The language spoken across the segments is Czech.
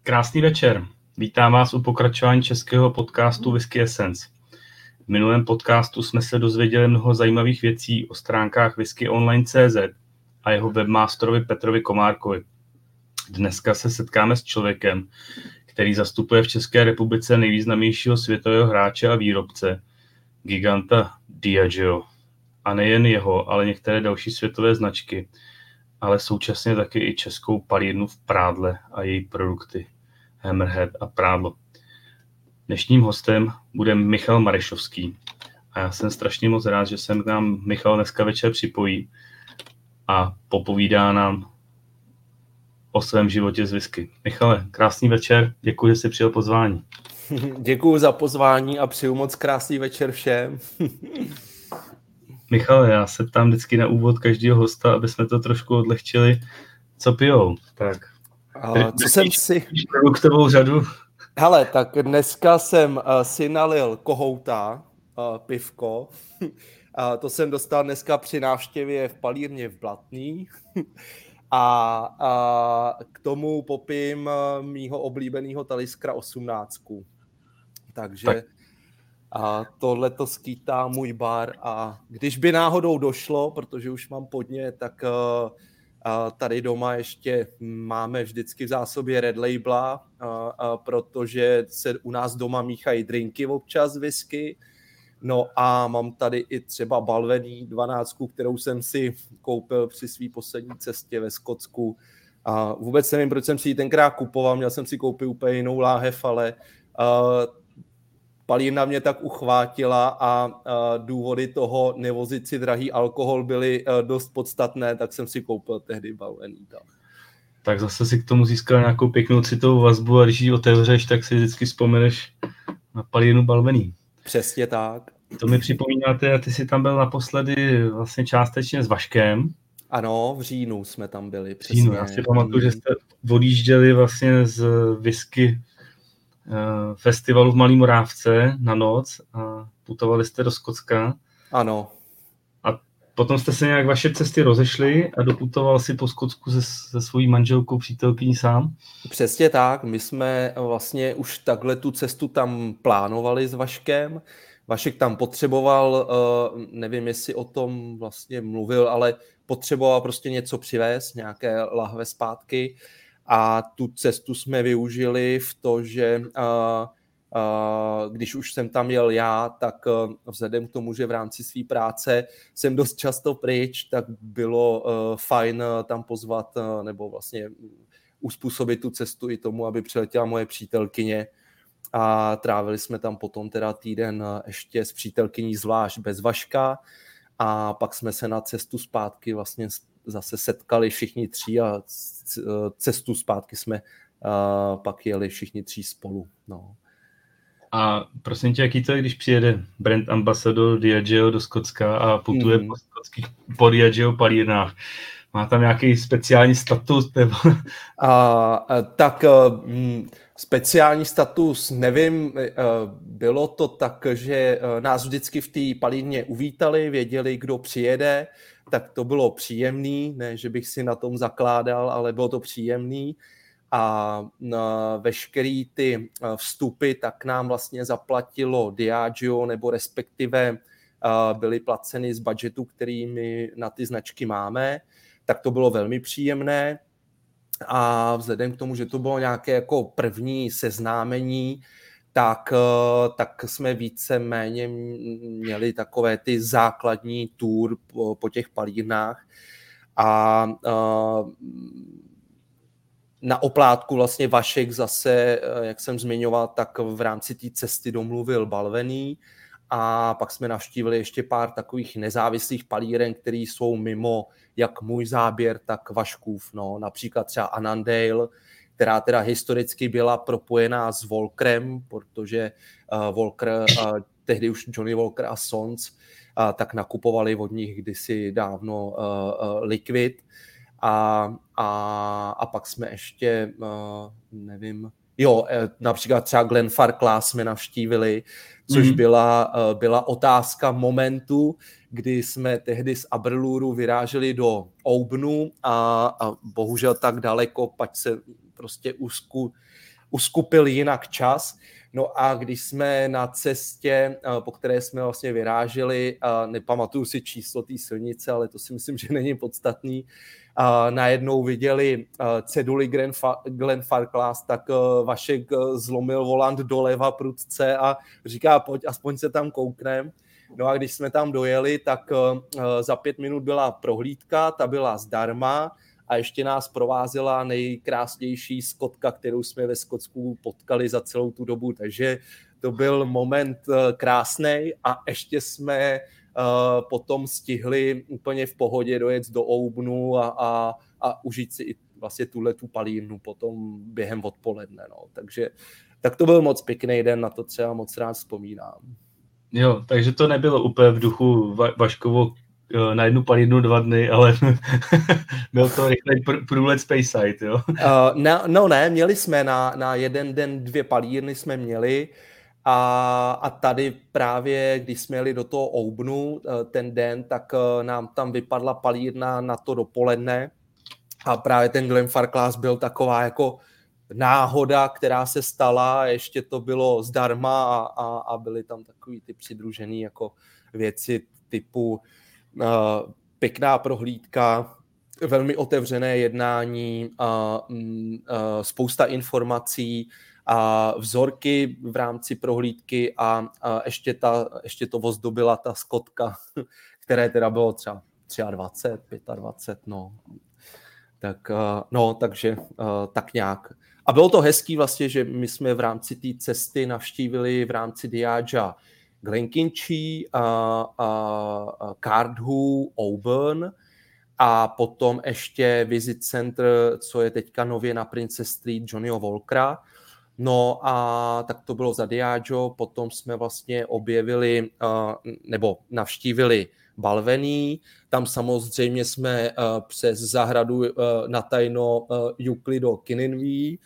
Krásný večer. Vítám vás u pokračování českého podcastu Whisky Essence. V minulém podcastu jsme se dozvěděli mnoho zajímavých věcí o stránkách whiskyonline.cz a jeho webmasterovi Petrovi Komárkovi. Dneska se setkáme s člověkem, který zastupuje v České republice nejvýznamnějšího světového hráče a výrobce, giganta Diageo. A nejen jeho, ale některé další světové značky, ale současně taky i českou palírnu v Prádle a její produkty Hammerhead a Prádlo. Dnešním hostem bude Michal Marešovský a já jsem strašně moc rád, že se k nám Michal dneska večer připojí a popovídá nám o svém životě z whisky. Michale, krásný večer, děkuji, že jsi přijal pozvání. Děkuji za pozvání a přeju moc krásný večer všem. Michale, já se ptám vždycky na úvod každého hosta, aby jsme to trošku odlehčili. Co pijou? Tak. Co jsem si... Produktovou řadu. Hele, tak dneska jsem si nalil kohouta, pivko. To jsem dostal dneska při návštěvě v palírně v Blatný. A k tomu popím mýho oblíbeného Taliskra 18. Takže... Tak. A tohle to skýtá můj bar a když by náhodou došlo, protože už mám podně, tak tady doma ještě máme vždycky v zásobě Red Labela, protože se u nás doma míchají drinky občas whisky. No a mám tady i třeba Balvenie 12, kterou jsem si koupil při své poslední cestě ve Skotsku. A vůbec nevím, proč jsem si ji tenkrát kupoval, měl jsem si koupit úplně jinou láhev, ale palírna mě tak uchvátila a důvody toho nevozit si drahý alkohol byly dost podstatné, tak jsem si koupil tehdy Balvenie. Tak zase si k tomu získal nějakou pěknou citovou vazbu a když ji otevřeš, tak si vždycky vzpomeneš na palírnu Balvenie. Přesně tak. To mi připomínáte, a ty jsi tam byl naposledy vlastně částečně s Vaškem. Ano, v říjnu jsme tam byli. Přesně. V říjnu, já si pamatuju, že jste odjížděli vlastně z whisky festivalu v Malý Morávce na noc a putovali jste do Skotska. Ano. A potom jste se nějak vaše cesty rozešly a doputoval si po Skotsku se svojí manželkou, přítelkyní sám? Přesně tak. My jsme vlastně už takhle tu cestu tam plánovali s Vaškem. Vašek tam potřeboval, nevím, jestli o tom vlastně mluvil, ale potřeboval prostě něco přivést, nějaké lahve zpátky. A tu cestu jsme využili v to, že když už jsem tam jel já, tak vzhledem k tomu, že v rámci své práce jsem dost často pryč, tak bylo fajn tam pozvat nebo vlastně uspůsobit tu cestu i tomu, aby přiletěla moje přítelkyně. A trávili jsme tam potom teda týden ještě s přítelkyní zvlášť bez Vaška a pak jsme se na cestu zpátky vlastně zase setkali všichni tři a cestu zpátky jsme pak jeli všichni tři spolu. No. A prosím tě, jaký to je, když přijede brand ambassador Diageo do Skotska a putuje po Diageo palírnách? Má tam nějaký speciální status? Nebo... Speciální status, nevím, bylo to tak, že nás vždycky v té palírně uvítali, věděli, kdo přijede, tak to bylo příjemný, ne, že bych si na tom zakládal, ale bylo to příjemný a veškerý ty vstupy tak nám vlastně zaplatilo Diageo, nebo respektive byly placeny z budžetu, který my na ty značky máme, tak to bylo velmi příjemné. A vzhledem k tomu, že to bylo nějaké jako první seznámení, tak jsme víceméně měli takové ty základní tour po těch palírnách a na oplátku vlastně Vašek zase, jak jsem zmiňoval, tak v rámci té cesty domluvil Balvenie a pak jsme navštívili ještě pár takových nezávislých palíren, které jsou mimo jak můj záběr, tak Vaškův. No, například třeba Annandale, která teda historicky byla propojená s Walkerem, protože Walker, tehdy už Johnny Walker a Sons, tak nakupovali od nich kdysi dávno Liquid. A pak jsme ještě, nevím, například třeba Glenfarclas jsme navštívili, což byla otázka momentu, kdy jsme tehdy z Aberlouru vyráželi do Aubnu a bohužel tak daleko, pač se prostě uskupil jinak čas. No a když jsme na cestě, po které jsme vlastně vyráželi, nepamatuju si číslo té silnice, ale to si myslím, že není podstatný, najednou viděli ceduly Glenfarclas, tak Vašek zlomil volant doleva prudce a říká, pojď, aspoň se tam kouknem. No a když jsme tam dojeli, tak za 5 minut byla prohlídka, ta byla zdarma a ještě nás provázela nejkrásnější Skotka, kterou jsme ve Skotsku potkali za celou tu dobu, takže to byl moment krásnej a ještě jsme potom stihli úplně v pohodě dojet do Oubnu a užít si i vlastně tu palírnu potom během odpoledne. No. Takže tak to byl moc pěkný den, na to třeba moc rád vzpomínám. Jo, takže to nebylo úplně v duchu Vaškovo na jednu palírnu 2 dny, ale byl to rychlý průlet Speyside, jo? Ne, měli jsme na jeden den 2 palírny jsme měli a tady právě, když jsme jeli do toho Oubnu ten den, tak nám tam vypadla palírna na to dopoledne a právě ten Glenfarclas byl taková jako náhoda, která se stala, ještě to bylo zdarma a byly tam takový ty přidružený jako věci typu pěkná prohlídka, velmi otevřené jednání, spousta informací, vzorky v rámci prohlídky a ještě to ozdobila ta Skotka, které teda bylo třeba 23, 25, no. Tak, takže tak nějak. A bylo to hezký vlastně, že my jsme v rámci té cesty navštívili v rámci Diagea Glenkinchie, Cardhu, Auburn a potom ještě Visit Center, co je teďka nově na Princess Street, Johnnyho Walkera. No a tak to bylo za Diageo, potom jsme vlastně objevili nebo navštívili Balvenie, tam samozřejmě jsme přes zahradu natajno jukli do Kinninvie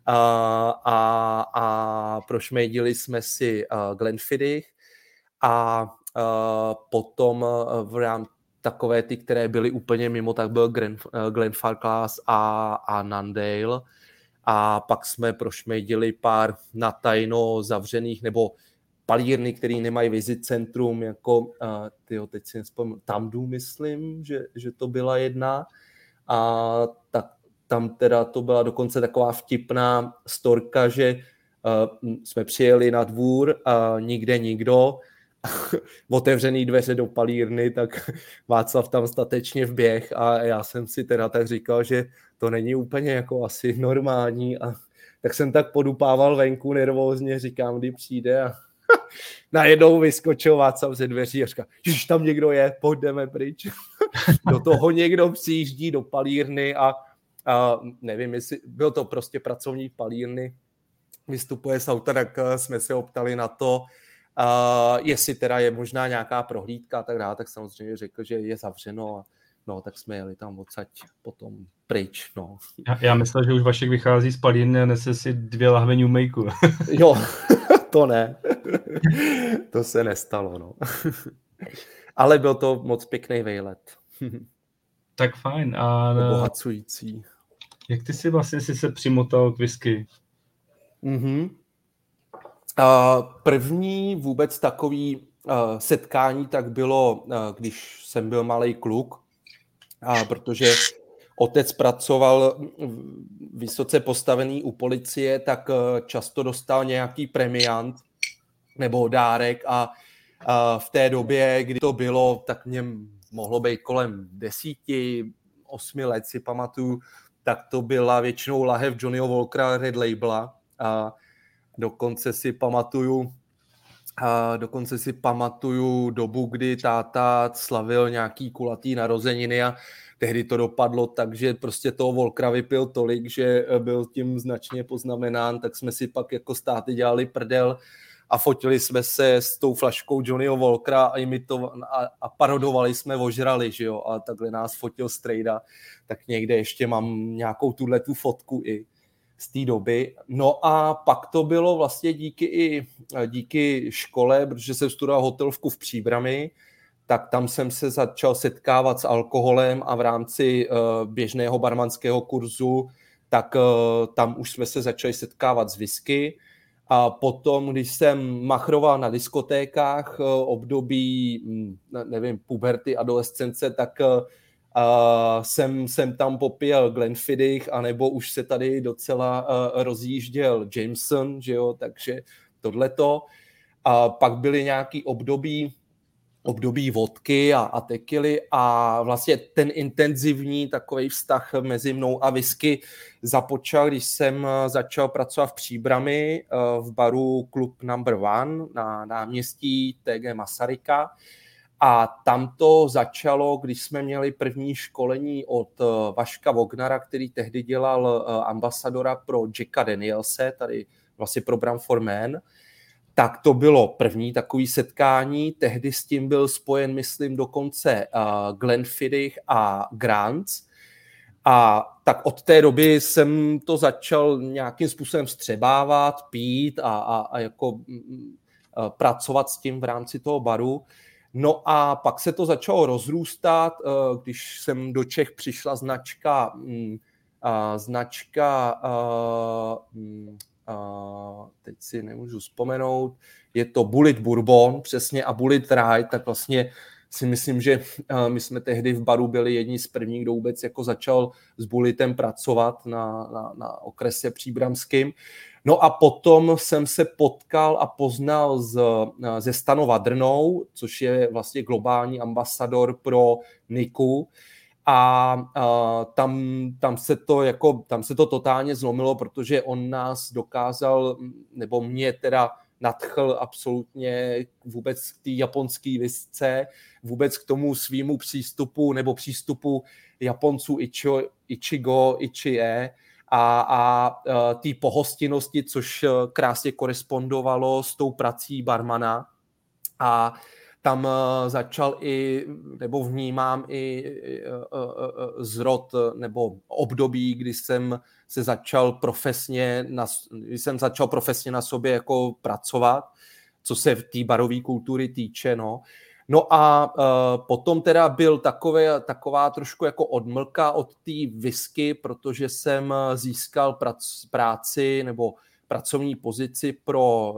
a prošmejdili jsme si Glenfiddich a potom v rámci takové ty, které byly úplně mimo, tak byl Glenfarclas a Nandale a pak jsme prošmejdili pár natajno zavřených nebo palírny, které nemají visit centrum, jako teď si nespomínám, Tamdu myslím, že to byla jedna a tak tam teda to byla dokonce taková vtipná storka, že jsme přijeli na dvůr a nikde nikdo, otevřený dveře do palírny, tak Václav tam statečně vběh a já jsem si teda tak říkal, že to není úplně jako asi normální a tak jsem tak podupával venku nervózně, říkám, kdy přijde a najednou vyskočil Václav ze dveří a říká, že tam někdo je, pojďme pryč. Do toho někdo přijíždí do palírny a nevím, jestli byl to prostě pracovník palírny, vystupuje z auta, tak jsme se optali na to, jestli teda je možná nějaká prohlídka a tak dále, tak samozřejmě řekl, že je zavřeno a no, tak jsme jeli tam odsaď potom pryč, no. Já myslel, že už Vašek vychází z palírny a nese si 2 lahve New Makeu. Jo, to ne. To se nestalo, no. Ale byl to moc pěkný vejlet. Tak fajn. Obohacující. Jak ty si vlastně se přimotal k whisky? První vůbec takový setkání tak bylo, když jsem byl malej kluk, protože otec pracoval vysoce postavený u policie, tak často dostal nějaký premiant nebo dárek a v té době, kdy to bylo, tak mě mohlo být kolem 10, 8 let si pamatuju, tak to byla většinou lahev Johnnyho Walkera Red Labela a dokonce si pamatuju dobu, kdy táta slavil nějaký kulatý narozeniny a tehdy to dopadlo tak, že prostě toho Walkera vypil tolik, že byl tím značně poznamenán, tak jsme si pak jako s táty dělali prdel a fotili jsme se s tou flaškou Johnnyho Walkera a parodovali jsme ožrali, že jo, a takhle nás fotil strejda, tak někde ještě mám nějakou tuhletu fotku i z té doby. No a pak to bylo vlastně díky škole, protože jsem studoval hotelovku v Příbrami, tak tam jsem se začal setkávat s alkoholem a v rámci běžného barmanského kurzu tak tam už jsme se začali setkávat s whisky. A potom, když jsem machroval na diskotékách období, nevím, puberty, adolescence, tak jsem tam popíjel Glenfiddich, anebo už se tady docela rozjížděl Jameson, že jo, takže tohleto. A pak byly nějaký období vodky a tekily a vlastně ten intenzivní takový vztah mezi mnou a whisky započal, když jsem začal pracovat v Příbrami v baru Club Number One na náměstí TG Masaryka. A tam to začalo, když jsme měli první školení od Vaška Vognara, který tehdy dělal ambasadora pro Jacka Danielse, tady vlastně pro Bram for Man. Tak to bylo první takový setkání. Tehdy s tím byl spojen, myslím, dokonce Glenfiddich a Grants. A tak od té doby jsem to začal nějakým způsobem vstřebávat, pít a jako pracovat s tím v rámci toho baru. No a pak se to začalo rozrůstat, když jsem do Čech přišla značka teď si nemůžu vzpomenout, je to Bulleit Bourbon, přesně, a Bulleit Rye, tak vlastně si myslím, že my jsme tehdy v baru byli jedni z prvních, kdo vůbec jako začal s Bulleitem pracovat na okrese příbramským. No a potom jsem se potkal a poznal se Stanou Vadrnou, což je vlastně globální ambasador pro Niku. A tam se to totálně zlomilo, protože on nás dokázal, nebo mě teda nadchl absolutně vůbec k té japonské whisce, vůbec k tomu svýmu přístupu nebo přístupu Japonců Ichigo, Ichie a té pohostinnosti, což krásně korespondovalo s tou prací barmana. A tam začal nebo vnímám i zrod nebo období, kdy jsem začal profesně na sobě jako pracovat, co se v té barové kultury týče, no. No a potom teda byl taková trošku jako odmlka od té whisky, protože jsem získal práci nebo pracovní pozici pro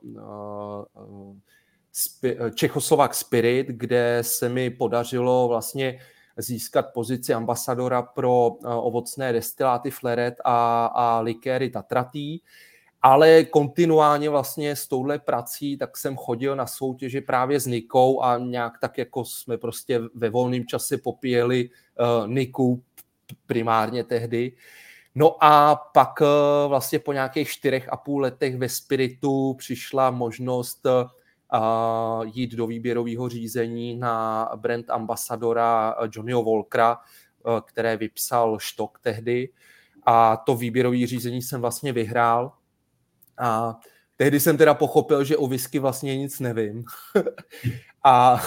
Czechoslovak Spirit, kde se mi podařilo vlastně získat pozici ambasadora pro ovocné destiláty Fleret a likéry Tatratý. Ale kontinuálně vlastně s touhle prací tak jsem chodil na soutěže právě s Nikou a nějak tak jako jsme prostě ve volném čase popíjeli Niku primárně tehdy. No a pak vlastně po nějakých 4,5 letech ve Spiritu přišla možnost jít do výběrového řízení na brand ambasadora Johnnyho Walkera, které vypsal Štok tehdy. A to výběrové řízení jsem vlastně vyhrál. A tehdy jsem teda pochopil, že o whisky vlastně nic nevím. a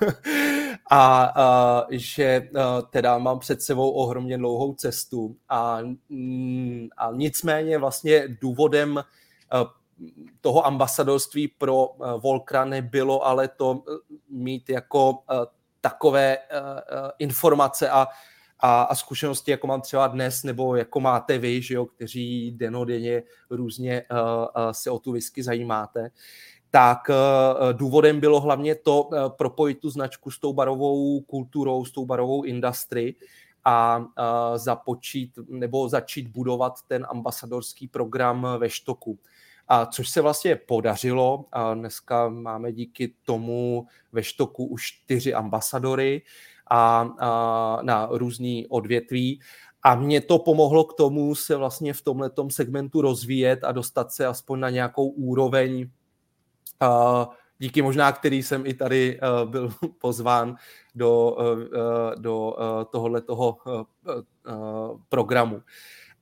že teda mám před sebou ohromně dlouhou cestu. A nicméně vlastně důvodem toho ambasadorství pro Volkra nebylo ale to mít jako takové informace a zkušenosti, jako mám třeba dnes, nebo jako máte vy, že jo, kteří dennodenně různě se o tu whisky zajímáte. Tak důvodem bylo hlavně to propojit tu značku s tou barovou kulturou, s tou barovou industry a začít budovat ten ambasadorský program ve Štoku. A což se vlastně podařilo. A dneska máme díky tomu ve Štoku už 4 ambasadory a na různý odvětví. A mě to pomohlo k tomu se vlastně v tomhletom segmentu rozvíjet a dostat se aspoň na nějakou úroveň, díky možná, který jsem i tady byl pozván do tohoto programu.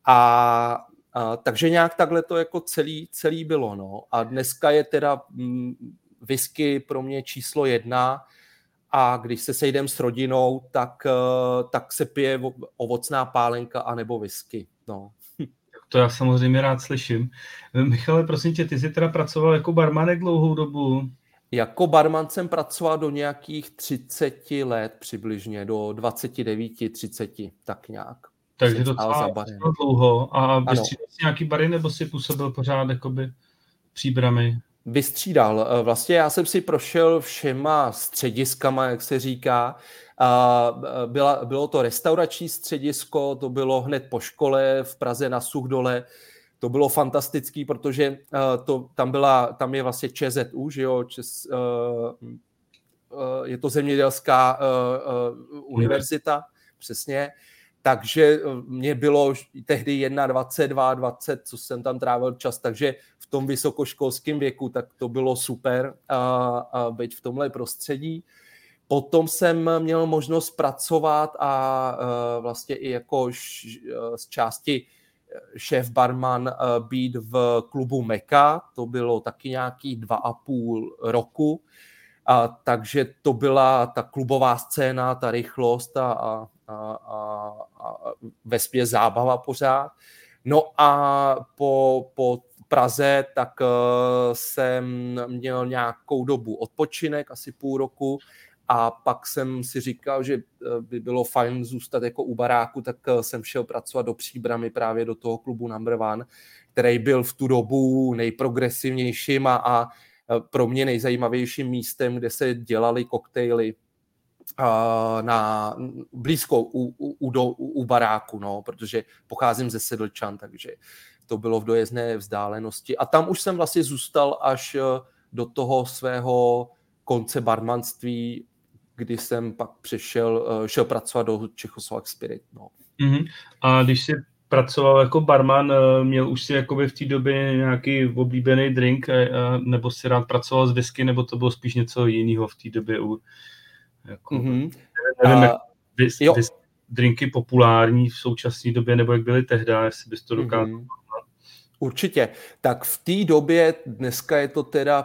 Takže nějak takhle to jako celý bylo. No. A dneska je teda whisky pro mě číslo 1 a když se sejdem s rodinou, tak se pije ovocná pálenka anebo whisky. No. To já samozřejmě rád slyším. Michale, prosím tě, ty jsi teda pracoval jako barmanek dlouhou dobu? Jako barman jsem pracoval do nějakých 30 let přibližně, do 29, 30, tak nějak. Takže docela dlouho. A vystřídal jsi nějaký bary, nebo si působil pořád jakoby Příbrami? Vystřídal. Vlastně já jsem si prošel všema střediskama, jak se říká. Bylo to restaurační středisko, to bylo hned po škole v Praze na Suchdole. To bylo fantastický, protože tam je vlastně ČZU, že jo, je to zemědělská univerzita, přesně. Takže mě bylo tehdy 21, 22, co jsem tam trávil čas, takže v tom vysokoškolském věku, tak to bylo super být v tomhle prostředí. Potom jsem měl možnost pracovat a vlastně i jako z části šéf barman být v klubu Meka, to bylo taky nějaký 2,5 roku, takže to byla ta klubová scéna, ta rychlost a vesměs zábava pořád. No a po Praze tak jsem měl nějakou dobu odpočinek, asi půl roku, a pak jsem si říkal, že by bylo fajn zůstat jako u baráku, tak jsem šel pracovat do Příbrami právě do toho klubu Number One, který byl v tu dobu nejprogresivnějším a pro mě nejzajímavějším místem, kde se dělaly koktejly blízko u baráku, no, protože pocházím ze Sedlčan, takže to bylo v dojezdné vzdálenosti. A tam už jsem vlastně zůstal až do toho svého konce barmanství, kdy jsem pak šel pracovat do Czechoslovak Spirit. No. Mm-hmm. A když jsi pracoval jako barman, měl už si jakoby v té době nějaký oblíbený drink, nebo si rád pracoval s whisky, nebo to bylo spíš něco jiného v té době? Nevím, drinky populární v současné době, nebo jak byly tehdy, jestli bys to dokázal. Určitě. Tak v té době, dneska je to teda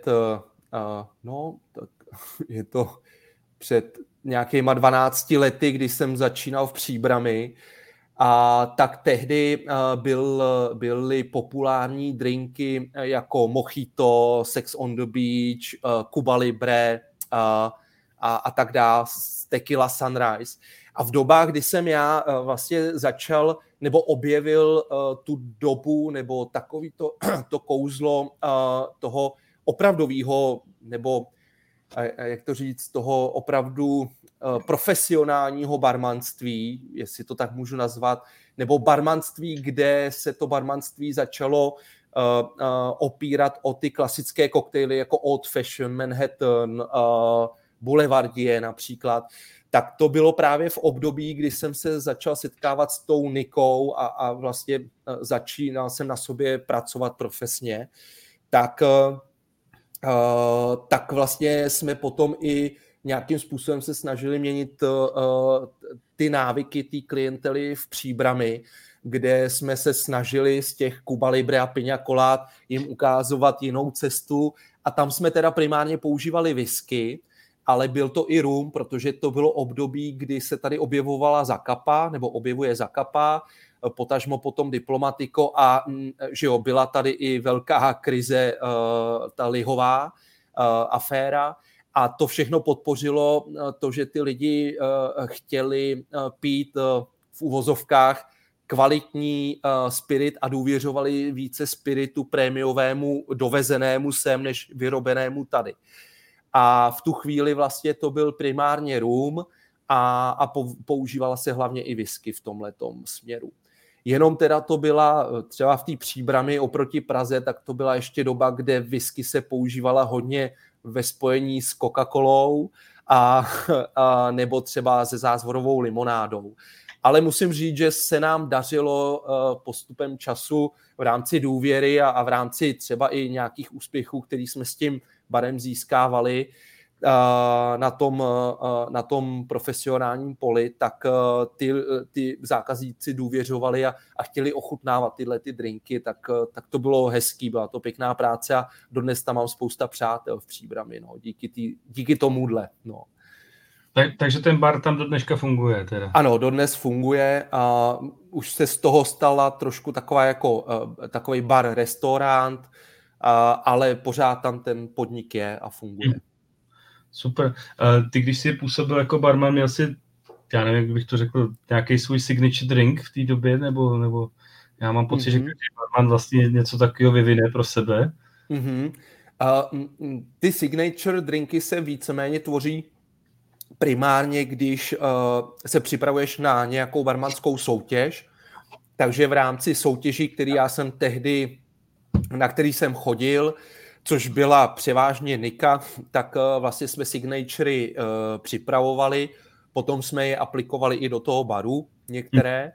je to před nějakýma 12 lety, kdy jsem začínal v Příbrami, a tak tehdy byly populární drinky jako Mojito, Sex on the Beach, Cuba Libre a tak dále, Tequila Sunrise. A v dobách, kdy jsem já vlastně začal nebo objevil tu dobu nebo takový to kouzlo toho opravdového, nebo jak to říct, toho opravdu profesionálního barmanství, jestli to tak můžu nazvat, nebo barmanství, kde se to barmanství začalo opírat o ty klasické koktejly jako Old Fashion, Manhattan, Boulevardier například, tak to bylo právě v období, kdy jsem se začal setkávat s tou Nikou a vlastně začínal jsem na sobě pracovat profesně, tak vlastně jsme potom i nějakým způsobem se snažili měnit ty návyky té klientely v Příbrami, kde jsme se snažili z těch Cuba Libre a Piña Colad jim ukázovat jinou cestu, a tam jsme teda primárně používali whisky, ale byl to i rum, protože to bylo období, kdy se tady objevovala Zacapa, nebo objevuje Zacapa, potažmo potom Diplomatiko, a že jo, byla tady i velká krize, ta lihová aféra, a to všechno podpořilo to, že ty lidi chtěli pít v uvozovkách kvalitní spirit a důvěřovali více spiritu prémiovému dovezenému sem, než vyrobenému tady. A v tu chvíli vlastně to byl primárně rum a používala se hlavně i whisky v tomhletom směru. Jenom teda to byla třeba v té Příbrami oproti Praze, tak to byla ještě doba, kde whisky se používala hodně ve spojení s Coca-Colou a nebo třeba se zázvorovou limonádou. Ale musím říct, že se nám dařilo postupem času v rámci důvěry a v rámci třeba i nějakých úspěchů, který jsme s tím barem získávali na tom profesionálním poli, tak ty zákazníci důvěřovali a chtěli ochutnávat tyhle ty drinky, tak to bylo hezký, byla to pěkná práce a dodnes tam mám spousta přátel v Příbrami, no, díky tomuhle, no. Takže ten bar tam do dneška funguje teda? Ano, dodnes funguje a už se z toho stala trošku takový bar, restaurant, ale pořád tam ten podnik je a funguje. Super. Ty, když jsi působil jako barman, měl jsi já nevím, jak bych to řekl, nějaký svůj signature drink v té době, nebo já mám pocit, že každý barman vlastně něco takového vyvine pro sebe. Ty signature drinky se víceméně tvoří primárně, když se připravuješ na nějakou barmanskou soutěž, takže v rámci soutěží, na který jsem chodil, což byla převážně Nika, tak vlastně jsme signatury připravovali, potom jsme je aplikovali i do toho baru některé.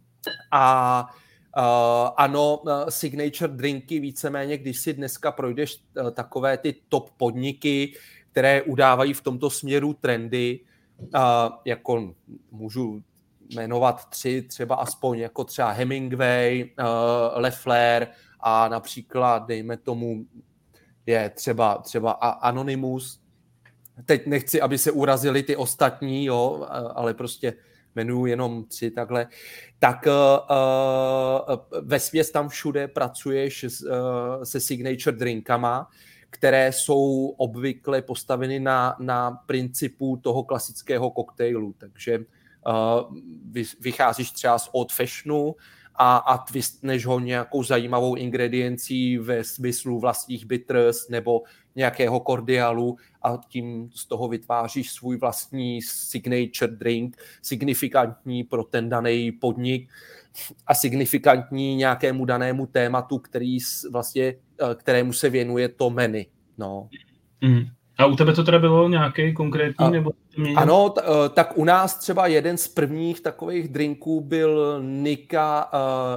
A ano, signature drinky víceméně, když si dneska projdeš takové ty top podniky, které udávají v tomto směru trendy, jako můžu jmenovat 3 třeba aspoň, jako třeba Hemingway, Leffler a například, dejme tomu, je třeba Anonymous. Teď nechci, aby se urazili ty ostatní, jo, ale prostě jmenuji jenom 3 takhle. Tak vesměs tam všude pracuješ se signature drinkama, které jsou obvykle postaveny na principu toho klasického koktejlu. Takže vycházíš třeba z old fashionu a twistneš ho nějakou zajímavou ingrediencí ve smyslu vlastních bitters nebo nějakého kordialu a tím z toho vytváříš svůj vlastní signature drink, signifikantní pro ten daný podnik a signifikantní nějakému danému tématu, kterému se věnuje to menu. No. A u tebe to teda bylo nějaký konkrétní? Nebo ano, tak u nás třeba jeden z prvních takových drinků byl Nika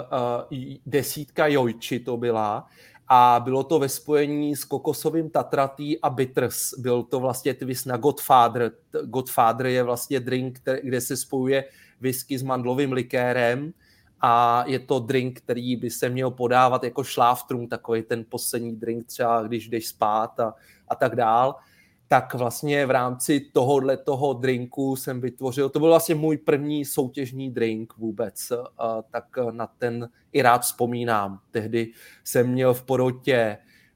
10 Jojči to byla a bylo to ve spojení s kokosovým tatratý a bitters. Byl to vlastně twist na Godfather. Godfather je vlastně drink, kde se spojuje whisky s mandlovým likérem a je to drink, který by se měl podávat jako šláftrunk, takový ten poslední drink třeba, když jdeš spát a tak dál. Tak vlastně v rámci toho drinku jsem vytvořil, to byl vlastně můj první soutěžní drink vůbec, tak na ten i rád vzpomínám. Tehdy jsem měl v porotě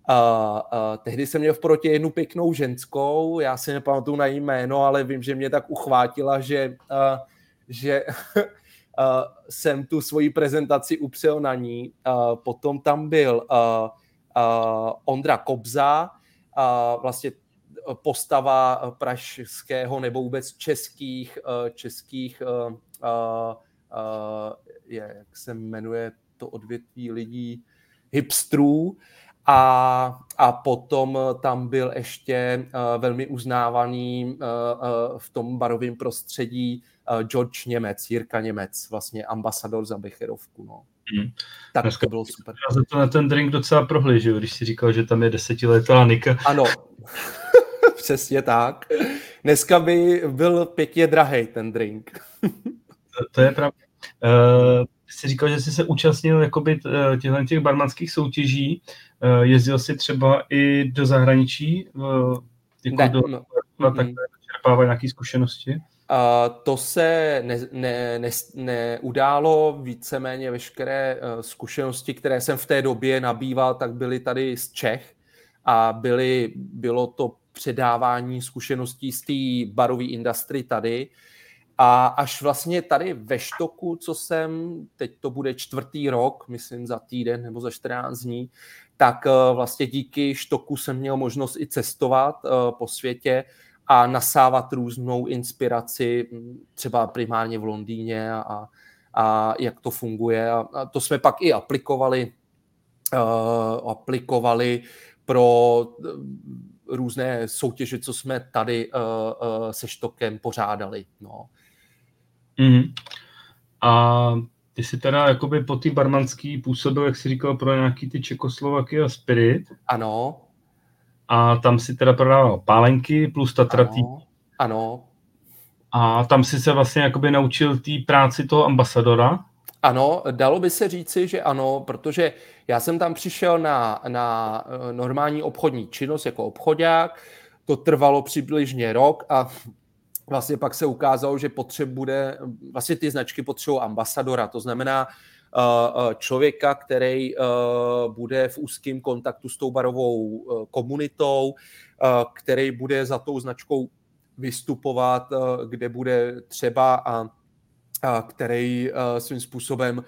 jednu pěknou ženskou, já si nepamatuju na její jméno, ale vím, že mě tak uchvátila, že jsem tu svoji prezentaci upřel na ní. Potom tam byl Ondra Kobza, vlastně postava pražského nebo vůbec českých jak se jmenuje to odvětví lidí, hipstrů a potom tam byl ještě velmi uznávaný v tom barovém prostředí George Němec, Jirka Němec, vlastně ambasador za Becherovku. No. Tak dneska to bylo super. Já za to na ten drink docela prohlížil, když si říkal, že tam je 10letá Nika. Ano, přesně tak. Dneska by byl pěkně drahej ten drink. To je pravda. Jsi říkal, že jsi se účastnil jakoby těch barmanských soutěží. Jezdil jsi třeba i do zahraničí? Čerpávat nějaké zkušenosti? To se neudálo, víceméně veškeré zkušenosti, které jsem v té době nabýval, tak byly tady z Čech a bylo to předávání zkušeností z té barové industry tady. A až vlastně tady ve Štoku, co jsem, teď to bude 4. rok, myslím za týden nebo za 14 dní, tak vlastně díky Štoku jsem měl možnost i cestovat po světě a nasávat různou inspiraci, třeba primárně v Londýně a jak to funguje. A to jsme pak i aplikovali pro různé soutěže, co jsme tady se Štokem pořádali. No. A ty jsi teda jakoby po té barmanský působil, jak jsi říkal, pro nějaký ty Čekoslovaky a Spirit. Ano. A tam si teda prodával pálenky plus tatratý. Ano. A tam si se vlastně jakoby naučil té práci toho ambasadora? Ano, dalo by se říci, že ano, protože já jsem tam přišel na normální obchodní činnost jako obchodák, to trvalo přibližně rok a vlastně pak se ukázalo, že vlastně ty značky potřebují ambasadora, to znamená člověka, který bude v úzkém kontaktu s tou barovou komunitou, který bude za tou značkou vystupovat, kde bude třeba a který svým způsobem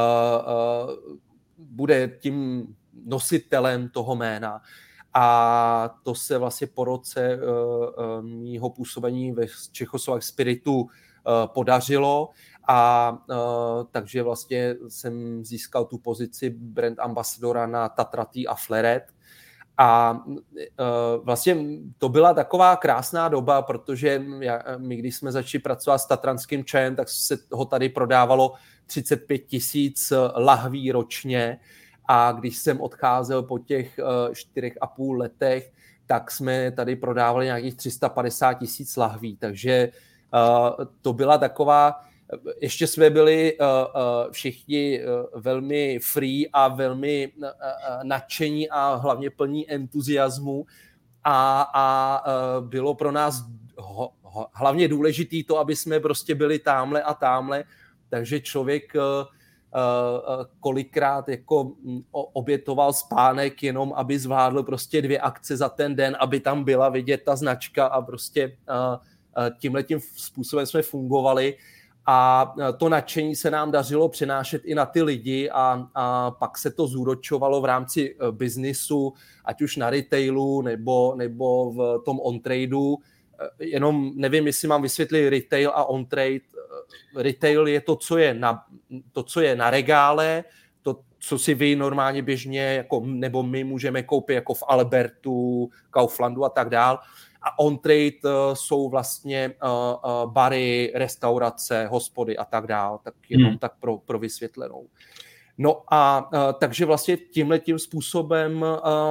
bude tím nositelem toho jména. A to se vlastně po roce mýho působení ve Czechoslovak Spiritu podařilo a takže vlastně jsem získal tu pozici brand ambasadora na Tatra Tea a Flared. A vlastně to byla taková krásná doba, protože my, když jsme začali pracovat s tatranským čajem, tak se ho tady prodávalo 35 000 lahví ročně a když jsem odcházel po těch 4,5 letech, tak jsme tady prodávali nějakých 350 000 lahví, takže to byla taková, ještě jsme byli všichni velmi free a velmi nadšení a hlavně plní entuziasmu a bylo pro nás hlavně důležitý to, aby jsme prostě byli támhle a támhle, takže člověk kolikrát jako obětoval spánek jenom, aby zvládl prostě 2 akce za ten den, aby tam byla vidět ta značka a prostě tímhletím způsobem jsme fungovali. A to nadšení se nám dařilo přenášet i na ty lidi a pak se to zúročovalo v rámci biznisu, ať už na retailu nebo v tom on-tradeu. Jenom nevím, jestli mám vysvětlit retail a on-trade. Retail je to, co je na regále, to, co si vy normálně běžně, jako, nebo my můžeme koupit jako v Albertu, Kauflandu a tak dál. A on-trade jsou vlastně bary, restaurace, hospody a tak dál, tak jenom tak pro vysvětlenou. No a takže vlastně tímhletím způsobem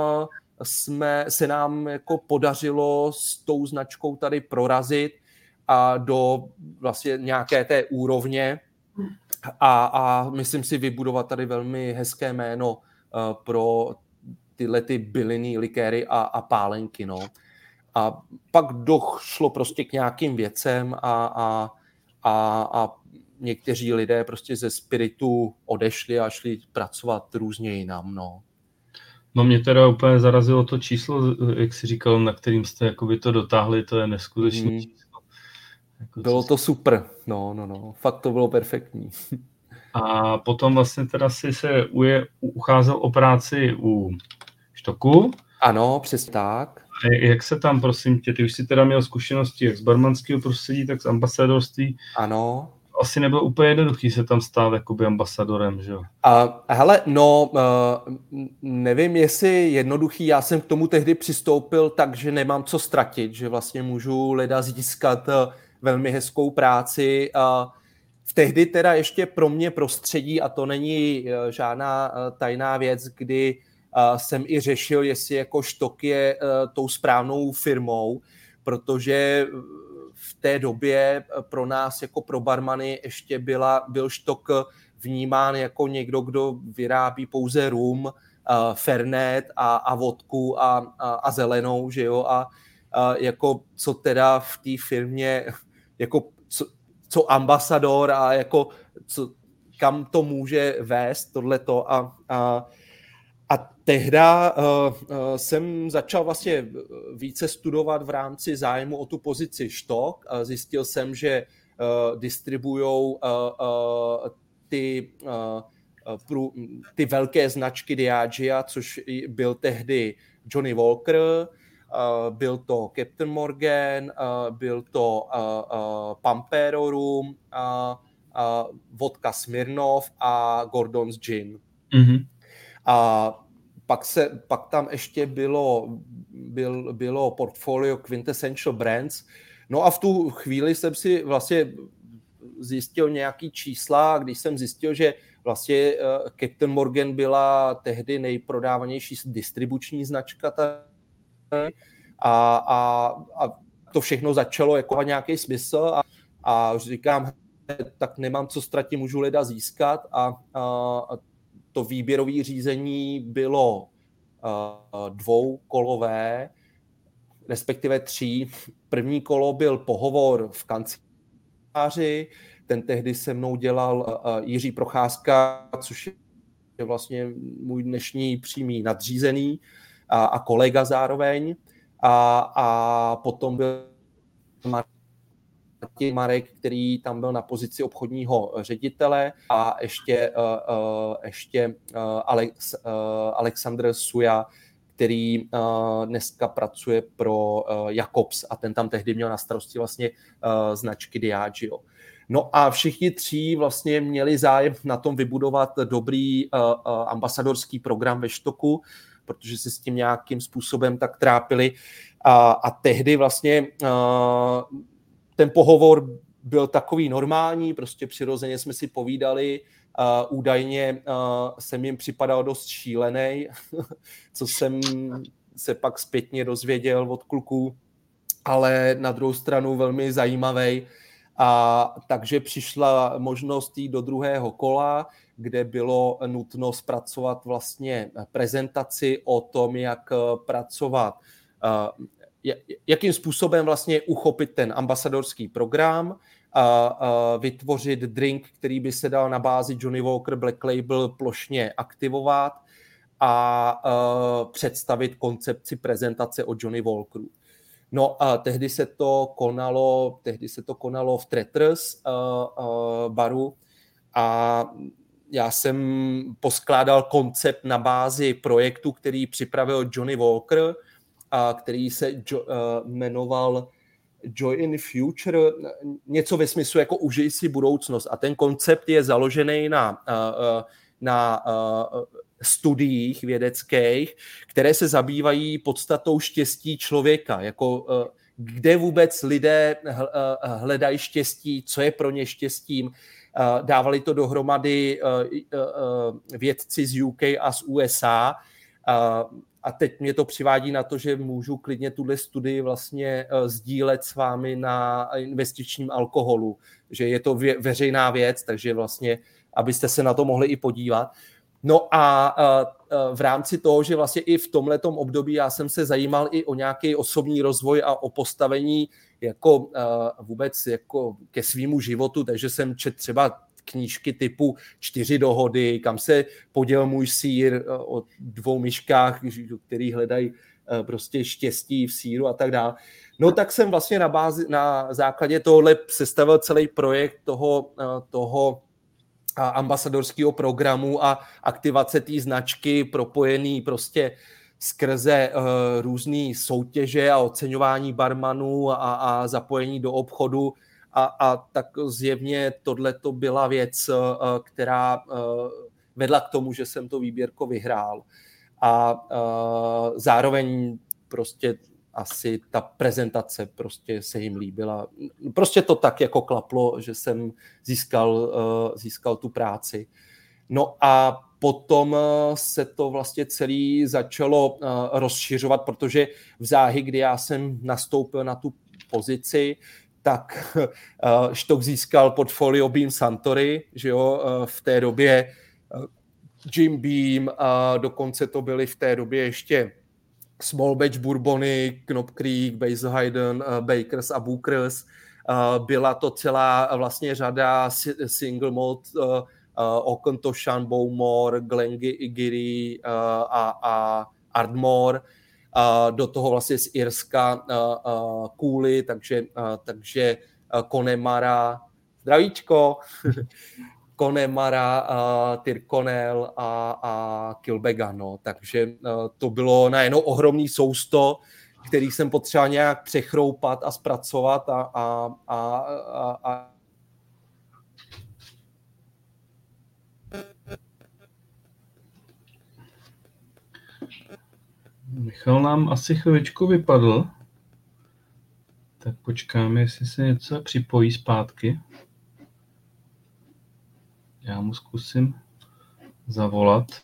se nám jako podařilo s tou značkou tady prorazit a do vlastně nějaké té úrovně a myslím si vybudovat tady velmi hezké jméno pro tyhle ty bylinný likéry a pálenky, no. A pak došlo prostě k nějakým věcem a někteří lidé prostě ze spiritu odešli a šli pracovat různě jinam, no. No mě teda úplně zarazilo to číslo, jak jsi říkal, na kterým jste jakoby to dotáhli, to je neskutečné číslo. Jako bylo to super, no, fakt to bylo perfektní. A potom vlastně teda si se ucházel o práci u Štoku. Ano, přesně tak. Jak se tam, prosím tě, ty už jsi teda měl zkušenosti jak z barmanského prostředí, tak z ambasadorství. Ano. Asi nebylo úplně jednoduchý se tam stát jakoby ambasadorem, že jo? Hele, nevím, jestli jednoduchý, já jsem k tomu tehdy přistoupil tak, že nemám co ztratit, že vlastně můžu leda získat velmi hezkou práci. V tehdy teda ještě pro mě prostředí, a to není žádná tajná věc, kdy jsem i řešil, jestli jako Štok je tou správnou firmou, protože v té době pro nás jako pro barmany ještě byl Štok vnímán jako někdo, kdo vyrábí pouze rum, fernet a vodku a zelenou, že jo, a jako co teda v té firmě, jako co ambasador a jako kam to může vést tohleto a tehda jsem začal vlastně více studovat v rámci zájmu o tu pozici Štok. Zjistil jsem, že distribujou ty velké značky Diageo, což byl tehdy Johnny Walker, byl to Captain Morgan, byl to Pampero Rum, vodka Smirnov a Gordon's Gin. Mm-hmm. A pak tam ještě bylo portfolio Quintessential Brands. No a v tu chvíli jsem si vlastně zjistil nějaký čísla, když jsem zjistil, že vlastně Captain Morgan byla tehdy nejprodávanější distribuční značka a to všechno začalo jako nějaký smysl a říkám, tak nemám co ztratit, můžu leda získat a to výběrové řízení bylo dvoukolové, respektive 3. První kolo byl pohovor v kanceláři, ten tehdy se mnou dělal Jiří Procházka, což je vlastně můj dnešní přímý nadřízený a kolega zároveň. A potom byl Martin Marek, který tam byl na pozici obchodního ředitele, a ještě Alexandr Suja, který dneska pracuje pro Jacobs a ten tam tehdy měl na starosti vlastně značky Diageo. No a všichni tři vlastně měli zájem na tom vybudovat dobrý ambasadorský program ve Štoku, protože se s tím nějakým způsobem tak trápili. A tehdy vlastně ten pohovor byl takový normální, prostě přirozeně jsme si povídali, údajně jsem jim připadal dost šílenej, co jsem se pak zpětně dozvěděl od kluků, ale na druhou stranu velmi zajímavý. Takže přišla možnost jít do druhého kola, kde bylo nutno zpracovat vlastně prezentaci o tom, jak pracovat, jakým způsobem vlastně uchopit ten ambasadorský program, vytvořit drink, který by se dal na bázi Johnny Walker Black Label plošně aktivovat a představit koncepci prezentace o Johnny Walkeru. No a tehdy se to konalo v Tretters baru a já jsem poskládal koncept na bázi projektu, který připravil Johnny Walker, který se jmenoval Joy in Future, něco ve smyslu jako užij si budoucnost. A ten koncept je založený na studiích vědeckých, které se zabývají podstatou štěstí člověka, jako kde vůbec lidé hledají štěstí, co je pro ně štěstím. Dávali to dohromady vědci z UK a z USA. A teď mě to přivádí na to, že můžu klidně tuhle studii vlastně sdílet s vámi na investičním alkoholu, že je to veřejná věc, takže vlastně, abyste se na to mohli i podívat. No a v rámci toho, že vlastně i v tomhletom období já jsem se zajímal i o nějaký osobní rozvoj a o postavení jako vůbec jako ke svýmu životu, takže jsem četl třeba knížky typu 4 dohody, kam se poděl můj sýr, o 2 myškách, který hledají prostě štěstí v sýru a tak dále. No tak jsem vlastně na základě tohohle sestavil celý projekt toho ambasadorského programu a aktivace té značky propojený prostě skrze různé soutěže a oceňování barmanů a zapojení do obchodu. A tak zjevně tohleto byla věc, která vedla k tomu, že jsem to výběrko vyhrál. A zároveň prostě asi ta prezentace prostě se jim líbila. Prostě to tak jako klaplo, že jsem získal tu práci. No a potom se to vlastně celé začalo rozšiřovat, protože v záhy, kdy já jsem nastoupil na tu pozici, tak Štok získal portfolio Beam Suntory, že jo, v té době Jim Beam, a dokonce to byly v té době ještě Small Batch Bourbony, Knob Creek, Basil Hayden, Bakers a Bookers. Byla to celá vlastně řada single malt, Auchentoshan, Bowmore, Glengarry a Ardmore. Do toho vlastně z Irska Cooley, takže Connemara, zdravíčko, Connemara, Tyrconnell a Kilbegan. No. Takže to bylo najednou ohromný sousto, který jsem potřeboval nějak přechroupat a zpracovat a Michal nám asi chviličku vypadl, tak počkáme, jestli se něco připojí zpátky. Já mu zkusím zavolat.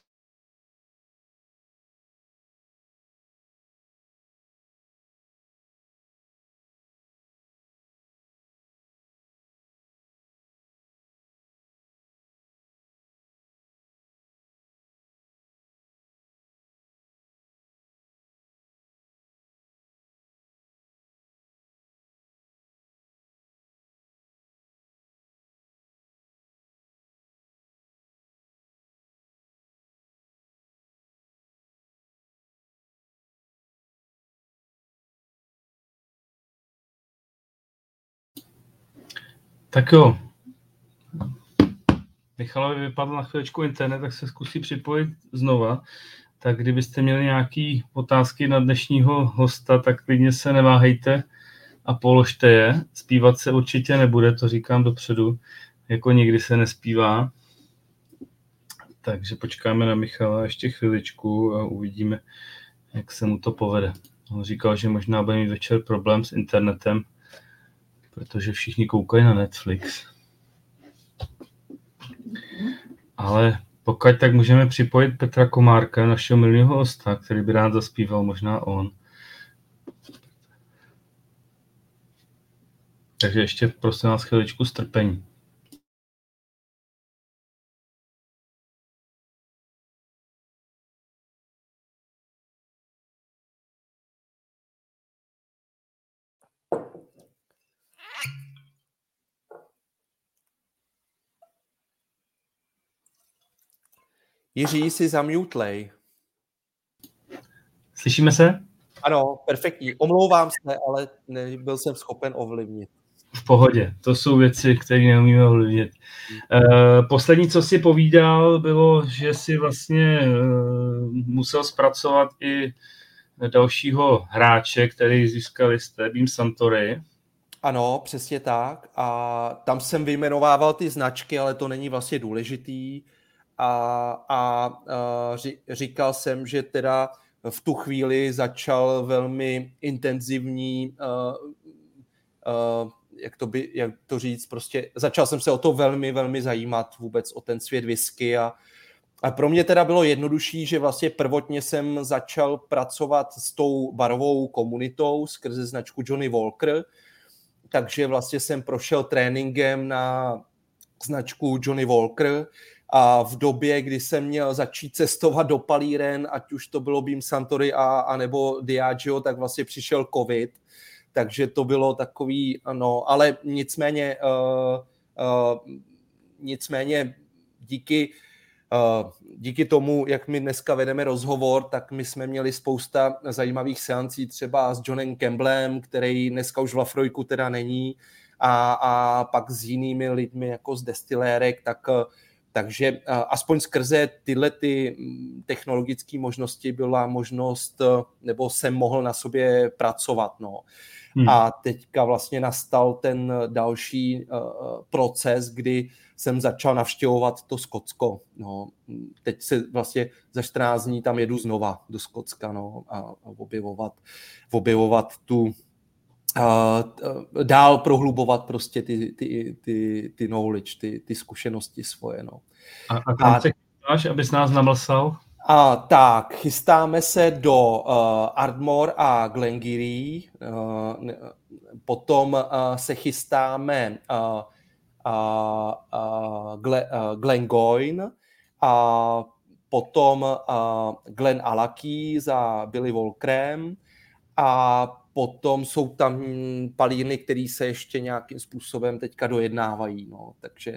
Tak jo. Michalovi vypadl na chvíličku internet, tak se zkusí připojit znova. Tak kdybyste měli nějaké otázky na dnešního hosta, tak klidně se neváhejte a položte je. Zpívat se určitě nebude, to říkám dopředu, jako nikdy se nespívá. Takže počkáme na Michala ještě chviličku a uvidíme, jak se mu to povede. On říkal, že možná bude mít večer problém s internetem, protože všichni koukají na Netflix. Ale pokud tak můžeme připojit Petra Komárka, našeho milého hosta, který by rád zaspíval, možná on. Takže ještě prosím vás chviličku strpení. Jiří, jsi zamutlej. Slyšíme se? Ano, perfektní. Omlouvám se, ale nebyl jsem schopen ovlivnit. V pohodě. To jsou věci, které neumíme ovlivnit. Poslední, co si povídal, bylo, že si vlastně musel zpracovat i dalšího hráče, který získali s Beam Suntory. Ano, přesně tak. A tam jsem vyjmenovával ty značky, ale to není vlastně důležitý. Říkal jsem, že teda v tu chvíli začal velmi intenzivní, jak to říct, prostě začal jsem se o to velmi, velmi zajímat vůbec o ten svět whisky a pro mě teda bylo jednodušší, že vlastně prvotně jsem začal pracovat s tou barovou komunitou skrze značku Johnny Walker, takže vlastně jsem prošel tréninkem na značku Johnny Walker a v době, kdy jsem měl začít cestovat do palíren, ať už to bylo Beam Suntory a nebo Diageo, tak vlastně přišel covid, takže to bylo takový, no, ale nicméně díky tomu, jak my dneska vedeme rozhovor, tak my jsme měli spousta zajímavých seancí třeba s Johnem Campbellem, který dneska už v Lafroiku teda není, a pak s jinými lidmi jako z destilérek, takže aspoň skrze tyhle ty technologické možnosti byla možnost, nebo jsem mohl na sobě pracovat. No. A teďka vlastně nastal ten další proces, kdy jsem začal navštěvovat to Skotsko. No. Teď se vlastně za 14 dní tam jedu znova do Skotska, no, a objevovat tu dál prohlubovat prostě ty knowledge, ty zkušenosti svoje. No. A kam se chystáš, abys nás namlsal? Tak, chystáme se do Ardmore a Glengarry, potom se chystáme Glengoyne a potom Glen Allachie za Billy Walkerem a potom jsou tam palírny, které se ještě nějakým způsobem teďka dojednávají. No. Takže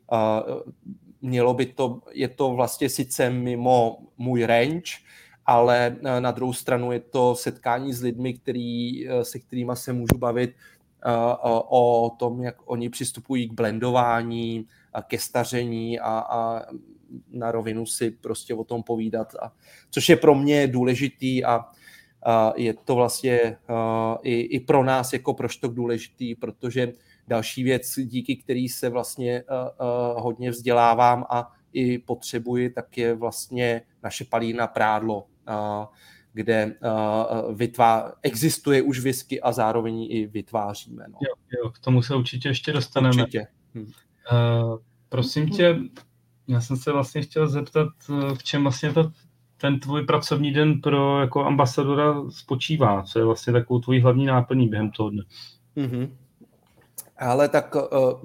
je to vlastně sice mimo můj range, ale na druhou stranu je to setkání s lidmi, se kterými se můžu bavit o tom, jak oni přistupují k blendování, ke staření a na rovinu si prostě o tom povídat. Což je pro mě důležitý a je to vlastně i pro nás jako pro Štok důležitý, protože další věc, díky který se vlastně hodně vzdělávám a i potřebuji, tak je vlastně naše palírna Prádlo, kde existuje už whisky a zároveň i vytváříme. No. Jo, k tomu se určitě ještě dostaneme. Určitě. Prosím tě, já jsem se vlastně chtěl zeptat, v čem vlastně ten tvůj pracovní den pro jako ambasadora spočívá? Co je vlastně takovou tvojí hlavní náplní během toho dne? Ale tak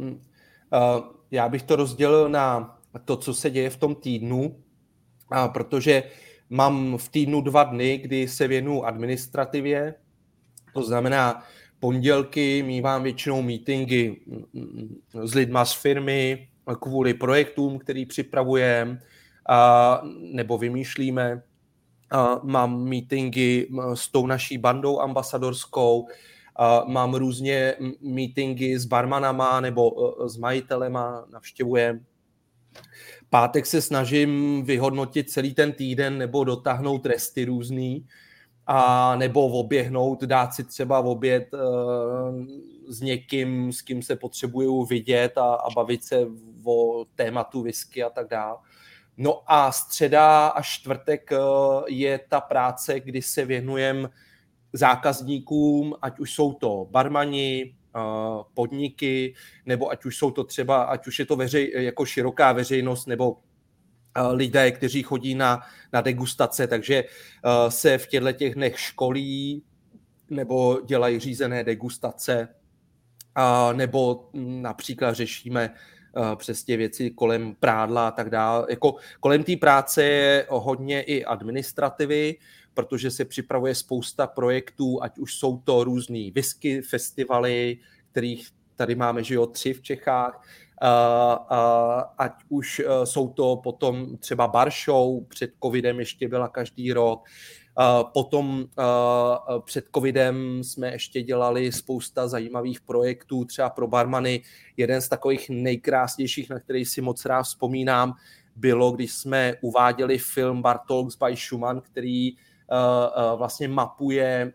já bych to rozdělil na to, co se děje v tom týdnu, protože mám v týdnu 2 dny, kdy se věnuju administrativě, to znamená pondělky mívám většinou meetingy s lidma z firmy kvůli projektům, který připravujeme nebo vymýšlíme. Mám meetingy s tou naší bandou ambasadorskou mám různě meetingy s barmanama nebo s majitelema, navštěvujem. Pátek se snažím vyhodnotit celý ten týden nebo dotáhnout resty různý, a nebo oběhnout, dát si třeba oběd s někým, s kým se potřebuju vidět a bavit se o tématu whisky a tak dále. No a středa a čtvrtek je ta práce, kdy se věnujem zákazníkům, ať už jsou to barmani, podniky, nebo ať už jsou to třeba, ať už je to jako široká veřejnost, nebo lidé, kteří chodí na degustace, takže se v těchto dnech školí nebo dělají řízené degustace, nebo například řešíme přesně věci kolem prádla a tak dále. Jako kolem té práce je hodně i administrativy, protože se připravuje spousta projektů, ať už jsou to různý whisky festivaly, kterých tady máme, že jo, 3 v Čechách, ať už jsou to potom třeba bar show, před covidem ještě byla každý rok, potom před covidem jsme ještě dělali spousta zajímavých projektů, třeba pro barmany. Jeden z takových nejkrásnějších, na který si moc rád vzpomínám, bylo, když jsme uváděli film Bar Talks by Schumann, který vlastně mapuje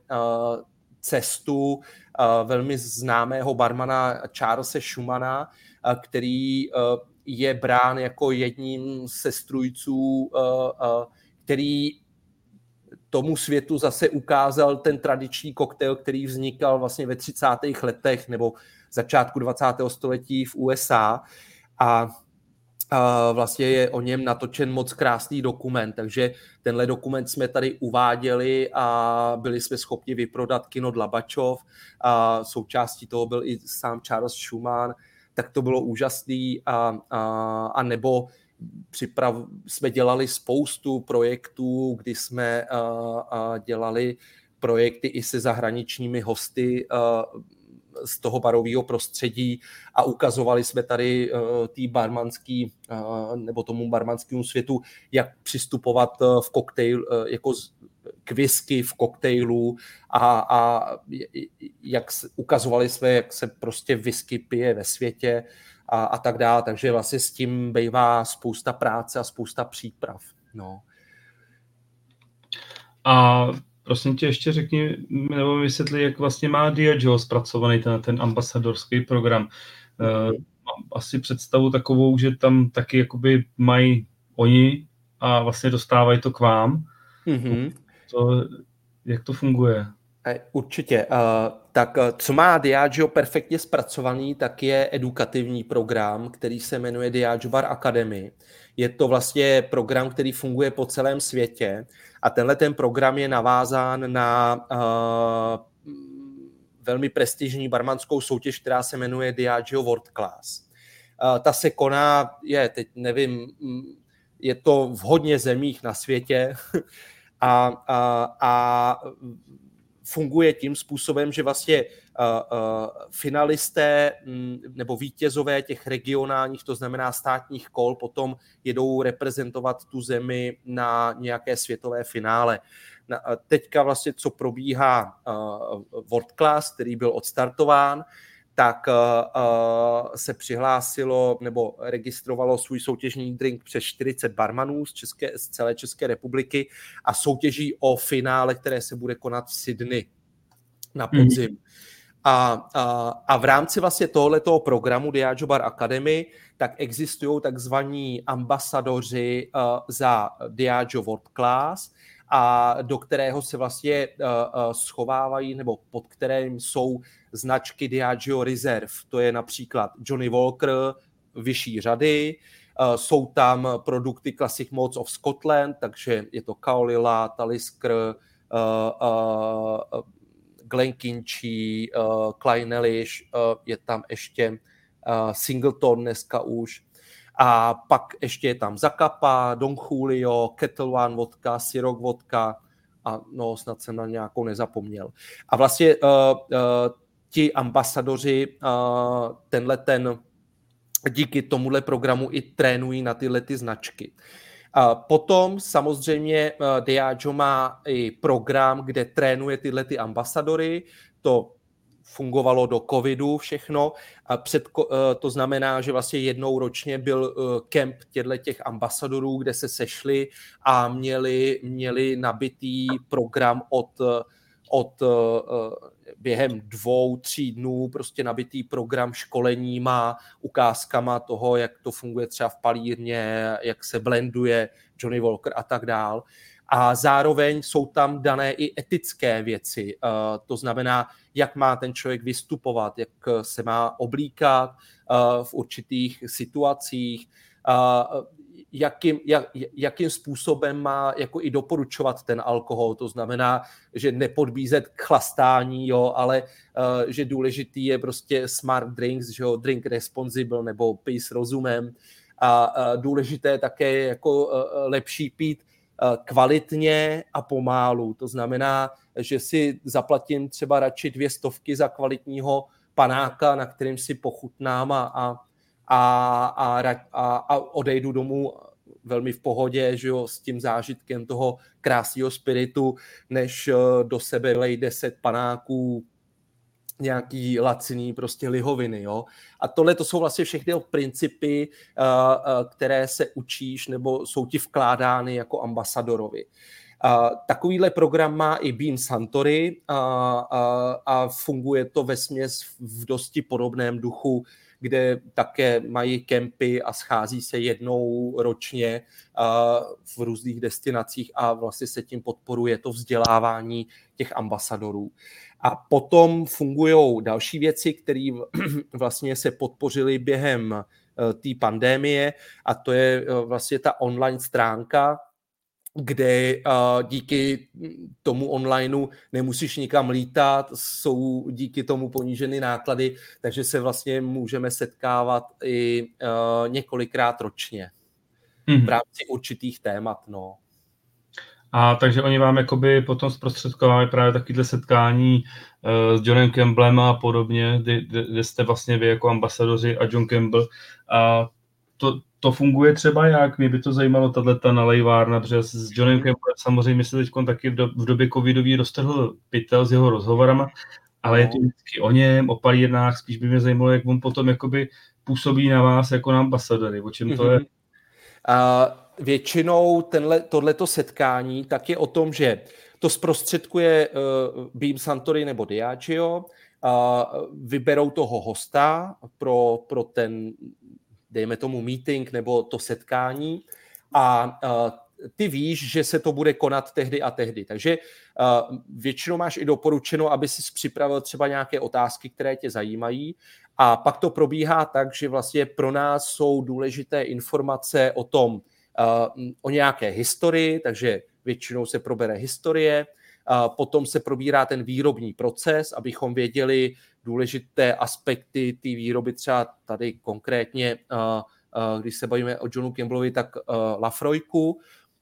cestu velmi známého barmana Charlese Schumana, který je brán jako jedním ze strůjců, který tomu světu zase ukázal ten tradiční koktejl, který vznikal vlastně ve 30. letech nebo začátku 20. století v USA, a vlastně je o něm natočen moc krásný dokument, takže tenhle dokument jsme tady uváděli a byli jsme schopni vyprodat kino Dlabačov, a součástí toho byl i sám Charles Schumann, tak to bylo úžasný, a nebo jsme dělali spoustu projektů, kdy jsme dělali projekty i se zahraničními hosty z toho barového prostředí a ukazovali jsme tady tý barmanský nebo tomu barmanskému světu, jak přistupovat v koktejl, jako k whisky v koktejlu, a jak ukazovali jsme, jak se prostě whisky pije ve světě a tak dále. Takže vlastně s tím bývá spousta práce a spousta příprav. No. A prosím tě, ještě řekni, nebo vysvětli, jak vlastně má Diageo zpracovaný ten ambasadorský program. Mám asi představu takovou, že tam taky jakoby mají oni a vlastně dostávají to k vám. Jak to funguje? Určitě. Tak co má Diageo perfektně zpracovaný, tak je edukativní program, který se jmenuje Diageo Bar Academy. Je to vlastně program, který funguje po celém světě, a tenhle ten program je navázán na velmi prestižní barmanskou soutěž, která se jmenuje Diageo World Class. Ta se koná, teď nevím, je to v hodně zemích na světě a funguje tím způsobem, že vlastně finalisté nebo vítězové těch regionálních, to znamená státních kol, potom jedou reprezentovat tu zemi na nějaké světové finále. Teďka vlastně, co probíhá World Class, který byl odstartován, tak se přihlásilo nebo registrovalo svůj soutěžní drink přes 40 barmanů z celé České republiky a soutěží o finále, které se bude konat v Sydney na podzim. A v rámci vlastně tohoto programu Diageo Bar Academy tak existují takzvaní ambasadoři za Diageo World Class, a do kterého se vlastně schovávají, nebo pod kterým jsou značky Diageo Reserve. To je například Johnny Walker, vyšší řady, jsou tam produkty Classic Modes of Scotland, takže je to Caolilla, Talisker, Glenkinchie, Klein Elish, je tam ještě Singleton dneska už. A pak ještě je tam Zacapa, Don Julio, Kettle One vodka, Ciroc vodka a snad jsem na nějakou nezapomněl. A vlastně ti ambasadoři díky tomuhle programu i trénují na tyhle ty značky. Potom samozřejmě Diageo má i program, kde trénuje tyhle ty ambasadory. To fungovalo do covidu všechno. A to znamená, že vlastně jednou ročně byl kemp těch ambasadorů, kde se sešli a měli nabitý program od během 2-3 dnů prostě nabitý program školeníma, ukázkama toho, jak to funguje třeba v palírně, jak se blenduje Johnny Walker a tak dál. A zároveň jsou tam dané i etické věci. To znamená, jak má ten člověk vystupovat, jak se má oblíkat v určitých situacích, jakým způsobem má jako i doporučovat ten alkohol. To znamená, že nepodbízet k chlastání, jo, ale že důležitý je prostě smart drinks, že jo, drink responsible nebo pij s rozumem. A důležité také jako lepší pít kvalitně a pomálu. To znamená, že si zaplatím třeba radši 200 za kvalitního panáka, na kterým si pochutnám a odejdu domů velmi v pohodě, že jo, s tím zážitkem toho krásného spiritu, než do sebe vlej 10 panáků nějaký laciný prostě lihoviny. Jo? A tohle to jsou vlastně všechny principy, které se učíš nebo jsou ti vkládány jako ambasadorovi. Takovýhle program má i Beam Suntory a funguje to vesměs v dosti podobném duchu, kde také mají kempy a schází se jednou ročně v různých destinacích a vlastně se tím podporuje to vzdělávání těch ambasadorů. A potom fungují další věci, které vlastně se podpořily během té pandemie, a to je vlastně ta online stránka, kde díky tomu onlineu nemusíš nikam lítat, jsou díky tomu poníženy náklady, takže se vlastně můžeme setkávat i několikrát ročně v rámci určitých témat. No. A takže oni vám jakoby potom zprostředkovávají právě takovéhle setkání s Johnem Campbellem a podobně, kde jste vlastně vy jako ambasadoři a John Campbell. A to funguje třeba jak? Mě by to zajímalo, tato nalejvárna, protože s Johnem Campbellem samozřejmě se teď taky v době covidový roztrhl pytel s jeho rozhovorama, ale je to vždycky o něm, o palírnách, spíš by mě zajímalo, jak on potom jakoby působí na vás jako na ambasadory, o čem to je? Většinou tohleto setkání tak je o tom, že to zprostředkuje Beam Suntory nebo Diageo, vyberou toho hosta pro ten, dejme tomu, meeting nebo to setkání a ty víš, že se to bude konat tehdy a tehdy. Takže většinou máš i doporučeno, aby si připravil třeba nějaké otázky, které tě zajímají, a pak to probíhá tak, že vlastně pro nás jsou důležité informace o tom, o nějaké historii, takže většinou se probere historie, potom se probírá ten výrobní proces, abychom věděli důležité aspekty té výroby, třeba tady konkrétně, když se bavíme o Johnu Campbellovi, tak Lafroiku,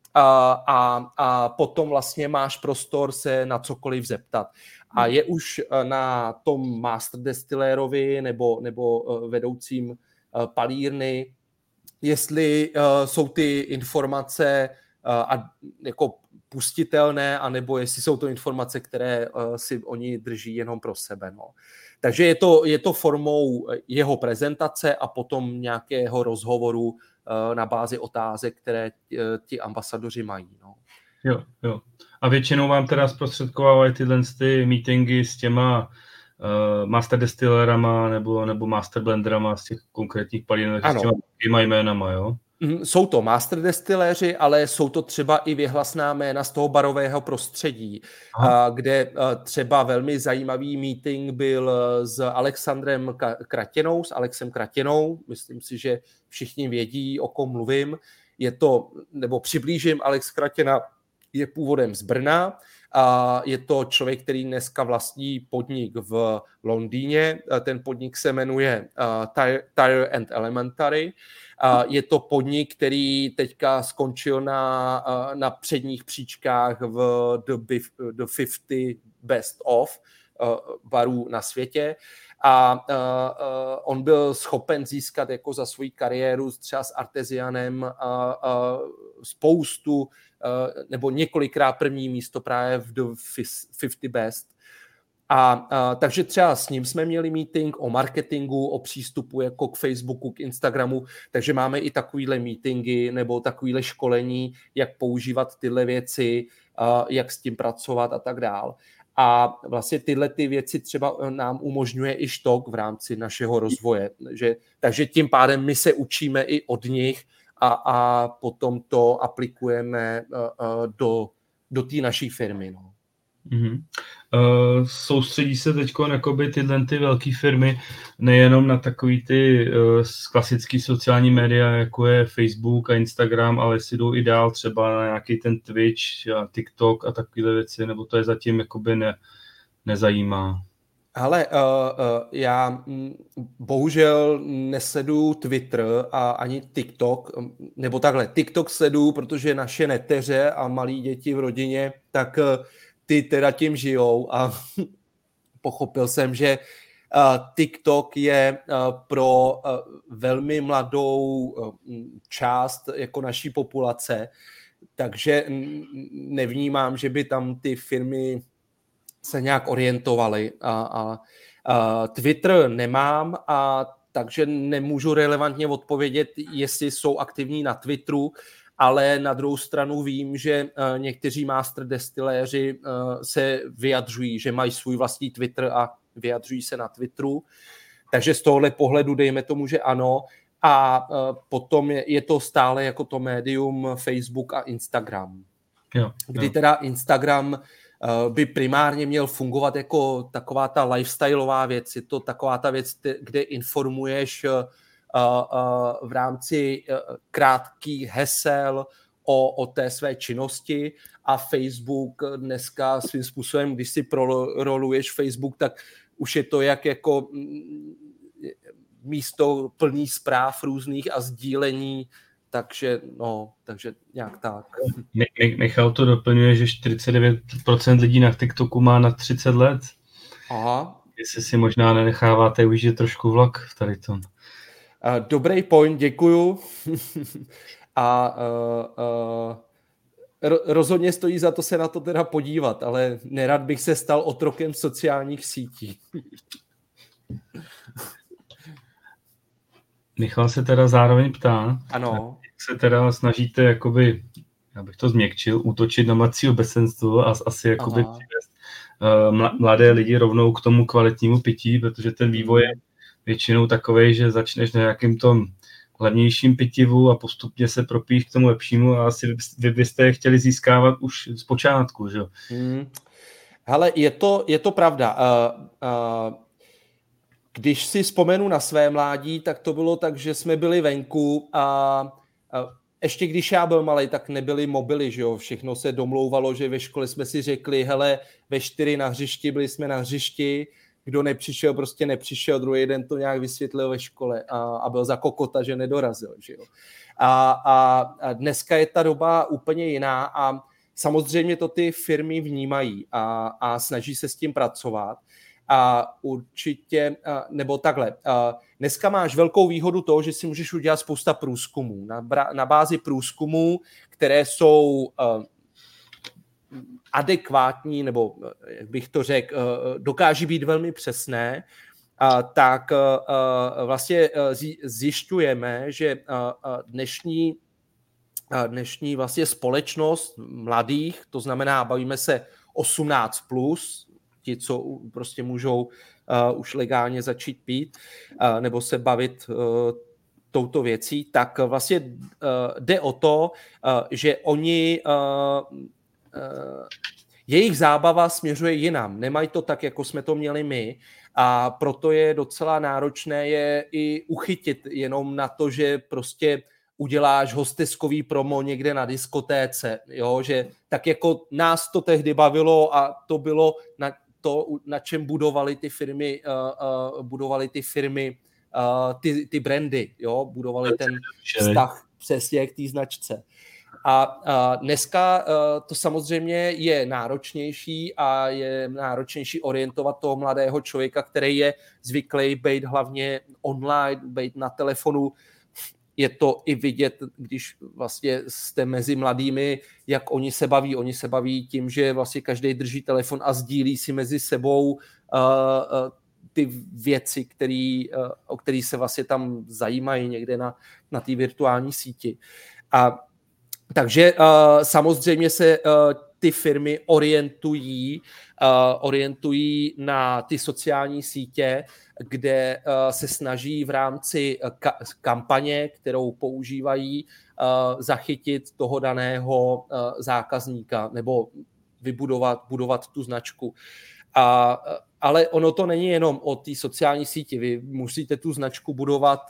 a potom vlastně máš prostor se na cokoliv zeptat. A je už na tom master destilérovi nebo vedoucím palírny, jestli jsou ty informace jako pustitelné, anebo jestli jsou to informace, které si oni drží jenom pro sebe. No. Takže je to formou jeho prezentace a potom nějakého rozhovoru na bázi otázek, které ti ambasadoři mají. No. Jo. A většinou vám teda zprostředkovávají tyhle meetingy s těma master destillerama nebo master blenderama z těch konkrétních palínek s těma jménama, jo? Jsou to master destiléři, ale jsou to třeba i věhlasná jména z toho barového prostředí, kde třeba velmi zajímavý meeting byl s Alexandrem Kratěnou, s Alexem Kratěnou. Myslím si, že všichni vědí, o kom mluvím. Je to, nebo přiblížím, Alex Kratěna je původem z Brna. Je to člověk, který dneska vlastní podnik v Londýně. Ten podnik se jmenuje Tire and Elementary. Je to podnik, který teďka skončil na předních příčkách v The 50 Best of barů na světě. A on byl schopen získat jako za svou kariéru třeba s Artesianem spoustu nebo několikrát první místo právě v The 50 Best. Takže třeba s ním jsme měli meeting o marketingu, o přístupu jako k Facebooku, k Instagramu, takže máme i takovýhle meetingy nebo takovýhle školení, jak používat tyhle věci, jak s tím pracovat a tak dál. A vlastně tyhle ty věci třeba nám umožňuje i Štok v rámci našeho rozvoje. Takže tím pádem my se učíme i od nich a potom to aplikujeme do té naší firmy. No. Mm-hmm. Soustředí se teď tyhle ty velké firmy nejenom na takový ty klasický sociální média, jako je Facebook a Instagram, ale si jdou i dál třeba na nějaký ten Twitch a TikTok a takovéhle věci, nebo to je zatím nezajímá? Hele, já bohužel nesleduju Twitter a ani TikTok, nebo takhle, TikTok sleduju, protože naše neteře a malí děti v rodině, tak ty teda tím žijou a pochopil jsem, že TikTok je pro velmi mladou část jako naší populace, takže nevnímám, že by tam ty firmy se nějak orientovaly. Twitter nemám, takže nemůžu relevantně odpovědět, jestli jsou aktivní na Twitteru, ale na druhou stranu vím, že někteří master destiléři se vyjadřují, že mají svůj vlastní Twitter a vyjadřují se na Twitteru. Takže z tohohle pohledu dejme tomu, že ano. A potom je to stále jako to médium Facebook a Instagram. Jo. Kdy teda Instagram by primárně měl fungovat jako taková ta lifestyleová věc. Je to taková ta věc, kde informuješ v rámci krátkých hesel o té své činnosti a Facebook dneska svým způsobem, když si proroluješ Facebook, tak už je to jako místo plný zpráv různých a sdílení, takže nějak tak. Michal to doplňuje, že 49% lidí na TikToku má na 30 let. Aha. Jestli si možná nenecháváte užít trošku vlak v tady tom. Dobrý point, děkuju. Rozhodně stojí za to se na to teda podívat, ale nerad bych se stal otrokem sociálních sítí. Michal se teda zároveň ptá, ano. Jak se teda snažíte, jakoby, já bych to změkčil, útočit na mladší obecenstvo a asi jakoby přivést mladé lidi rovnou k tomu kvalitnímu pití, protože ten vývoj je většinou takovej, že začneš na nějakým tom levnějším pitivu a postupně se propíš k tomu lepšímu a asi vy byste je chtěli získávat už z počátku, že jo? Hele, je to pravda. Když si vzpomenu na své mládí, tak to bylo tak, že jsme byli venku a ještě když já byl malej, tak nebyly mobily, že jo? Všechno se domlouvalo, že ve škole jsme si řekli, hele, ve 4 na hřišti, byli jsme na hřišti, kdo nepřišel, prostě nepřišel, druhý den to nějak vysvětlil ve škole a byl za kokota, že nedorazil, že jo? A dneska je ta doba úplně jiná a samozřejmě to ty firmy vnímají a snaží se s tím pracovat. A určitě, nebo takhle, dneska máš velkou výhodu toho, že si můžeš udělat spousta průzkumů. Na bázi průzkumů, které jsou adekvátní, nebo jak bych to řekl, dokáží být velmi přesné, tak vlastně zjišťujeme, že dnešní vlastně společnost mladých, to znamená, bavíme se 18+, ti, co prostě můžou už legálně začít pít nebo se bavit touto věcí, tak vlastně jde o to, že oni jejich zábava směřuje jinam. Nemají to tak, jako jsme to měli my a proto je docela náročné je i uchytit jenom na to, že prostě uděláš hosteskový promo někde na diskotéce, jo? Že tak jako nás to tehdy bavilo a to bylo na čem budovali ty firmy, ty brandy, jo? Budovali ten vztah přesně k té značce. A dneska to samozřejmě je náročnější a je náročnější orientovat toho mladého člověka, který je zvyklý být hlavně online, být na telefonu. je to i vidět, když vlastně jste mezi mladými, jak oni se baví. Oni se baví tím, že vlastně každý drží telefon a sdílí si mezi sebou ty věci, o které se vlastně tam zajímají někde na té virtuální síti. Takže samozřejmě se ty firmy orientují na ty sociální sítě, kde se snaží v rámci kampaně, kterou používají, zachytit toho daného zákazníka nebo budovat tu značku. Ale ono to není jenom o té sociální síti. Vy musíte tu značku budovat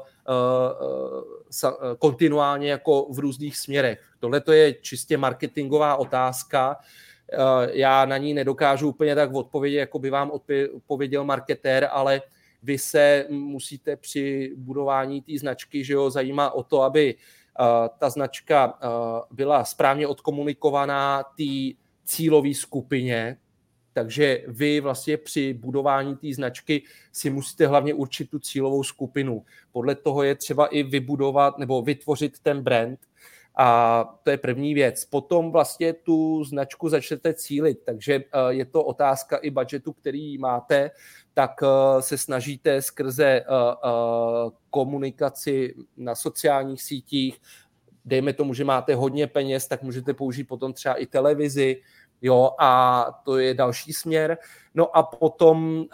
kontinuálně jako v různých směrech. Tohle to je čistě marketingová otázka. Já na ní nedokážu úplně tak odpovědět, jako by vám odpověděl marketér, ale vy se musíte při budování té značky, že jo, zajímá o to, aby ta značka byla správně odkomunikovaná té cílové skupině. Takže vy vlastně při budování té značky si musíte hlavně určit tu cílovou skupinu. Podle toho je třeba i vybudovat nebo vytvořit ten brand. A to je první věc. Potom vlastně tu značku začnete cílit, takže je to otázka i budžetu, který máte, tak se snažíte skrze komunikaci na sociálních sítích, dejme tomu, že máte hodně peněz, tak můžete použít potom třeba i televizi, jo, a to je další směr. No a potom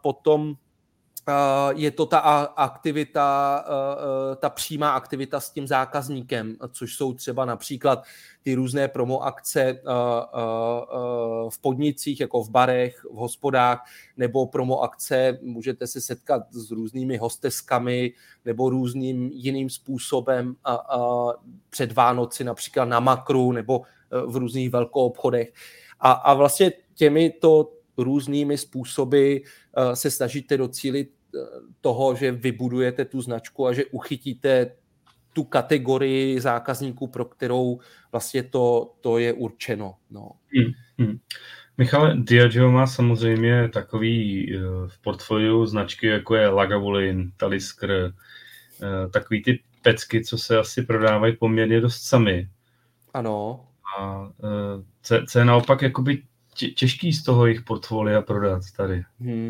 je to ta aktivita, ta přímá aktivita s tím zákazníkem, což jsou třeba například ty různé promo akce v podnicích, jako v barech, v hospodách, nebo promo akce, můžete se setkat s různými hosteskami nebo různým jiným způsobem před Vánoci, například na Makru nebo v různých velkoobchodech. A vlastně těmito různými způsoby se snažíte docílit toho, že vybudujete tu značku a že uchytíte tu kategorii zákazníků, pro kterou vlastně to je určeno. No. Michale, Diageo má samozřejmě takový v portfoliu značky, jako je Lagavulin, Talisker, takový ty pecky, co se asi prodávají poměrně dost sami. Ano. A co je naopak jakoby těžký z toho jejich portfolia prodat tady?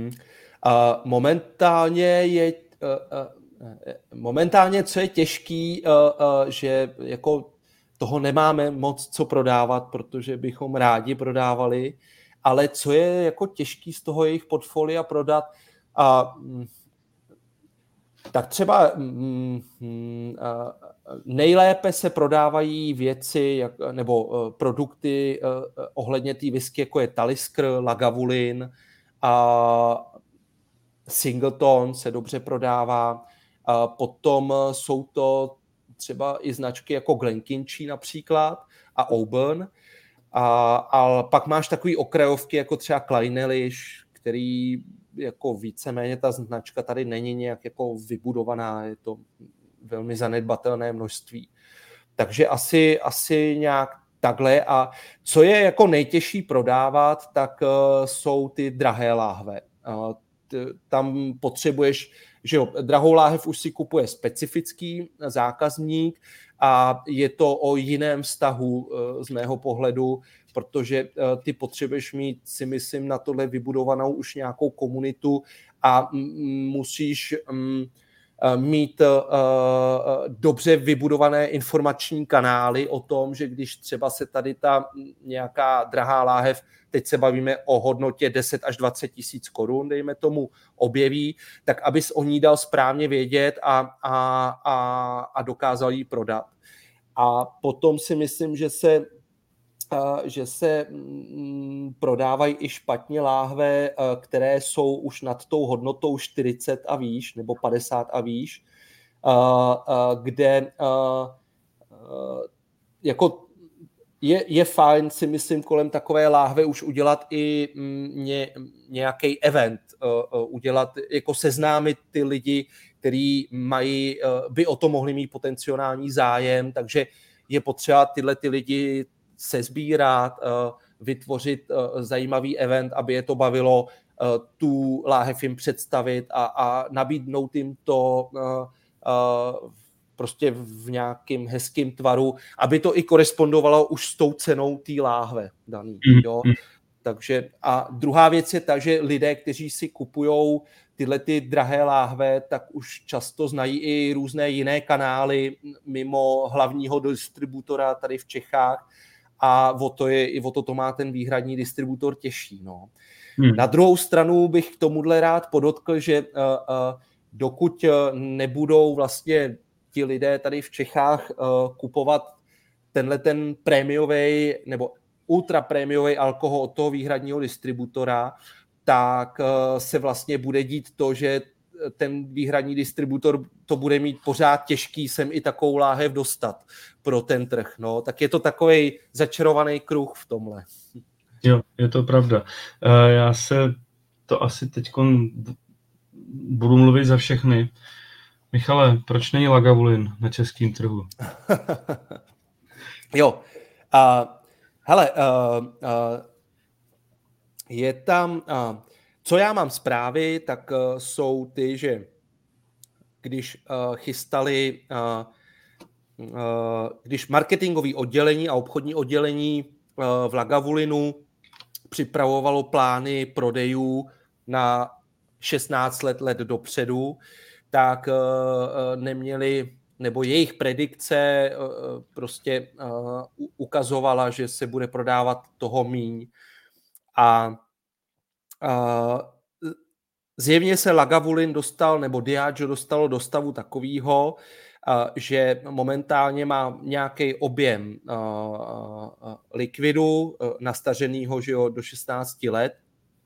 Momentálně, co je těžký, že jako toho nemáme moc co prodávat, protože bychom rádi prodávali, ale co je jako těžký z toho jejich portfolia prodat, tak třeba nejlépe se prodávají věci nebo produkty ohledně té whisky, jako je Talisker, Lagavulin, a Singleton se dobře prodává. Potom jsou to třeba i značky jako Glenkinchie například a Auburn. A pak máš takový okrajovky jako třeba Kleinelish, který jako víceméně ta značka tady není nějak jako vybudovaná, je to velmi zanedbatelné množství. Takže asi nějak takhle. A co je jako nejtěžší prodávat, tak jsou ty drahé láhve. Tam potřebuješ, že jo, drahou láhev už si kupuje specifický zákazník a je to o jiném vztahu z mého pohledu, protože ty potřebuješ mít, si myslím, na tohle vybudovanou už nějakou komunitu a musíš mít dobře vybudované informační kanály o tom, že když třeba se tady ta nějaká drahá láhev, teď se bavíme o hodnotě 10 až 20 tisíc korun, dejme tomu, objeví, tak abys o ní dal správně vědět a dokázal ji prodat. A potom si myslím, že se prodávají i špatně láhve, které jsou už nad tou hodnotou 40 a výš, nebo 50 a výš, kde jako je fajn, si myslím, kolem takové láhve už udělat i nějaký event, udělat, jako seznámit ty lidi, kteří by o to mohli mít potenciální zájem, takže je potřeba tyhle ty lidi sesbírat, vytvořit zajímavý event, aby je to bavilo, tu láhev jim představit a nabídnout jim to prostě v nějakým hezkým tvaru, aby to i korespondovalo už s tou cenou té láhve daný, jo. Takže a druhá věc je ta, že lidé, kteří si kupujou tyhle ty drahé láhve, tak už často znají i různé jiné kanály mimo hlavního distributora tady v Čechách a o to má ten výhradní distributor těžší. No. Na druhou stranu bych k tomuhle rád podotkl, že dokud nebudou vlastně ti lidé tady v Čechách kupovat tenhle ten prémiový nebo ultraprémiový alkohol od toho výhradního distributora, tak se vlastně bude dít to, že ten výhradní distributor to bude mít pořád těžký sem i takovou láhev dostat pro ten trh. No. Tak je to takovej začarovaný kruh v tomhle. Jo, je to pravda. Já se to asi teď budu mluvit za všechny. Michale, proč není Lagavulin na českém trhu? Jo, hele, je tam, co já mám zprávy, tak jsou ty, že když marketingové oddělení a obchodní oddělení v Lagavulinu připravovalo plány prodejů na 16 let dopředu, tak neměli, nebo jejich predikce prostě ukazovala, že se bude prodávat toho míň. A zjevně se Lagavulin dostal, nebo Diageo dostalo do stavu takového, že momentálně má nějaký objem likvidu nastaženého, že jo, do 16 let,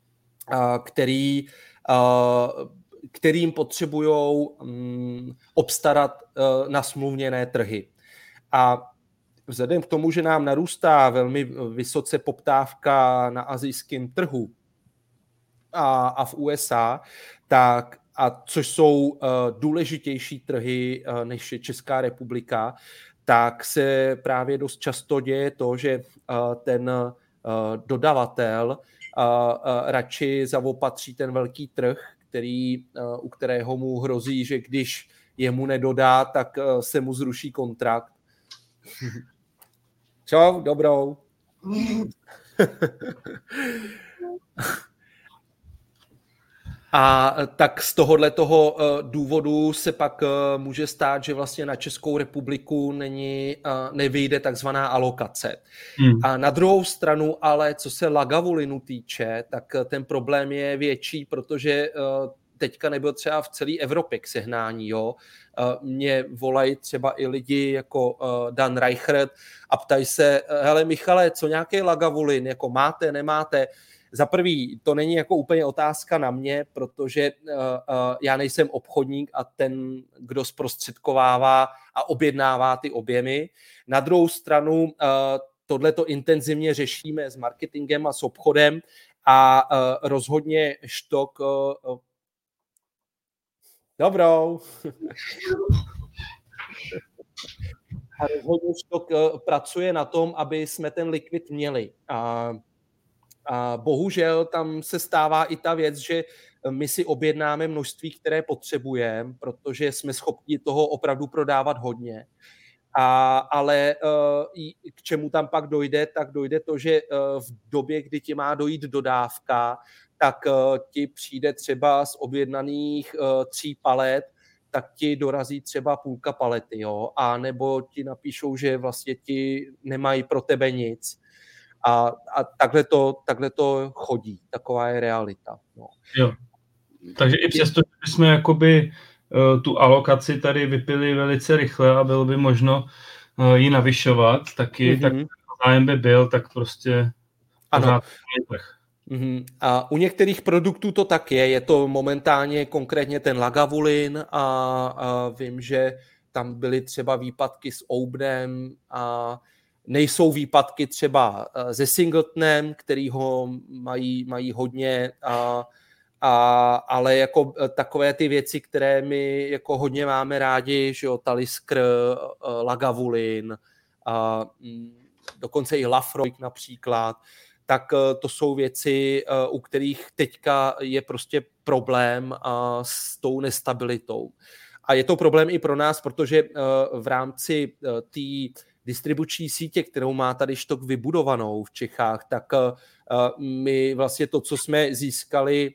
kterým potřebují obstarat nasmluvněné trhy. A vzhledem k tomu, že nám narůstá velmi vysoce poptávka na asijském trhu a v USA, tak, a což jsou důležitější trhy než je Česká republika, tak se právě dost často děje to, že ten dodavatel radši zaopatří ten velký trh, u kterého mu hrozí, že když jemu nedodá, tak se mu zruší kontrakt. Čau, dobrou. A tak z tohohletoho důvodu se pak může stát, že vlastně na Českou republiku nevyjde takzvaná alokace. A na druhou stranu, ale co se Lagavulinu týče, tak ten problém je větší, protože teďka nebyl třeba v celé Evropě k sehnání. Jo? Mě volají třeba i lidi jako Dan Reichert a ptají se, hele Michale, co nějaký Lagavulin, jako máte, nemáte? Za prvý, to není jako úplně otázka na mě, protože já nejsem obchodník a ten, kdo zprostředkovává a objednává ty objemy. Na druhou stranu, tohleto intenzivně řešíme s marketingem a s obchodem a rozhodně Štok... Dobrou. A rozhodně Štok pracuje na tom, aby jsme ten likvid měli. A bohužel tam se stává i ta věc, že my si objednáme množství, které potřebujeme, protože jsme schopni toho opravdu prodávat hodně. Ale k čemu tam pak dojde, tak dojde to, že v době, kdy ti má dojít dodávka, tak ti přijde třeba z objednaných 3 palet, tak ti dorazí třeba půlka palety, jo? A nebo ti napíšou, že vlastně ti nemají pro tebe nic. A takhle to chodí. Taková je realita. No. Jo. Takže i přesto, že bychom jakoby tu alokaci tady vypili velice rychle a bylo by možno ji navyšovat, taky tak zájem by byl, tak prostě ano. A u některých produktů to tak je to momentálně konkrétně ten Lagavulin a vím, že tam byly třeba výpadky s Oubnem a nejsou výpadky třeba se Singletonem, který ho mají hodně, ale jako takové ty věci, které my jako hodně máme rádi, že jo, Talisker, Lagavulin, dokonce i Lafroig například, tak to jsou věci, u kterých teďka je prostě problém s tou nestabilitou. A je to problém i pro nás, protože v rámci té distribuční sítě, kterou má tady Štok vybudovanou v Čechách, tak my vlastně to, co jsme získali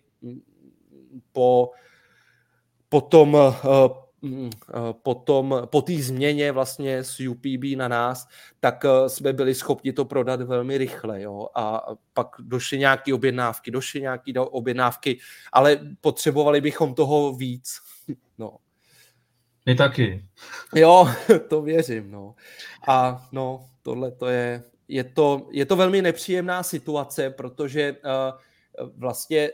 po té změně vlastně z UPB na nás, tak jsme byli schopni to prodat velmi rychle. Jo? A pak došly nějaké objednávky, ale potřebovali bychom toho víc. No. My taky. Jo, to věřím. No. A no, tohle to je to velmi nepříjemná situace, protože vlastně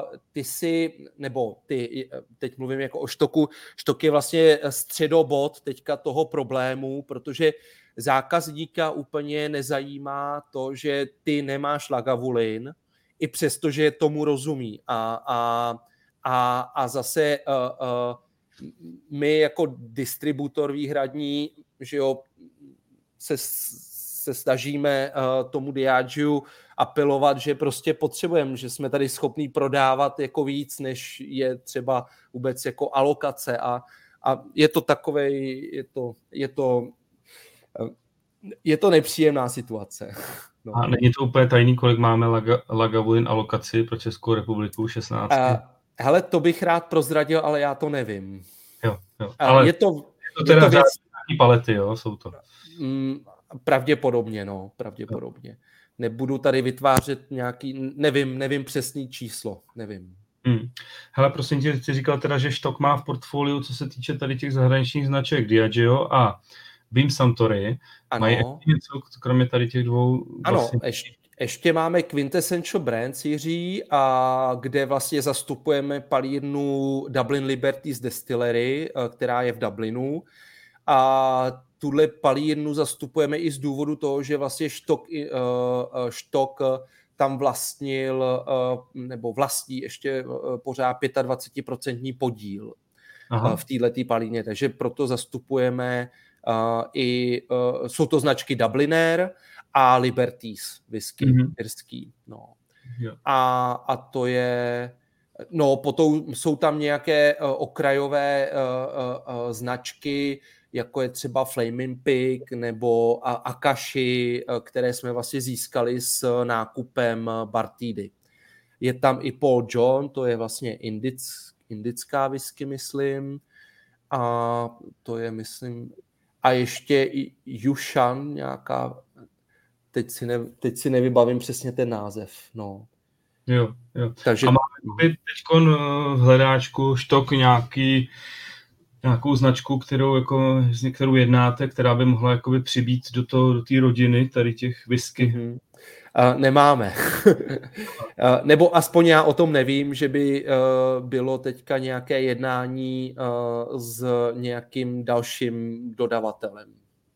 teď mluvím jako o Štoku, Štok je vlastně středobod teďka toho problému, protože zákazníka úplně nezajímá to, že ty nemáš Lagavulin, i přesto, že tomu rozumí. A zase my jako distributor výhradní, že jo, se snažíme tomu Diageu apelovat, že prostě potřebujeme, že jsme tady schopní prodávat jako víc, než je třeba vůbec jako alokace a je to takovej, je to nepříjemná situace. No. A není to úplně tajný, kolik máme Lagavulin alokaci pro Českou republiku 16? Hele, to bych rád prozradil, ale já to nevím. Jo. Ale je to teda věc... palety, jo, jsou to. Pravděpodobně. Jo. Nebudu tady vytvářet nějaký, nevím přesný číslo, nevím. Hele, prosím tě, ty říkal teda, že Štok má v portfoliu, co se týče tady těch zahraničních značek Diageo a Beam Suntory. Ano. Mají něco, kromě tady těch dvou? Ano, ještě máme Quintessential Brands, Jiří, a kde vlastně zastupujeme palírnu Dublin Liberties Distillery, která je v Dublinu. A tuhle palírnu zastupujeme i z důvodu toho, že vlastně Štok tam vlastnil, nebo vlastní ještě pořád 25% podíl. Aha. V této palírně. Takže proto zastupujeme jsou to značky Dubliner a Liberties whisky irský. No. Yeah. A to je... No, potom jsou tam nějaké okrajové značky, jako je třeba Flaming Pig nebo Akashi, které jsme vlastně získali s nákupem Bartidy. Je tam i Paul John, to je vlastně indická whisky, myslím. A to je, myslím... A ještě i Yushan nějaká... Teď si nevybavím přesně ten název. No. Jo. Takže... A máme teď v hledáčku Štok nějakou značku, kterou jednáte, která by mohla jakoby přibít do té rodiny tady těch whisky? Nemáme. Nebo aspoň já o tom nevím, že by bylo teďka nějaké jednání s nějakým dalším dodavatelem.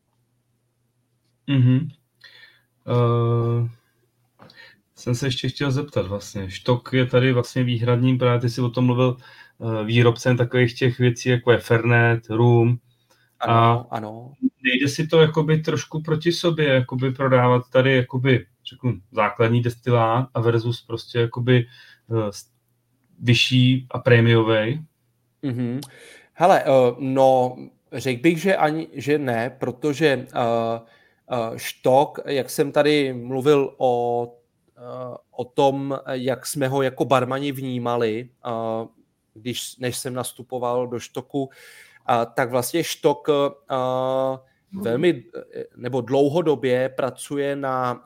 Jsem se ještě chtěl zeptat vlastně. Štok je tady vlastně výhradním, právě ty jsi o tom mluvil, výrobcem takových těch věcí, jako je Fernet, Rum. Ano. Nejde si to jakoby trošku proti sobě, jakoby prodávat tady jakoby, řeknu, základní destilát a versus prostě jakoby vyšší a prémiovej? Hele, no, řekl bych, že ne, protože Štok, jak jsem tady mluvil o tom, jak jsme ho jako barmani vnímali, než jsem nastupoval do Štoku, tak vlastně Štok velmi nebo dlouhodobě pracuje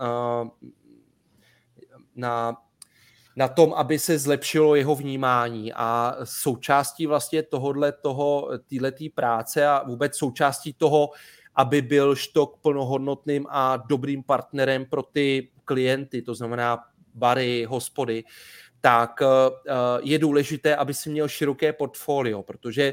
na tom, aby se zlepšilo jeho vnímání, a součástí vlastně téhletý práce a vůbec součástí toho, aby byl Štok plnohodnotným a dobrým partnerem pro ty klienty, to znamená bary, hospody, tak je důležité, aby si měl široké portfolio, protože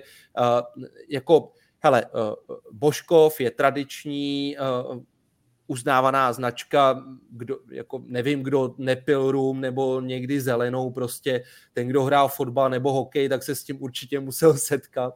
Božkov je tradiční uznávaná značka, nevím, kdo nepil rum nebo někdy zelenou, prostě ten, kdo hrál fotbal nebo hokej, tak se s tím určitě musel setkat.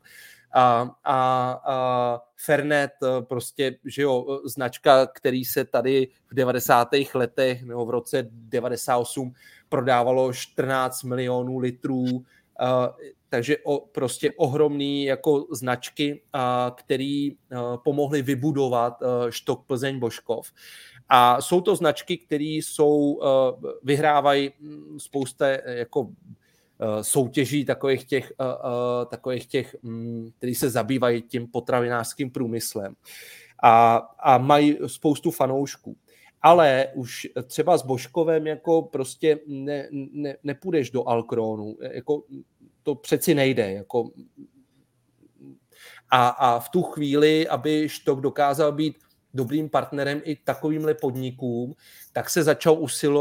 A Fernet, prostě, že jo, značka, který se tady v 90. letech nebo v roce 98 prodávalo 14 milionů litrů. takže prostě ohromný jako značky, které pomohly vybudovat Štok Plzeň Božkov. A jsou to značky, které vyhrávají spousta jako soutěží takových těch, který se zabývají tím potravinářským průmyslem. A mají spoustu fanoušků. Ale už třeba s Božkovem jako prostě nepůjdeš do Alkronu. Jako to přeci nejde. Jako. A v tu chvíli, aby Štok dokázal být dobrým partnerem i takovýmhle podnikům, tak se začal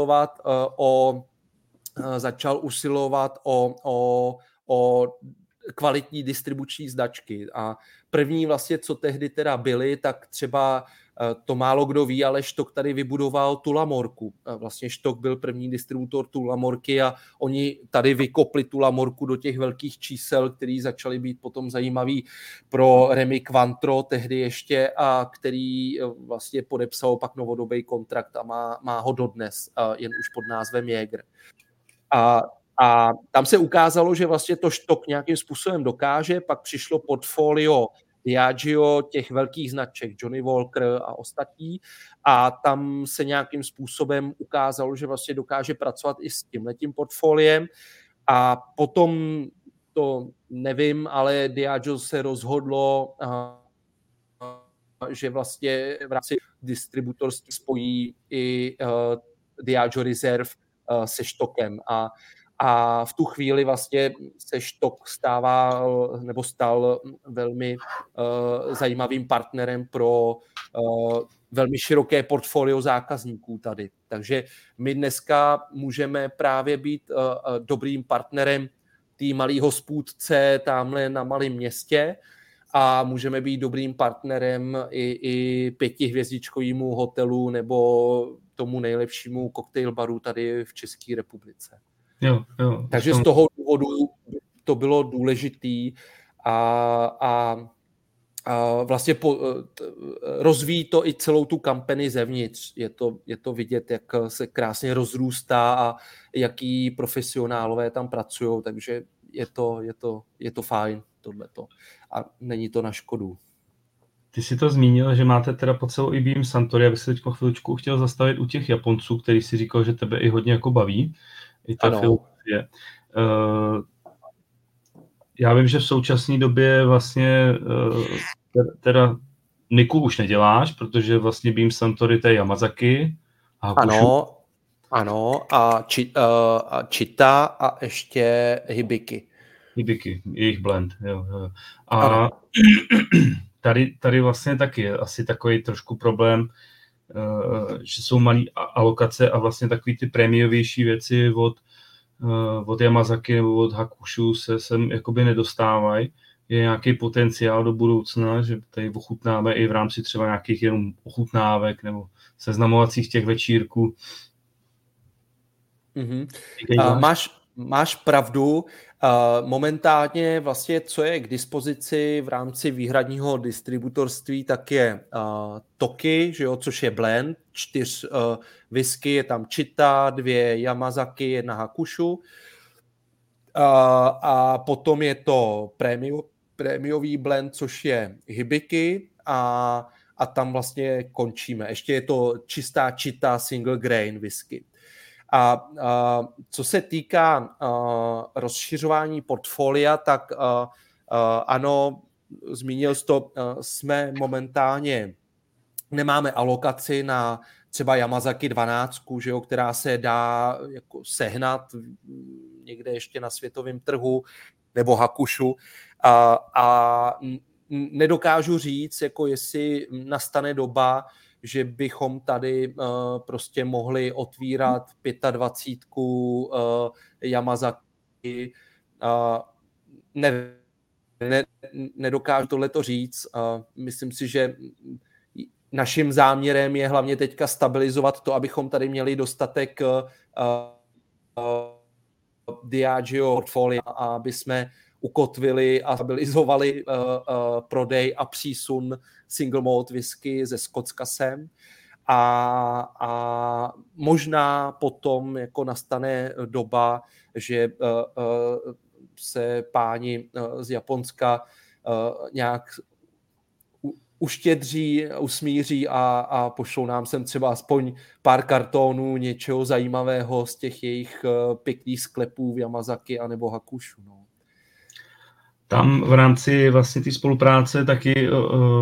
usilovat o kvalitní distribuční značky. A první vlastně, co tehdy teda byly, tak třeba to málo kdo ví, ale Štok tady vybudoval Tulamorku. Vlastně Štok byl první distributor Tulamorky a oni tady vykopli Tulamorku do těch velkých čísel, který začaly být potom zajímavý pro Remi Quantro tehdy ještě a který vlastně podepsal pak novodobý kontrakt a má ho dodnes, jen už pod názvem Jäger. A tam se ukázalo, že vlastně to Štok nějakým způsobem dokáže, pak přišlo portfolio Diageo, těch velkých značek, Johnny Walker a ostatní a tam se nějakým způsobem ukázalo, že vlastně dokáže pracovat i s tímhletím portfoliem a potom to nevím, ale Diageo se rozhodlo, že vlastně v rámci distributorství spojí i Diageo Reserve se Štokem a v tu chvíli vlastně se Štok stal velmi zajímavým partnerem pro velmi široké portfolio zákazníků tady. Takže my dneska můžeme právě být dobrým partnerem té malé hospůdce tamhle na malém městě a můžeme být dobrým partnerem i 5hvězdičkovému hotelu nebo tomu nejlepšímu koktejl baru tady v České republice. Jo. Takže z toho důvodu to bylo důležitý a vlastně rozvíjí to i celou tu kampani zevnitř. Je to vidět, jak se krásně rozrůstá a jaký profesionálové tam pracují, takže je to fajn tohleto a není to na škodu. Ty si to zmínil, že máte teda pod sebou i Beam Suntory, abych se teď po chvíličku chtěl zastavit u těch Japonců, který si říkal, že tebe i hodně jako baví. I ta filozofie. Já vím, že v současné době vlastně teda Niku už neděláš, protože vlastně Beam Suntory to je Yamazaki a Hakushu. Ano, a Chita a ještě Hibiki. Hibiki, jejich blend, jo. A tady vlastně taky je asi takový trošku problém, že jsou malé alokace a vlastně takový ty prémiovější věci od Yamazaki nebo od Hakushu se sem jakoby nedostávají. Je nějaký potenciál do budoucna, že tady ochutnáme i v rámci třeba nějakých jenom ochutnávek nebo seznamovacích těch večírků. Máš pravdu. Momentálně vlastně, co je k dispozici v rámci výhradního distributorství, tak je Toki, že jo, což je blend, 4 whisky, je tam Chita, 2 Yamazaki, 1 Hakushu. A potom je to prémiový blend, což je Hibiki a tam vlastně končíme. Ještě je to čistá Chita single grain whisky. A co se týká rozšiřování portfolia, tak ano, zmínil jsi to, jsme momentálně, nemáme alokaci na třeba Yamazaki 12, že jo, která se dá jako sehnat někde ještě na světovém trhu, nebo Hakushu. A nedokážu říct, jako jestli nastane doba, že bychom tady prostě mohli otvírat 25 Yamazaki. Nedokážu tohleto říct. Myslím si, že naším záměrem je hlavně teďka stabilizovat to, abychom tady měli dostatek Diageo portfolia, aby jsme ukotvili a stabilizovali prodej a přísun single malt whisky ze Skotska sem. A možná potom jako nastane doba, že se páni z Japonska nějak uštědří, usmíří a pošlou nám sem třeba aspoň pár kartonů něčeho zajímavého z těch jejich pěkných sklepů v Yamazaki anebo Hakushu. No. Tam v rámci vlastně té spolupráce taky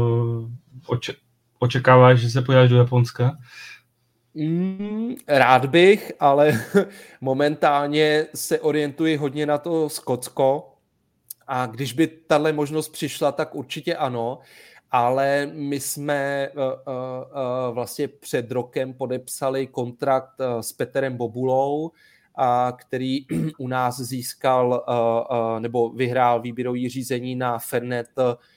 očekáváš, že se podíváš do Japonska? Rád bych, ale momentálně se orientuji hodně na to Skotsko a když by tahle možnost přišla, tak určitě ano, ale my jsme vlastně před rokem podepsali kontrakt s Peterem Bobulou, který u nás získal nebo vyhrál výběrový řízení na Fernet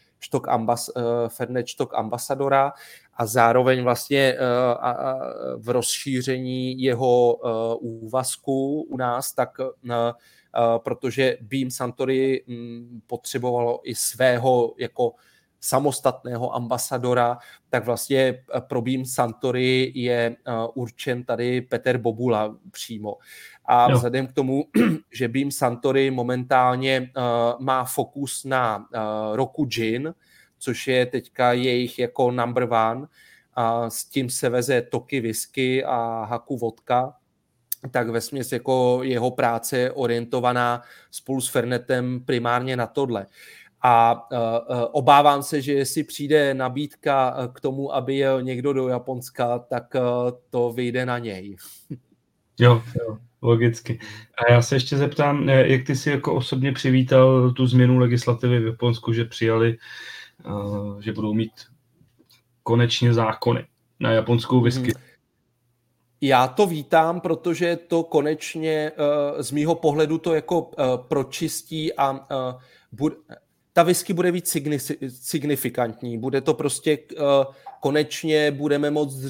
Stock ambasadora a zároveň vlastně v rozšíření jeho úvazku u nás, tak protože Beam Suntory potřebovalo i svého jako samostatného ambasadora, tak vlastně pro Beam Suntory je určen tady Peter Bobula přímo. A vzhledem k tomu, že Beam Suntory momentálně má fokus na Roku Gin, což je teďka jejich jako number one, a s tím se veze Toki whisky a Haku vodka, tak vesměs jako jeho práce je orientovaná spolu s Fernetem primárně na tohle. A obávám se, že jestli přijde nabídka k tomu, aby jel někdo do Japonska, tak to vyjde na něj. Jo, logicky. A já se ještě zeptám, jak ty si jako osobně přivítal tu změnu legislativy v Japonsku, že přijali, že budou mít konečně zákony na japonskou whisky. Já to vítám, protože to konečně z mýho pohledu to jako pročistí a ta whisky bude víc signifikantní. Bude to prostě konečně budeme moct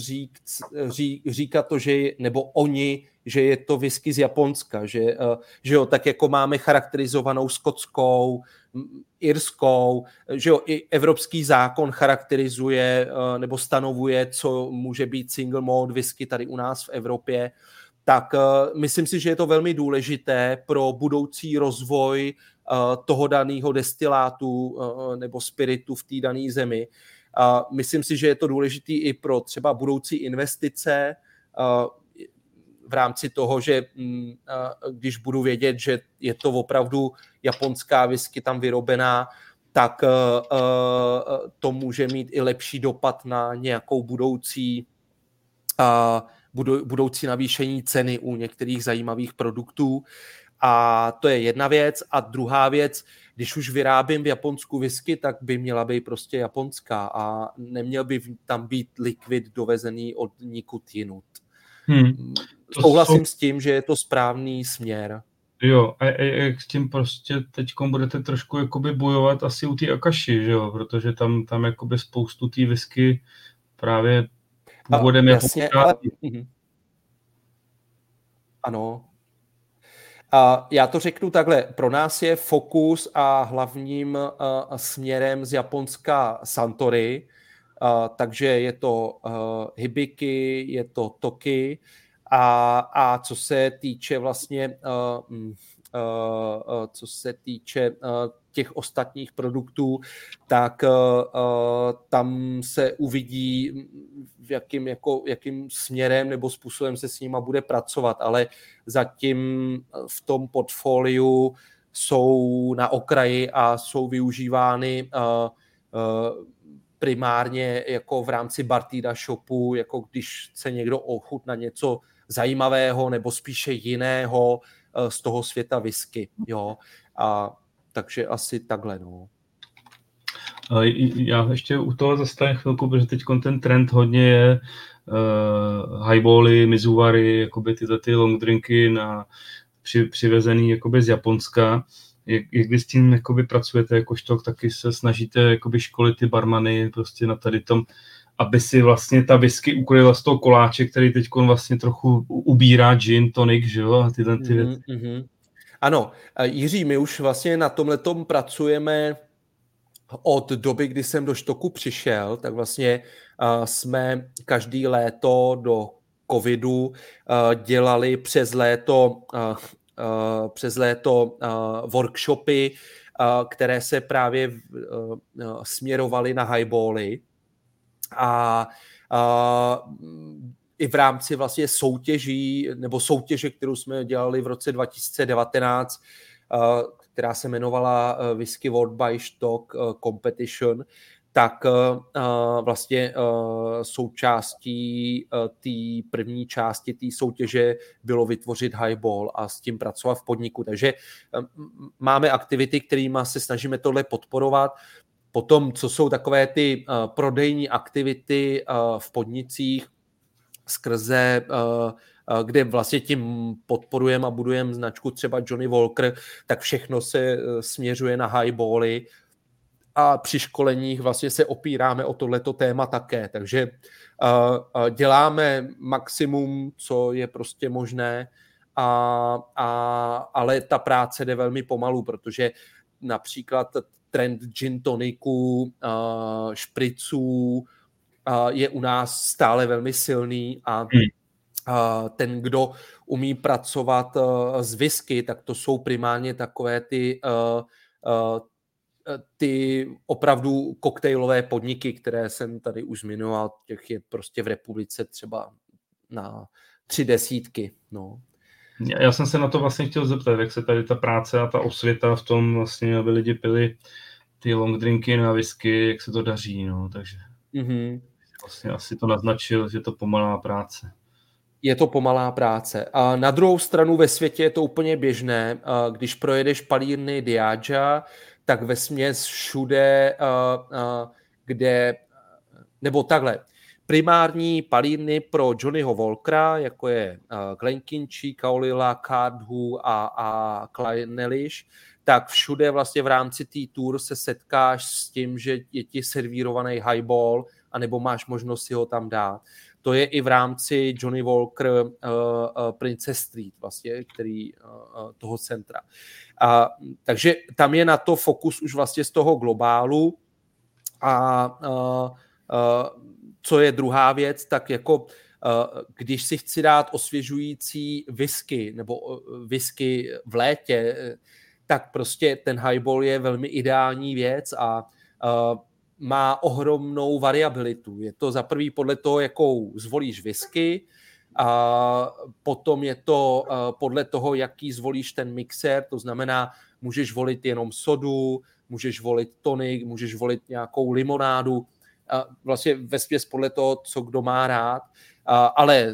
říkat to, že nebo oni, že je to whisky z Japonska, že jo, tak jako máme charakterizovanou skotskou, irskou, že jo, i evropský zákon charakterizuje nebo stanovuje, co může být single malt whisky tady u nás v Evropě, tak myslím si, že je to velmi důležité pro budoucí rozvoj toho daného destilátu nebo spiritu v té dané zemi. Myslím si, že je to důležitý i pro třeba budoucí investice v rámci toho, že když budu vědět, že je to opravdu japonská whisky tam vyrobená, tak to může mít i lepší dopad na nějakou budoucí navýšení ceny u některých zajímavých produktů. A to je jedna věc. A druhá věc, když už vyrábím v Japonsku whisky, tak by měla být prostě japonská a neměl by tam být likvid dovezený od nikud jinut. Souhlasím s tím, že je to správný směr. Jo, a jak s tím prostě teďkom budete trošku jakoby bojovat asi u té Akashi, že jo? Protože tam jakoby spoustu té whisky právě původem japonská. Ano. Já to řeknu takhle. Pro nás je fokus a hlavním směrem z Japonska Suntory, takže je to Hibiki, je to Toki a co se týče vlastně těch ostatních produktů, tak tam se uvidí, jakým směrem nebo způsobem se s nima bude pracovat, ale zatím v tom portfoliu jsou na okraji a jsou využívány primárně jako v rámci Bartida shopu, jako když chce někdo ochutnat něco zajímavého nebo spíše jiného z toho světa whisky. Jo. Takže asi takhle. No. Já ještě u toho zastavím chvilku, protože teď ten trend hodně je highbally, mizuwary, jakoby tyhle ty long drinky přivezený jakoby z Japonska. Jak vy s tím jakoby pracujete jakožto, taky se snažíte jakoby školit ty barmany prostě na tady tom, aby si vlastně ta whisky ukryla z toho koláče, který teď vlastně trochu ubírá gin, tonic, že jo, a tyhle ty věci. Ano, Jiří, my už vlastně na tomhletom pracujeme od doby, kdy jsem do Štoku přišel, tak vlastně jsme každý léto do covidu dělali přes léto přes léto workshopy, které se právě směrovaly na highbally a i v rámci vlastně soutěže, kterou jsme dělali v roce 2019, která se jmenovala Whisky World by Stock Competition, tak vlastně součástí té první části té soutěže bylo vytvořit highball a s tím pracovat v podniku. Takže máme aktivity, kterými se snažíme tohle podporovat. Potom, co jsou takové ty prodejní aktivity v podnicích, skrze, kde vlastně tím podporujeme a budujeme značku třeba Johnny Walker, tak všechno se směřuje na highbally a při školeních vlastně se opíráme o tohleto téma také. Takže děláme maximum, co je prostě možné, ale ta práce jde velmi pomalu, protože například trend gin toniků, špriců je u nás stále velmi silný a ten, kdo umí pracovat s whisky, tak to jsou primárně takové ty opravdu koktejlové podniky, které jsem tady už zmiňoval, těch je prostě v republice třeba na 3 desítky. No. Já jsem se na to vlastně chtěl zeptat, jak se tady ta práce a ta osvěta v tom vlastně, aby lidi pili ty long drinky na whisky, jak se to daří, no, takže vlastně asi to naznačil, že je to pomalá práce. Je to pomalá práce. A na druhou stranu ve světě je to úplně běžné. Když projedeš palírny Diageo, tak vesměs všude, kde, nebo takhle, primární palírny pro Johnnyho Walkera, jako je Glenkinchie, Kaolila, Cardhu a Clynelish, tak všude vlastně v rámci té tour se setkáš s tím, že je ti servírovaný highball, anebo máš možnost si ho tam dát. To je i v rámci Johnny Walker Princess Street, vlastně, který toho centra. Takže tam je na to fokus už vlastně z toho globálu. Co je druhá věc, tak jako když si chci dát osvěžující whisky nebo whisky v létě, tak prostě ten highball je velmi ideální věc a má ohromnou variabilitu. Je to za prvý podle toho, jakou zvolíš whisky, a potom je to podle toho, jaký zvolíš ten mixer, to znamená, můžeš volit jenom sodu, můžeš volit tonik, můžeš volit nějakou limonádu, vlastně vesměs podle toho, co kdo má rád, ale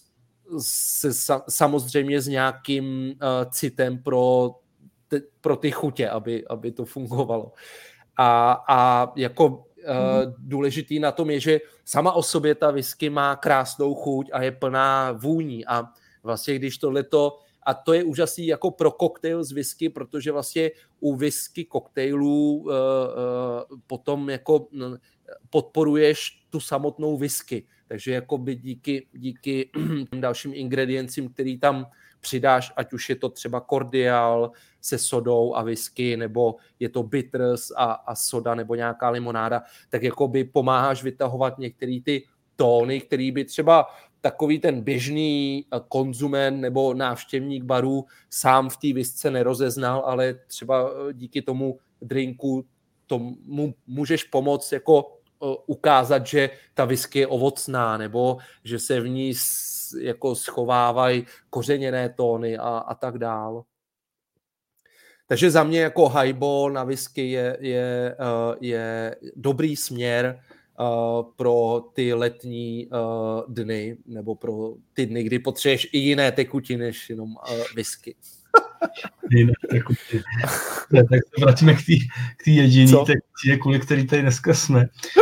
samozřejmě s nějakým citem pro ty chutě, aby to fungovalo. A jako důležitý na tom je, že sama o sobě ta whisky má krásnou chuť a je plná vůní a vlastně když tohleto, a to je úžasný jako pro koktejl z whisky, protože vlastně u whisky koktejlů potom jako podporuješ tu samotnou whisky, takže jakoby díky dalším ingrediencím, který tam přidáš, ať už je to třeba kordiál se sodou a whisky, nebo je to bitters a soda, nebo nějaká limonáda, tak jakoby pomáháš vytahovat některé ty tóny, který by třeba takový ten běžný konzument nebo návštěvník barů sám v té whisce nerozeznal, ale třeba díky tomu drinku tomu můžeš pomoct jako ukázat, že ta whisky je ovocná, nebo že se v ní jako schovávají kořeněné tóny a tak dál. Takže za mě jako highball na whisky je dobrý směr pro ty letní dny, nebo pro ty dny, kdy potřebuješ i jiné tekutiny, než jenom whisky. Jiné tekutiny. Tak se vrátíme k té jediné tekutině, kvůli který tady dneska jsme.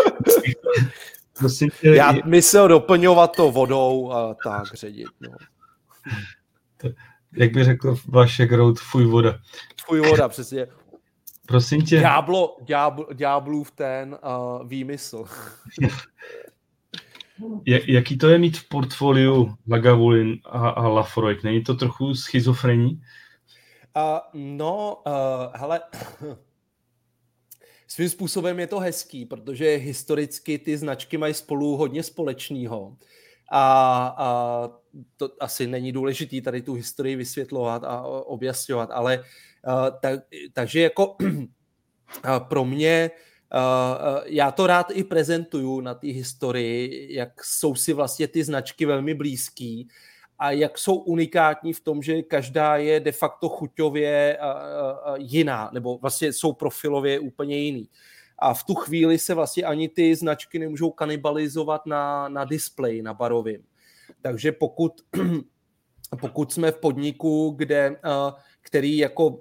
Já myslel doplňovat to vodou a tak ředit. No. Jak by řekl Vašek Rout, fuj voda. Fuj voda, přesně. Prosím tě. Ďáblův ten výmysl. Jaký to je mít v portfoliu Lagavulin a Laphroaig? Není to trochu schizofrení? Hele, svým způsobem je to hezký, protože historicky ty značky mají spolu hodně společného. A to asi není důležitý tady tu historii vysvětlovat a objasňovat, ale takže jako pro mě, já to rád i prezentuju na té historii, jak jsou si vlastně ty značky velmi blízký a jak jsou unikátní v tom, že každá je de facto chuťově jiná, nebo vlastně jsou profilově úplně jiný. A v tu chvíli se vlastně ani ty značky nemůžou kanibalizovat na displeji, na barovým. Takže pokud jsme v podniku, který jako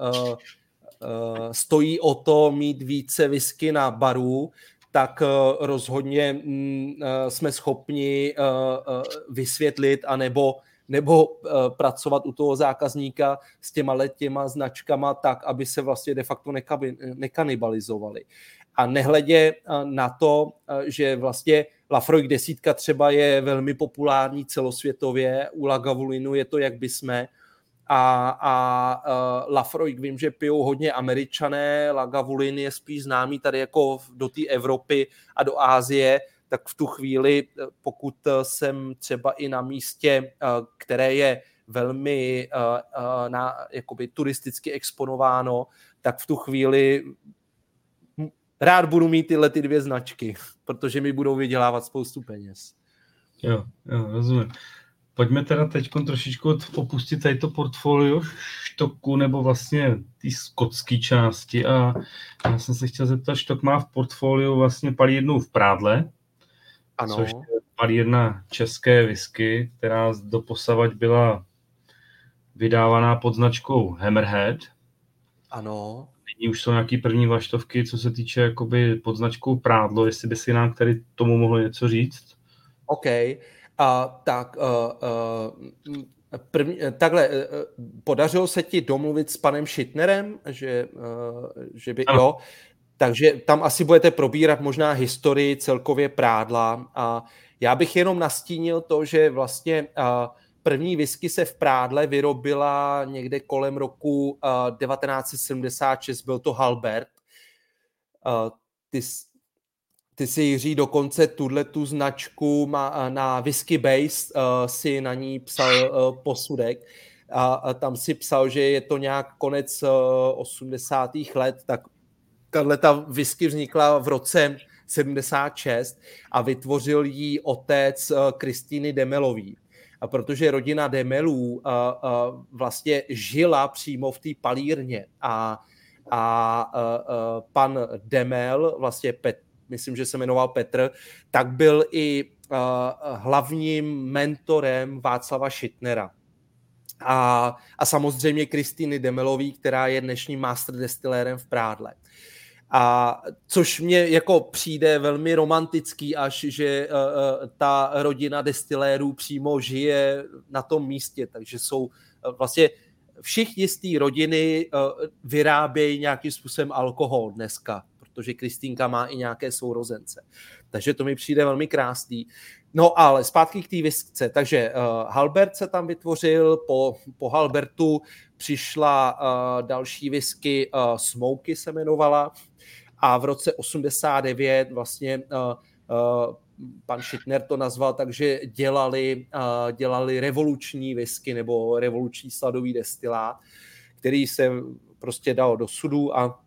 stojí o to mít více whisky na baru, tak rozhodně jsme schopni vysvětlit nebo pracovat u toho zákazníka s těma značkama tak, aby se vlastně de facto nekanibalizovali. A nehledě na to, že vlastně Laphroaig 10 třeba je velmi populární celosvětově, u Lagavulinu je to jak by jsme, a Laphroaig vím, že pijou hodně Američané, Lagavulin je spíš známý tady jako do té Evropy a do Asie, tak v tu chvíli, pokud jsem třeba i na místě, které je velmi jakoby turisticky exponováno, tak v tu chvíli rád budu mít tyhle ty dvě značky, protože mi budou vydělávat spoustu peněz. Jo, rozumím. Pojďme teda teď trošičku opustit tady to portfolio Štokku nebo vlastně ty skotské části a já jsem se chtěl zeptat, Štok má v portfoliu vlastně palírnu v Prádle, ano. Což je palírna české whisky, která doposavad byla vydávaná pod značkou Hammerhead. Ano. Nyní už jsou nějaký první vlaštovky, co se týče jakoby pod značkou Prádlo, jestli by si nám tady tomu mohl něco říct. OK. Takhle, podařilo se ti domluvit s panem Schittnerem, že by ano. jo, takže tam asi budete probírat možná historii celkově Prádla a já bych jenom nastínil to, že vlastně první whisky se v Prádle vyrobila někde kolem roku 1976, byl to Halbert. Ty si, Jiří, dokonce tu značku na Whisky Base si na ní psal posudek a tam si psal, že je to nějak konec 80. let, tak ta whisky vznikla v roce 76 a vytvořil ji otec Kristýny Demelový. A protože rodina Demelů vlastně žila přímo v té palírně a pan Demel, vlastně myslím, že se jmenoval Petr, tak byl i hlavním mentorem Václava Schittnera. A samozřejmě Kristýny Demelový, která je dnešním master destillérem v Prádle. A což mně jako přijde velmi romantický, až že ta rodina destilérů přímo žije na tom místě, takže jsou vlastně všichni z té rodiny vyrábějí nějakým způsobem alkohol dneska, protože Kristýnka má i nějaké sourozence. Takže to mi přijde velmi krásný. No ale zpátky k té whiskce. Takže Halbert se tam vytvořil, po Halbertu přišla další whisky, Smokey se jmenovala, a v roce 89 vlastně pan Schittner to nazval, takže dělali revoluční whisky nebo revoluční sladový destilát, který se prostě dal do sudu a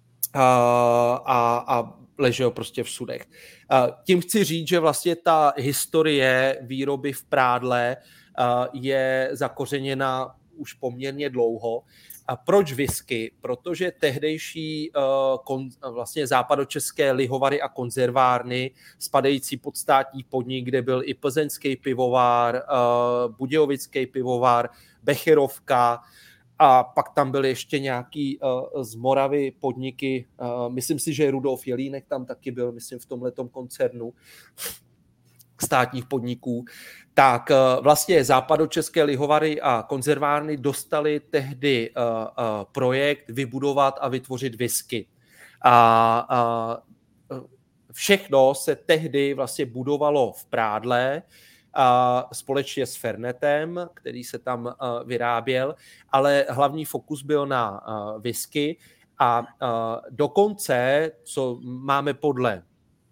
ležel prostě v sudech. Tím chci říct, že vlastně ta historie výroby v Prádle je zakořeněna už poměrně dlouho. A proč whisky? Protože tehdejší vlastně západočeské lihovary a konzervárny, spadající pod státní podnik, kde byl i plzeňský pivovar, budějovický pivovar, Becherovka, a pak tam byly ještě nějaký z Moravy podniky, myslím si, že Rudolf Jelínek tam taky byl, myslím v tomhletom koncernu státních podniků, tak vlastně západočeské lihovary a konzervárny dostali tehdy projekt vybudovat a vytvořit whisky. A všechno se tehdy vlastně budovalo v Prádle, společně s Fernetem, který se tam vyráběl, ale hlavní fokus byl na whisky a dokonce, co máme podle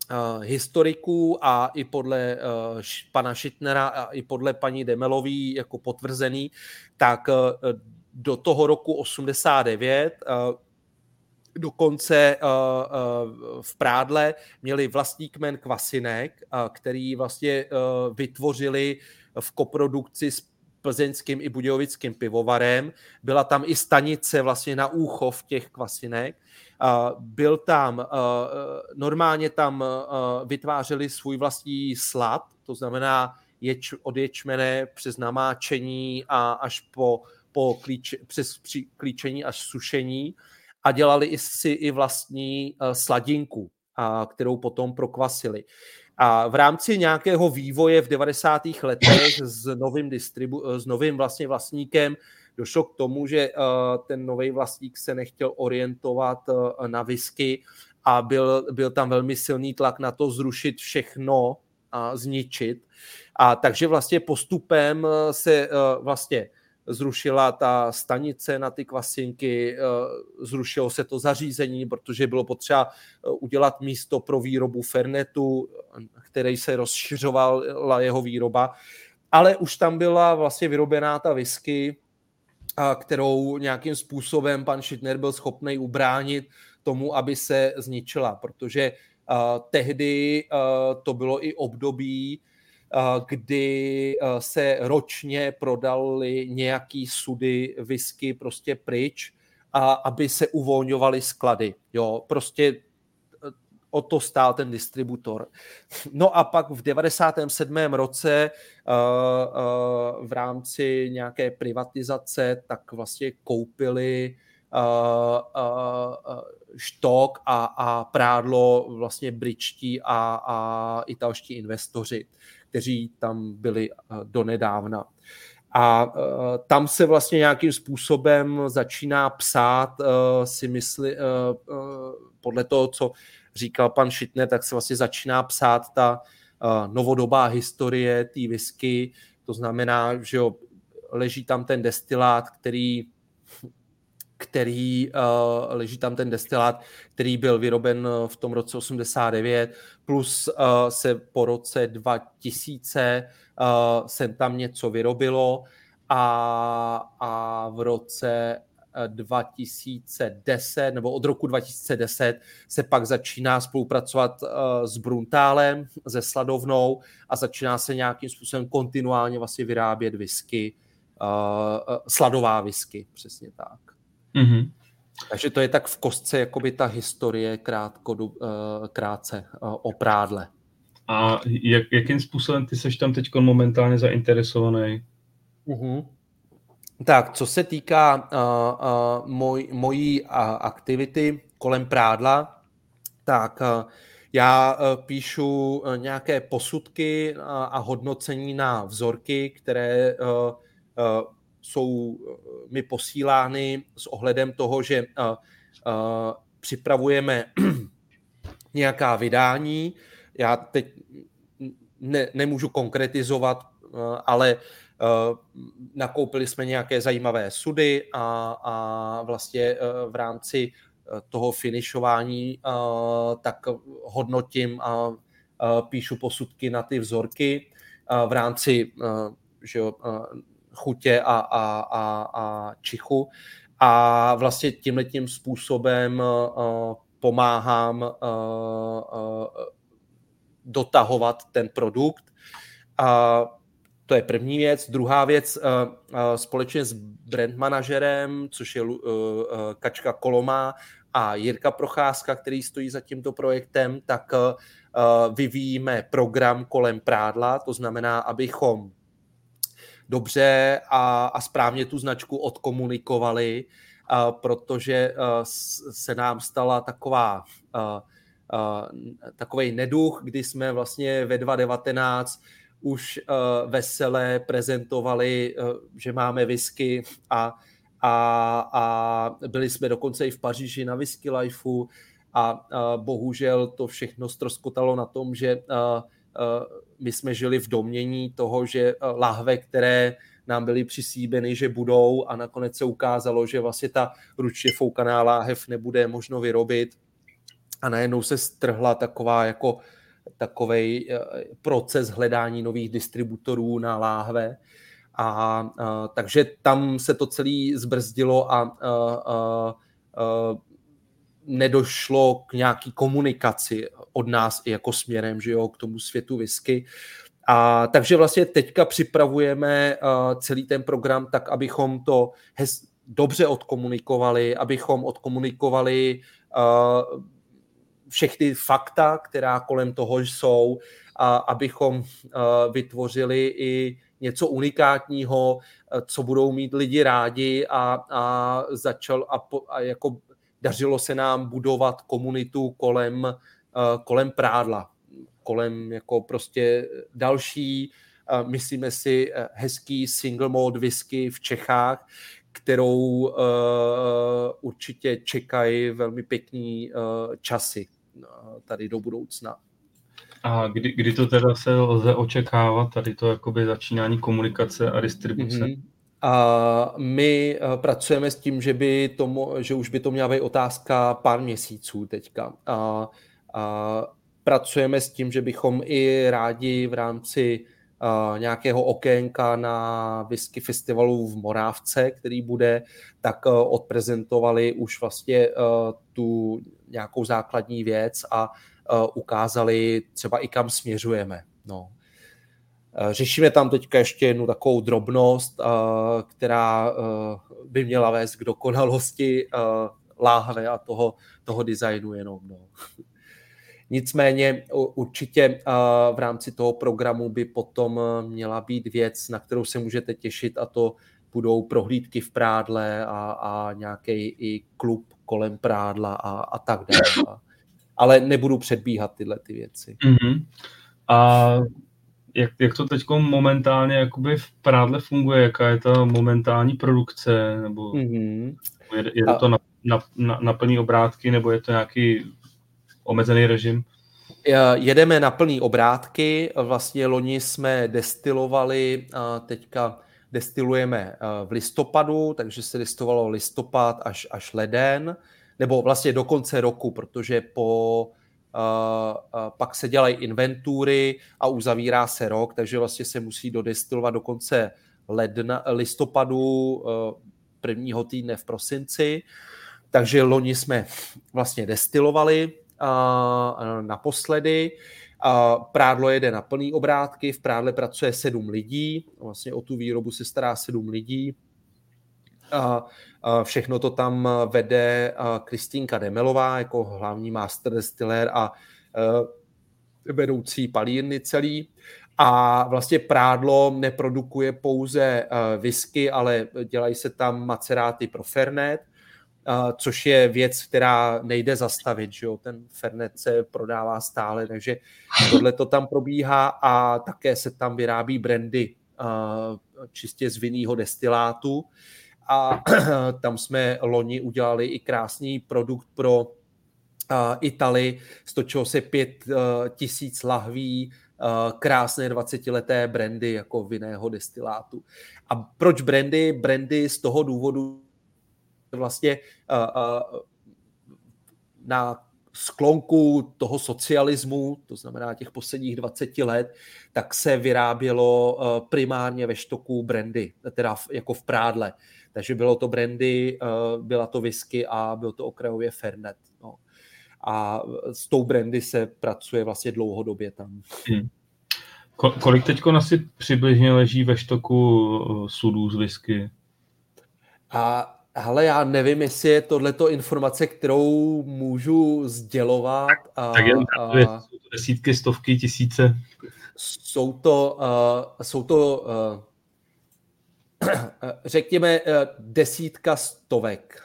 historiků a i podle pana Schittnera a i podle paní Demelový jako potvrzený, tak do toho roku 89 dokonce v Prádle měli vlastní kmen kvasinek, který vlastně vytvořili v koprodukci s plzeňským i budějovickým pivovarem. Byla tam i stanice vlastně na úchov těch kvasinek. Byl tam, normálně tam vytvářeli svůj vlastní slad, to znamená od ječmene přes namáčení a až přes klíčení až sušení. A dělali si i vlastní sladinku, kterou potom prokvasili. A v rámci nějakého vývoje v 90. letech s novým vlastně vlastníkem došlo k tomu, že ten nový vlastník se nechtěl orientovat na whisky a byl tam velmi silný tlak na to zrušit všechno a zničit. A takže vlastně postupem se vlastně zrušila ta stanice na ty kvasinky, zrušilo se to zařízení, protože bylo potřeba udělat místo pro výrobu fernetu, který se rozšiřovala jeho výroba, ale už tam byla vlastně vyrobená ta whisky, kterou nějakým způsobem pan Schittner byl schopný ubránit tomu, aby se zničila, protože tehdy to bylo i období, kdy se ročně prodaly nějaký sudy whisky prostě pryč, aby se uvolňovaly sklady. Jo, prostě o to stál ten distributor. No a pak v 97. roce v rámci nějaké privatizace tak vlastně koupili Štok a Prádlo vlastně britští a italští investoři, kteří tam byli donedávna. A tam se vlastně nějakým způsobem začíná psát, si myslím, podle toho, co říkal pan Schittner, tak se vlastně začíná psát ta novodobá historie té whisky. To znamená, že leží tam ten destilát, který byl vyroben v tom roce 89, plus se po roce 2000 se tam něco vyrobilo a v roce 2010 nebo od roku 2010 se pak začíná spolupracovat s Bruntálem, se sladovnou a začíná se nějakým způsobem kontinuálně vlastně vyrábět whisky, sladová whisky, přesně tak. Mm-hmm. Takže to je tak v kostce jakoby ta historie krátce o Prádle. A jakým způsobem ty seš tam teď momentálně zainteresovaný? Uh-huh. Tak, co se týká mojí aktivity kolem Prádla, tak já píšu nějaké posudky a hodnocení na vzorky, které jsou mi posílány s ohledem toho, že připravujeme nějaká vydání. Já teď nemůžu konkretizovat, ale nakoupili jsme nějaké zajímavé sudy a vlastně v rámci toho finišování tak hodnotím a píšu posudky na ty vzorky v rámci chutě a čichu a vlastně tímhletím způsobem pomáhám dotahovat ten produkt. To je první věc. Druhá věc, společně s brand manažerem, což je Kačka Kolomá a Jirka Procházka, který stojí za tímto projektem, tak vyvíjíme program kolem Prádla, to znamená, abychom dobře a správně tu značku odkomunikovali, protože se nám stala takovej neduch, kdy jsme vlastně ve 2019 už veselé prezentovali, že máme whisky a byli jsme dokonce i v Paříži na Whisky Lifeu a bohužel to všechno ztroskotalo na tom, že my jsme žili v domnění toho, že lahve, které nám byly přislíbeny, že budou a nakonec se ukázalo, že vlastně ta ručně foukaná láhev nebude možno vyrobit a najednou se strhla takovej proces hledání nových distributorů na láhve. Takže tam se to celé zbrzdilo a nedošlo k nějaký komunikaci od nás i jako směrem, že jo, k tomu světu whisky. Takže vlastně teďka připravujeme celý ten program tak, abychom to dobře odkomunikovali, abychom odkomunikovali všechny fakta, která kolem toho jsou, abychom vytvořili i něco unikátního, co budou mít lidi rádi a jako dařilo se nám budovat komunitu kolem prádla, kolem jako prostě další, myslíme si, hezký single malt whisky v Čechách, kterou určitě čekají velmi pěkný časy tady do budoucna. A kdy to teda se lze očekávat, tady to jakoby začínání komunikace a distribuce? Mm-hmm. My pracujeme s tím, že už by to měla být otázka pár měsíců teďka. Pracujeme s tím, že bychom i rádi v rámci nějakého okénka na whisky festivalu v Morávce, který bude, tak odprezentovali už vlastně tu nějakou základní věc a ukázali třeba i kam směřujeme. No. Řešíme tam teďka ještě jednu takovou drobnost, která by měla vést k dokonalosti láhve a toho designu jenom. No. Nicméně určitě v rámci toho programu by potom měla být věc, na kterou se můžete těšit, a to budou prohlídky v prádle a nějaký i klub kolem prádla a tak dále. Ale nebudu předbíhat tyhle ty věci. Mm-hmm. A jak to teď momentálně jakoby v prádle funguje? Jaká je ta momentální produkce? Nebo je to na plný obrátky, nebo je to nějaký omezený režim? Jedeme na plný obrátky. Vlastně loni jsme destilovali, teďka destilujeme v listopadu, takže se destovalo listopad až leden, nebo vlastně do konce roku, protože pak se dělají inventury a uzavírá se rok, takže vlastně se musí dodestilovat do konce listopadu, prvního týdne v prosinci. Takže loni jsme vlastně destilovali naposledy. Prádlo jede na plný obrátky, v prádle pracuje 7 lidí, vlastně o tu výrobu se stará 7 lidí. Všechno to tam vede Kristýnka Demelová jako hlavní master distiller a vedoucí palírny celý. A vlastně prádlo neprodukuje pouze whisky, ale dělají se tam maceráty pro Fernet, což je věc, která nejde zastavit, že jo? Ten Fernet se prodává stále, takže tohle to tam probíhá a také se tam vyrábí brandy čistě z vinného destilátu. A tam jsme loni udělali i krásný produkt pro Itali, stočilo se 5000 lahví krásné 20leté brandy jako vinného destilátu. A proč brandy? Brandy z toho důvodu vlastně na sklonku toho socialismu, to znamená těch posledních 20 let, tak se vyrábělo primárně ve štoku brandy, teda jako v prádle. Takže bylo to brandy, byla to whisky a byl to okrajově Fernet. No. A s tou brandy se pracuje vlastně dlouhodobě tam. Kolik teďko asi přibližně leží ve štoku sudů z whisky? Hele, já nevím, jestli je tohleto informace, kterou můžu sdělovat. Tak jen desítky, stovky, tisíce? Jsou to řekněme desítka stovek.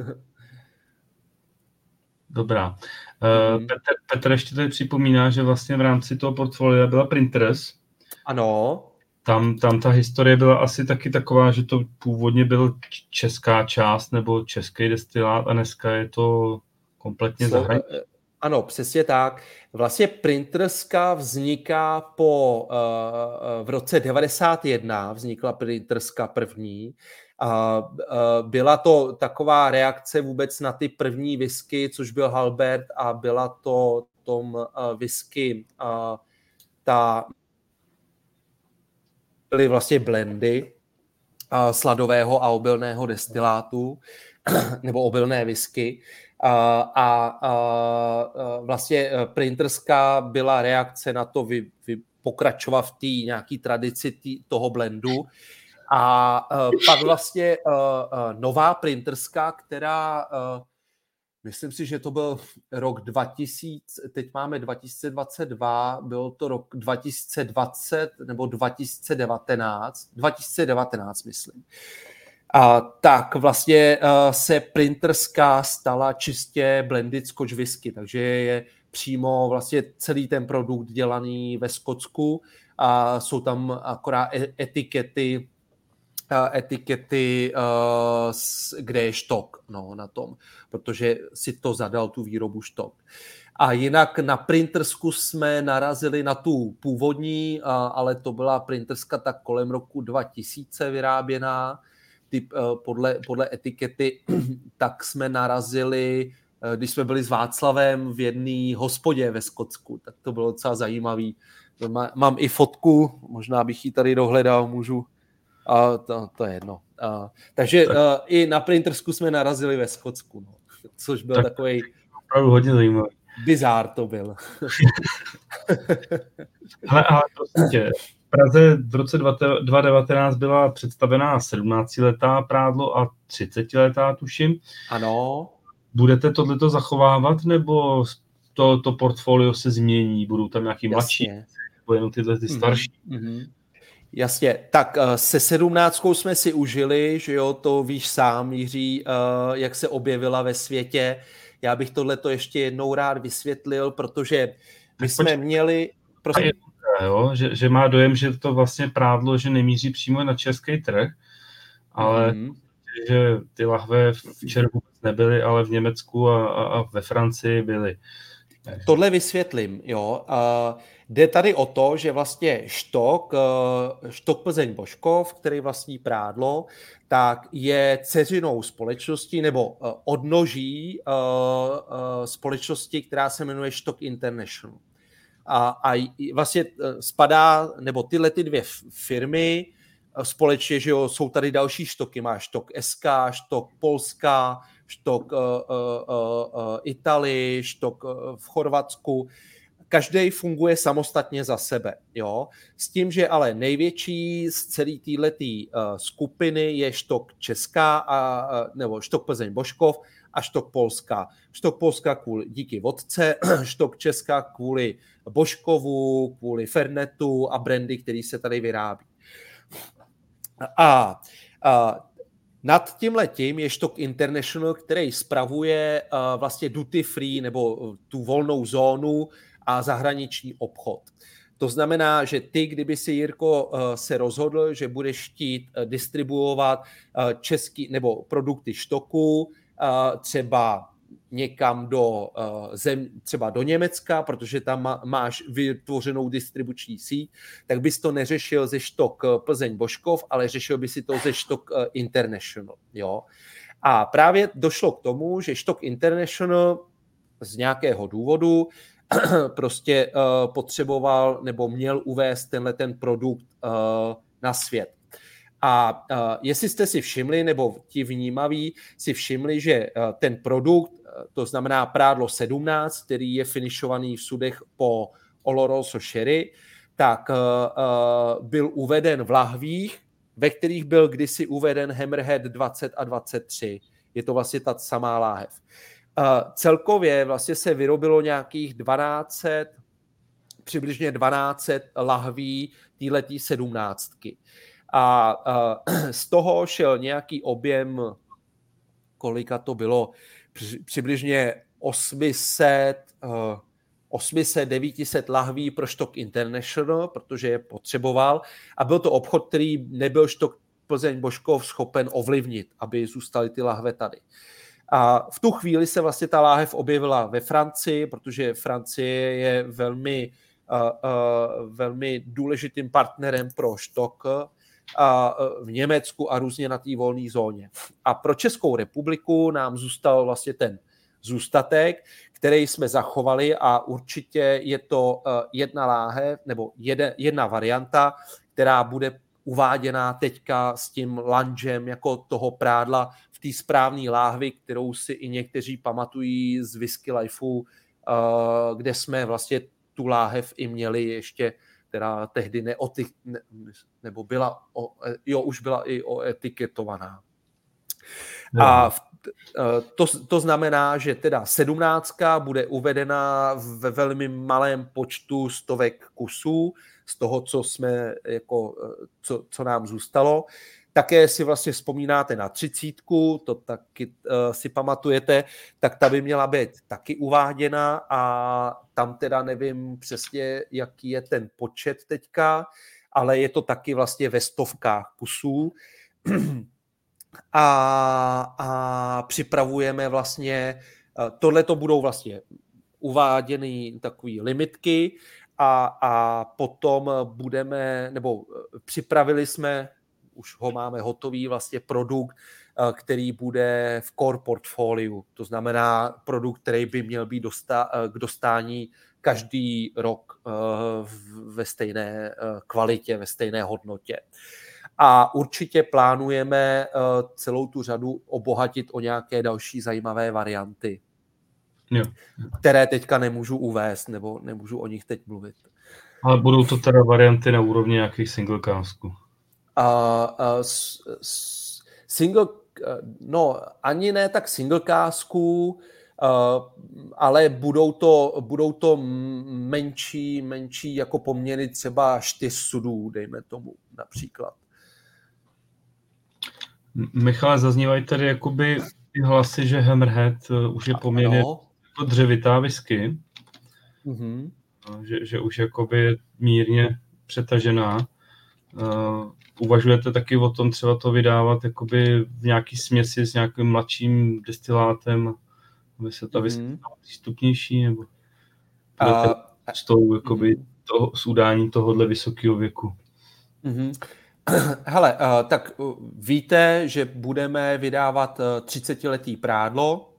Dobrá. Petr ještě tady připomíná, že vlastně v rámci toho portfolia byla Printers. Ano. Tam ta historie byla asi taky taková, že to původně byl česká část nebo český destilát a dneska je to kompletně zahraniční. Ano, přesně tak. Vlastně Printerska vzniká v roce 91, vznikla Printerska první Byla to taková reakce vůbec na ty první whisky, což byl Halbert, a byla to tom whisky byly vlastně blendy sladového a obilného destilátu nebo obilné whisky. Vlastně printerská byla reakce na to pokračovat v té nějaký tradici toho blendu. A pak vlastně nová printerská, která myslím si, že to byl rok 2000, teď máme 2022, byl to rok 2020 nebo 2019 myslím. Tak vlastně se printerská stala čistě blended Scotch whisky, takže je přímo vlastně celý ten produkt dělaný ve Skotsku a jsou tam akorát etikety, kde je štok na tom, protože si to zadal tu výrobu štok. A jinak na printersku jsme narazili na tu původní, ale to byla printerska tak kolem roku 2000 vyráběná, podle etikety, tak jsme narazili, když jsme byli s Václavem v jedné hospodě ve Skotsku, tak to bylo docela zajímavý. Mám i fotku, možná bych ji tady dohledal, můžu. To je jedno. Takže i na printersku jsme narazili ve Skotsku, což byl takový opravdu hodně zajímavý. Bizár to byl. Ale prosím tě, v Praze v roce 2019 byla představená 17letá prádlo a 30letá, tuším. Ano. Budete tohleto zachovávat, nebo to portfolio se změní? Budou tam nějaký mladší, nebo jenom tyhle starší? Mm-hmm. Jasně, tak se 17 jsme si užili, že jo, to víš sám, Jiří, jak se objevila ve světě. Já bych tohleto ještě jednou rád vysvětlil, protože my jsme měli... Jo, že má dojem, že to vlastně prádlo, že nemíří přímo na český trh, ale že ty lahve v Čeru vůbec nebyly, ale v Německu a ve Francii byly. Tohle vysvětlím, jo. Jde tady o to, že vlastně štok Plzeň Božkov, který vlastní prádlo, tak je dceřinou společností nebo odnoží společnosti, která se jmenuje Štok International. A vlastně spadá, nebo tyhle ty dvě firmy společně, že jo, jsou tady další štoky, má Štok SK, Štok Polska, Štok Italii, Štok v Chorvatsku. Každý funguje samostatně za sebe, jo. S tím, že ale největší z celé téhletý skupiny je Štok Česká nebo Štok Plzeň Božkov a Štok Polska. Štok Polska díky vodce, Štok Česká kvůli Božkovu, kvůli Fernetu a brandy, který se tady vyrábí. Nad tímhletím je Štok International, který spravuje vlastně duty free nebo tu volnou zónu a zahraniční obchod. To znamená, že ty, kdyby si, Jirko, se rozhodl, že budeš chtít distribuovat český nebo produkty Štoku třeba někam třeba do Německa, protože tam máš vytvořenou distribuční síť, tak bys to neřešil ze Štok Plzeň Božkov, ale řešil by si to ze Štok International. Jo? A právě došlo k tomu, že Štok International z nějakého důvodu prostě potřeboval nebo měl uvést ten produkt na svět. A jestli jste si všimli, nebo ti vnímaví si všimli, že ten produkt, to znamená prádlo 17, který je finišovaný v sudech po Oloroso Sherry, tak byl uveden v lahvích, ve kterých byl kdysi uveden Hammerhead 20 a 23. Je to vlastně ta samá láhev. Celkově vlastně se vyrobilo nějakých přibližně 1200 lahví téhletý 17. A z toho šel nějaký objem, kolika to bylo, přibližně 800-900 lahví pro Štok International, protože je potřeboval. A byl to obchod, který nebyl Štok Plzeň Božkov schopen ovlivnit, aby zůstaly ty lahve tady. A v tu chvíli se vlastně ta láhev objevila ve Francii, protože Francie je velmi důležitým partnerem pro Štok v Německu a různě na té volné zóně. A pro Českou republiku nám zůstal vlastně ten zůstatek, který jsme zachovali a určitě je to jedna láhev nebo jedna varianta, která bude uváděná teďka s tím langem jako toho prádla v té správné láhvi, kterou si i někteří pamatují z Whisky Lifeu, kde jsme vlastně tu láhev i měli ještě, která tehdy nebo byla, už byla i oetiketovaná. A to znamená, že teda 17 bude uvedena ve velmi malém počtu stovek kusů z toho, co jsme co nám zůstalo. Také si vlastně vzpomínáte na 30, to taky si pamatujete, tak ta by měla být taky uváděna a tam teda nevím přesně, jaký je ten počet teďka, ale je to taky vlastně ve stovkách kusů. A připravujeme vlastně, tohle to budou vlastně uváděny takový limitky a potom připravili jsme, už ho máme hotový vlastně produkt, který bude v core portfoliu. To znamená produkt, který by měl být k dostání každý rok ve stejné kvalitě, ve stejné hodnotě. A určitě plánujeme celou tu řadu obohatit o nějaké další zajímavé varianty, které teďka nemůžu uvést, nebo nemůžu o nich teď mluvit. Ale budou to teda varianty na úrovni nějakých single casků? Ani ne tak single casků, ale budou to menší jako poměry třeba 4 sudů, dejme tomu například. Michale, zaznívají tady jakoby ty hlasy, že Hammerhead už je poměrně jako dřevitá whisky, že už jakoby je mírně přetažená. Uvažujete taky o tom třeba to vydávat jakoby v nějaký směsi s nějakým mladším destilátem, aby se ta whisky stala přístupnější, nebo s tou jakoby s udáním tohohle vysokého věku? Hele, tak víte, že budeme vydávat 30letý prádlo.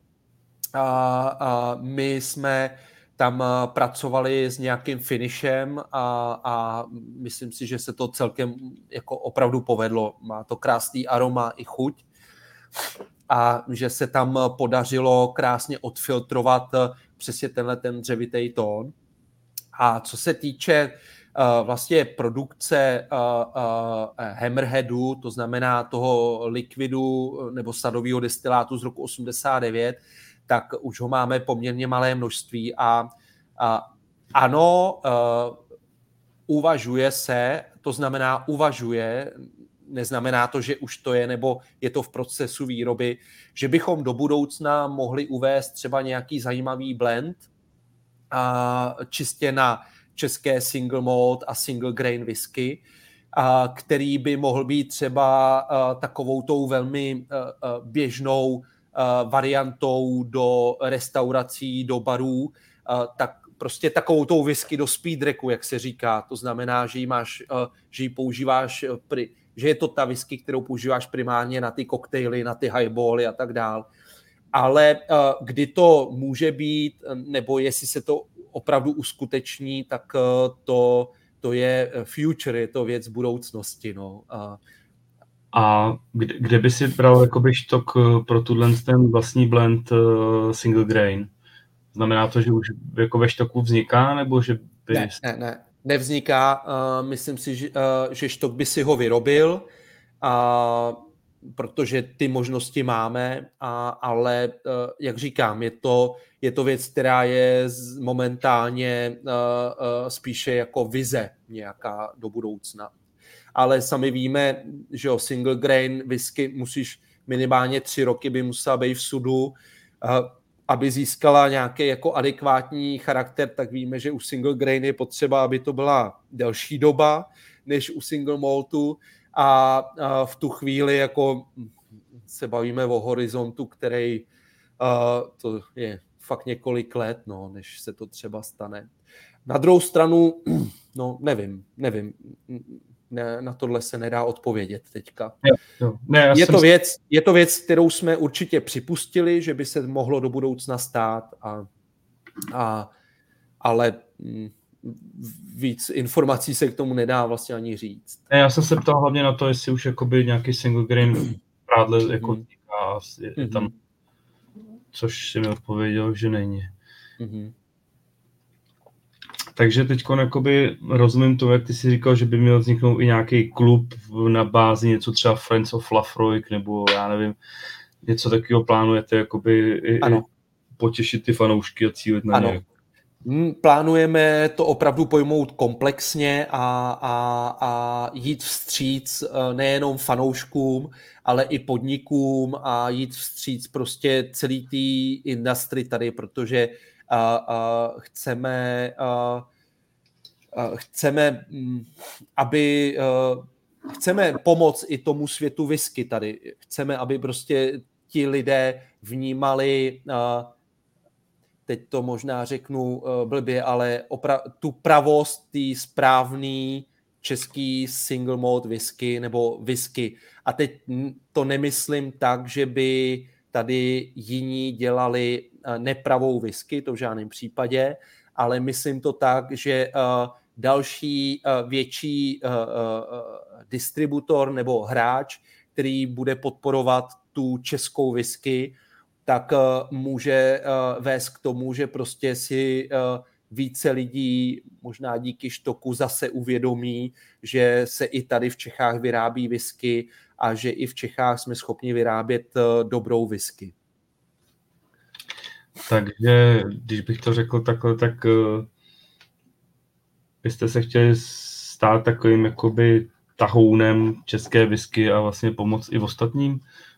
My jsme tam pracovali s nějakým finishem a myslím si, že se to celkem jako opravdu povedlo. Má to krásný aroma i chuť a že se tam podařilo krásně odfiltrovat přesně tenhle ten dřevitý tón. A co se týče vlastně produkce Hammerheadu, to znamená toho likvidu nebo sadového destilátu z roku 89, tak už ho máme poměrně malé množství a ano, uvažuje se, to znamená uvažuje, neznamená to, že už to je, nebo je to v procesu výroby, že bychom do budoucna mohli uvést třeba nějaký zajímavý blend čistě na české single malt a single grain whisky, který by mohl být třeba takovou tou velmi běžnou variantou do restaurací, do barů, tak prostě takovou tou whisky do speedreku, jak se říká. To znamená, že ji používáš, že je to ta whisky, kterou používáš primárně na ty koktejly, na ty highbally a tak dál. Ale kdy to může být, nebo jestli se to opravdu uskuteční, tak to je future, je to věc budoucnosti. No. A kde by si bral jakoby štok pro ten vlastní blend single grain? Znamená to, že už jako ve štoku vzniká, nebo že by... Ne, nevzniká. Myslím si, že štok by si ho vyrobil, protože ty možnosti máme, ale jak říkám, je to věc, která je momentálně spíše jako vize nějaká do budoucna. Ale sami víme, že single grain whisky musíš minimálně 3 roky by musela být v sudu, aby získala nějaký jako adekvátní charakter, tak víme, že u single grain je potřeba, aby to byla delší doba než u single maltu a v tu chvíli jako se bavíme o horizontu, který to je fakt několik let, no, než se to třeba stane. Na druhou stranu, no nevím, na tohle se nedá odpovědět teďka. Jo. Je to věc, kterou jsme určitě připustili, že by se mohlo do budoucna stát, ale víc informací se k tomu nedá vlastně ani říct. Já jsem se ptal hlavně na to, jestli už jakoby nějaký single grain prádle jako je tam, což si mi odpověděl, že není. Takže teď rozumím to, jak ty jsi říkal, že by měl vzniknout i nějaký klub na bázi něco třeba Friends of Lafroig, nebo já nevím, něco takového plánujete, jakoby i potěšit ty fanoušky a cílit na ně. Plánujeme to opravdu pojmout komplexně a jít vstříc nejenom fanouškům, ale i podnikům a jít vstříc prostě celý té industry tady, protože chceme pomoct i tomu světu whisky tady. Chceme, aby prostě ti lidé vnímali, teď to možná řeknu blbě, ale tu pravost, ty správný český single malt whisky nebo whisky. A teď to nemyslím tak, že by tady jiní dělali nepravou whisky, to v žádném případě, ale myslím to tak, že další větší distributor nebo hráč, který bude podporovat tu českou whisky, tak může vést k tomu, že prostě si více lidí možná díky Štoku zase uvědomí, že se i tady v Čechách vyrábí whisky a že i v Čechách jsme schopni vyrábět dobrou whisky. Takže, když bych to řekl takhle, tak byste se chtěli stát takovým jakoby tahounem české whisky a vlastně pomoct i ostatním?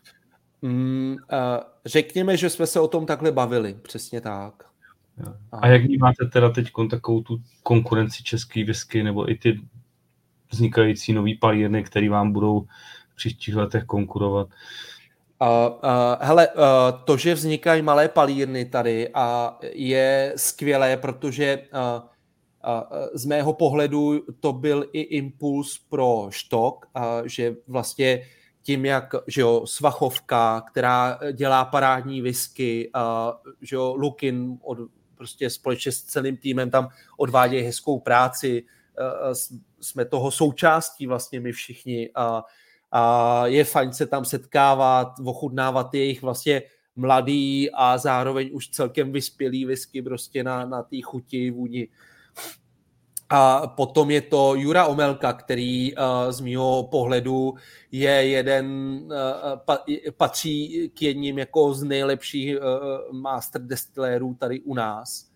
Řekněme, že jsme se o tom takhle bavili, přesně tak. A jak vnímáte teda teď takovou tu konkurenci české whisky nebo i ty vznikající nový palírny, které vám budou v příštích letech konkurovat? To, že vznikají malé palírny tady je skvělé, protože z mého pohledu to byl i impuls pro Štok, že vlastně tím, jak že jo, Svachovka, která dělá parádní whisky, že jo, Lukin prostě společně s celým týmem tam odvádějí hezkou práci, jsme toho součástí vlastně my všichni a je fajn se tam setkávat, ochutnávat jejich vlastně mladý a zároveň už celkem vyspělý whisky prostě na té chuti, vůni. A potom je to Jura Omelka, který z mýho pohledu patří k jedním jako z nejlepších master destillérů tady u nás.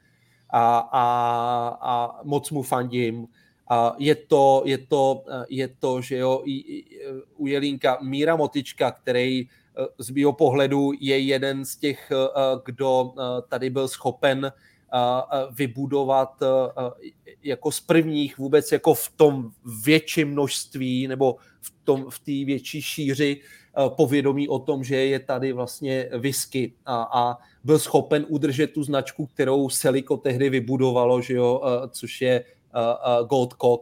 A moc mu fandím. Je to, že jo, u Jelínka Míra Motička, který z mýho pohledu je jeden z těch, kdo tady byl schopen vybudovat jako z prvních vůbec jako v tom větším množství nebo v té větší šíři povědomí o tom, že je tady vlastně whisky a byl schopen udržet tu značku, kterou Selico tehdy vybudovalo, že jo, což je Gold Cock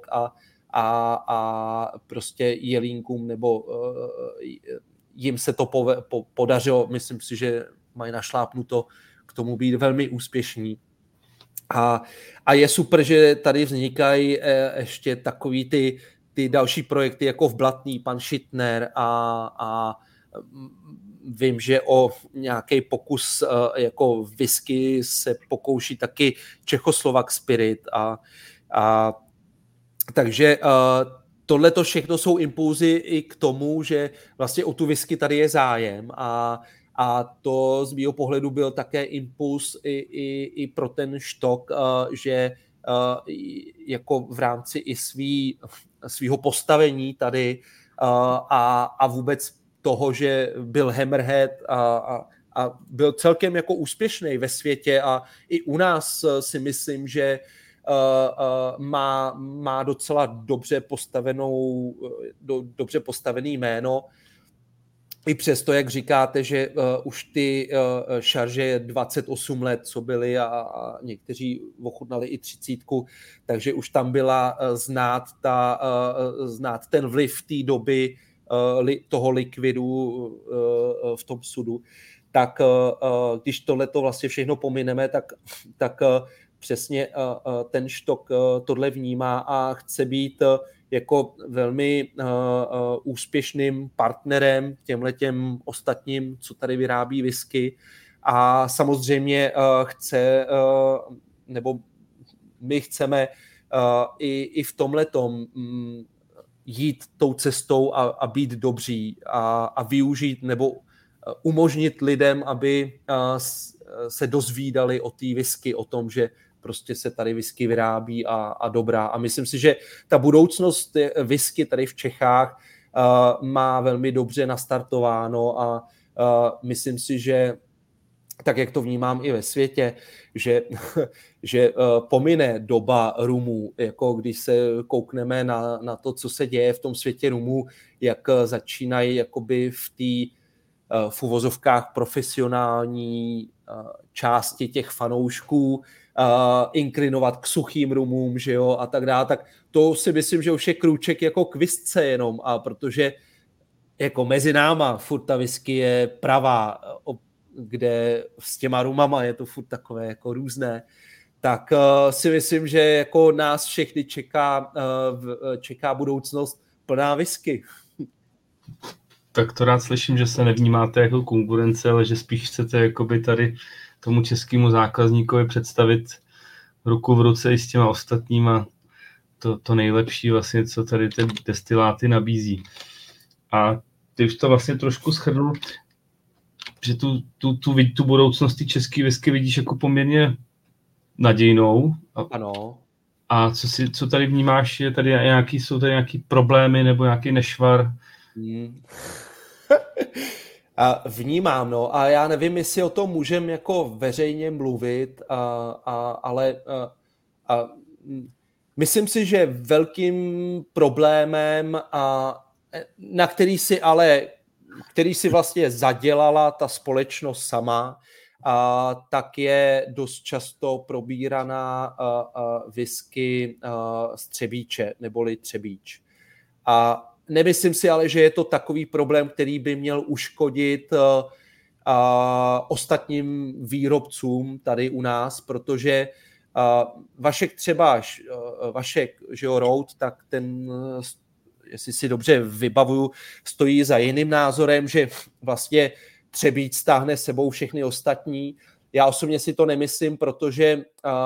a prostě Jelínkům nebo jim se to podařilo, myslím si, že mají našlápnuto k tomu být velmi úspěšní. A je super, že tady vznikají ještě takový ty další projekty jako v Blatný, pan Šittner a vím, že o nějaký pokus jako whisky se pokouší taky Čechoslovak Spirit takže tohleto všechno jsou impulzy i k tomu, že vlastně o tu whisky tady je zájem a to z mého pohledu byl také impuls i pro ten Štok, že jako v rámci i svýho postavení tady a vůbec toho, že byl Hammerhead a byl celkem jako úspěšný ve světě a i u nás si myslím, že má docela dobře postavený jméno, i přesto, jak říkáte, že už ty šarže 28 let, co byly a někteří ochutnali i 30, takže už tam byla znát ten vliv té doby toho likvidu v tom sudu. Tak když tohleto vlastně všechno pomineme, tak přesně ten Štok tohle vnímá a chce být jako velmi úspěšným partnerem těmhletěm ostatním, co tady vyrábí whisky. A samozřejmě nebo my chceme i v tomhletom jít tou cestou a být dobří a využít nebo umožnit lidem, aby se dozvídali o té whisky, o tom, že prostě se tady whisky vyrábí a dobrá. A myslím si, že ta budoucnost whisky tady v Čechách má velmi dobře nastartováno a myslím si, že tak, jak to vnímám i ve světě, že pomine doba rumů, jako když se koukneme na to, co se děje v tom světě rumů, jak začínají jakoby v uvozovkách profesionální části těch fanoušků inklinovat k suchým rumům, že jo, a tak dále, tak to si myslím, že už je krůček jako k whisce jenom, a protože jako mezi náma furt ta whisky je pravá, kde s těma rumama je to furt takové jako různé, tak si myslím, že jako nás všechny čeká budoucnost plná whisky. Tak to rád slyším, že se nevnímáte jako konkurence, ale že spíš chcete jakoby tady tomu českému zákazníkovi představit ruku v ruce i s těma ostatníma to nejlepší vlastně, co tady ty destiláty nabízí. A ty už to vlastně trošku shrnul, že tu budoucnost ty české whisky vidíš jako poměrně nadějnou. Ano. A co tady vnímáš, je tady jsou tady nějaký problémy nebo nějaký nešvar? Vnímám, no, a já nevím, jestli o tom můžeme jako veřejně mluvit, ale myslím si, že velkým problémem, na který si vlastně zadělala ta společnost sama, tak je dost často probíraná whisky z Třebíče, neboli Třebíč. A nemyslím si ale, že je to takový problém, který by měl uškodit ostatním výrobcům tady u nás, protože Vašek třeba, že jo, Road, tak ten, jestli si dobře vybavuju, stojí za jiným názorem, že vlastně Třebíč stáhne sebou všechny ostatní. Já osobně si to nemyslím, protože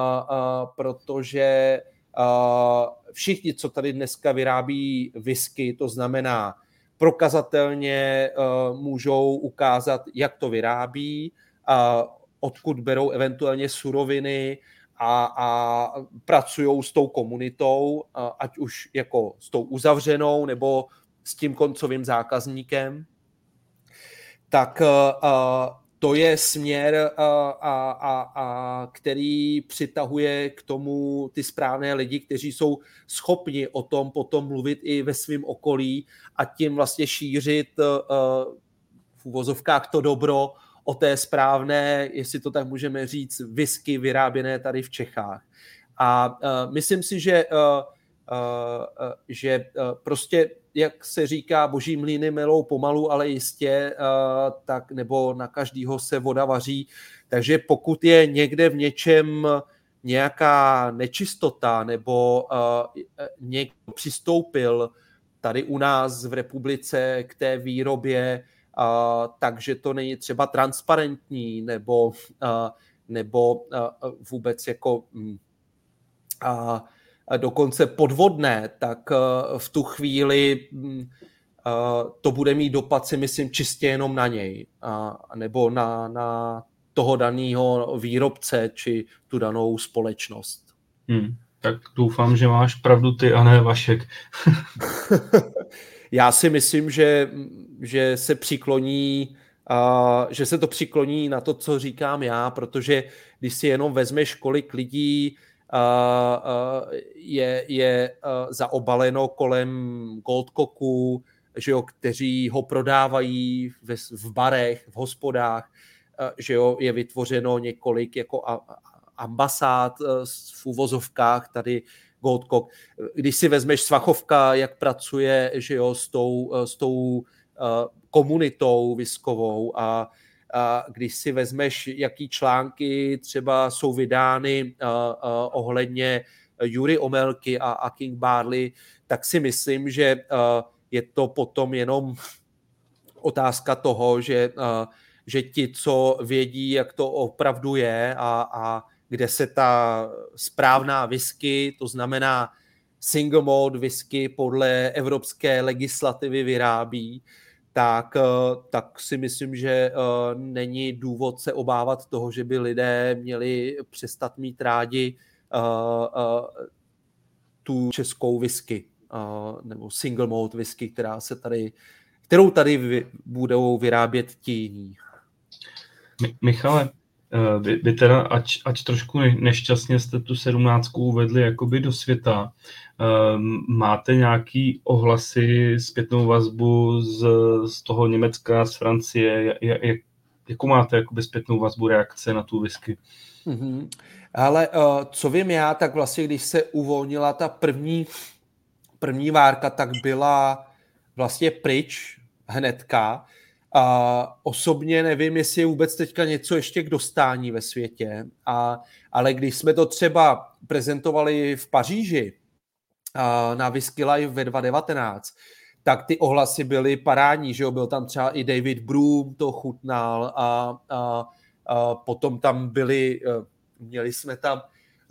všichni, co tady dneska vyrábí whisky, to znamená prokazatelně můžou ukázat, jak to vyrábí, odkud berou eventuálně suroviny a pracují s tou komunitou, ať už jako s tou uzavřenou nebo s tím koncovým zákazníkem. Tak to je směr, který přitahuje k tomu ty správné lidi, kteří jsou schopni o tom potom mluvit i ve svém okolí a tím vlastně šířit v uvozovkách to dobro o té správné, jestli to tak můžeme říct, whisky vyráběné tady v Čechách. A myslím si, že prostě, jak se říká, boží mlýny melou pomalu, ale jistě, tak nebo na každýho se voda vaří. Takže pokud je někde v něčem nějaká nečistota nebo někdo přistoupil tady u nás v republice k té výrobě, takže to není třeba transparentní nebo vůbec jako dokonce podvodné, tak v tu chvíli to bude mít dopad, si myslím, čistě jenom na něj, nebo na toho daného výrobce či tu danou společnost. Tak doufám, že máš pravdu ty a ne Vašek. Já si myslím, že se přikloní, že se to přikloní na to, co říkám já, protože když si jenom vezmeš, kolik lidí je zaobaleno kolem Goldcocku, že jo, kteří ho prodávají v barech, v hospodách, že jo, je vytvořeno několik jako ambasád v uvozovkách tady Goldcock. Když si vezmeš Svachovka, jak pracuje, že jo, s tou komunitou whiskovou a když si vezmeš, jaký články třeba jsou vydány ohledně Jury Omelky a King Barley, tak si myslím, že je to potom jenom otázka toho, že ti, co vědí, jak to opravdu je a kde se ta správná whisky, to znamená single malt whisky podle evropské legislativy vyrábí, tak si myslím, že není důvod se obávat toho, že by lidé měli přestat mít rádi tu českou whisky nebo single malt whisky, kterou tady budou vyrábět ti jiní. Michale, vy teda, ať trošku nešťastně jste tu 17 uvedli jakoby do světa, máte nějaký ohlasy, zpětnou vazbu z toho Německa, z Francie, jakou máte jakoby zpětnou vazbu, reakce na tu whisky? Mm-hmm. Ale co vím já, tak vlastně, když se uvolnila ta první várka, tak byla vlastně pryč hnedka. Osobně nevím, jestli je vůbec teďka něco ještě k dostání ve světě, ale když jsme to třeba prezentovali v Paříži na Whisky Live ve 2019, tak ty ohlasy byly parádní, že jo, byl tam třeba i David Broom, to chutnal a potom tam měli jsme tam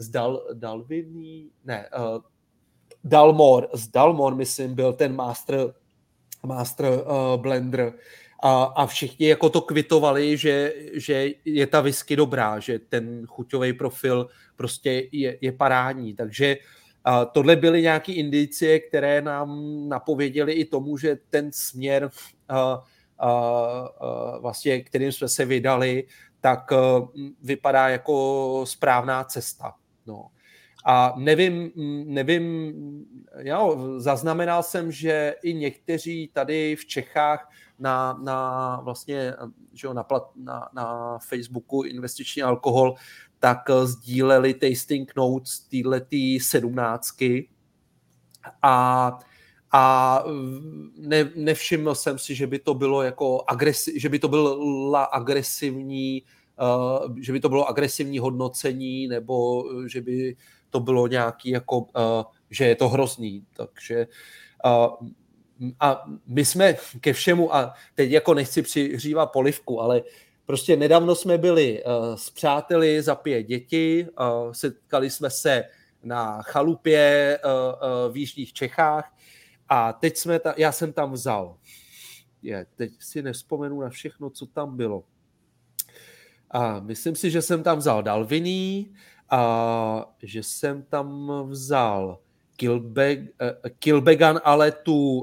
Dalmor, myslím, byl ten master blender a všichni jako to kvitovali, že je ta whisky dobrá, že ten chuťový profil prostě je parádní, takže tohle byly nějaké indicie, které nám napověděly i tomu, že ten směr, vlastně, kterým jsme se vydali, tak vypadá jako správná cesta. No. A nevím, zaznamenal jsem, že i někteří tady v Čechách vlastně, že na Facebooku Investiční alkohol, tak sdíleli tasting notes téhletý 17 a nevšiml jsem si, že by to bylo jako že by to bylo agresivní hodnocení, nebo že by to bylo nějaký jako, že je to hrozný. Takže a my jsme ke všemu, a teď jako nechci přihřívat polivku, ale prostě nedávno jsme byli s přáteli za 5 děti, setkali jsme se na chalupě v jižních Čechách a teď já jsem tam vzal. Teď si nevzpomenu na všechno, co tam bylo. A myslím si, že jsem tam vzal Dalviní, a že jsem tam vzal Kilbegan, ale tu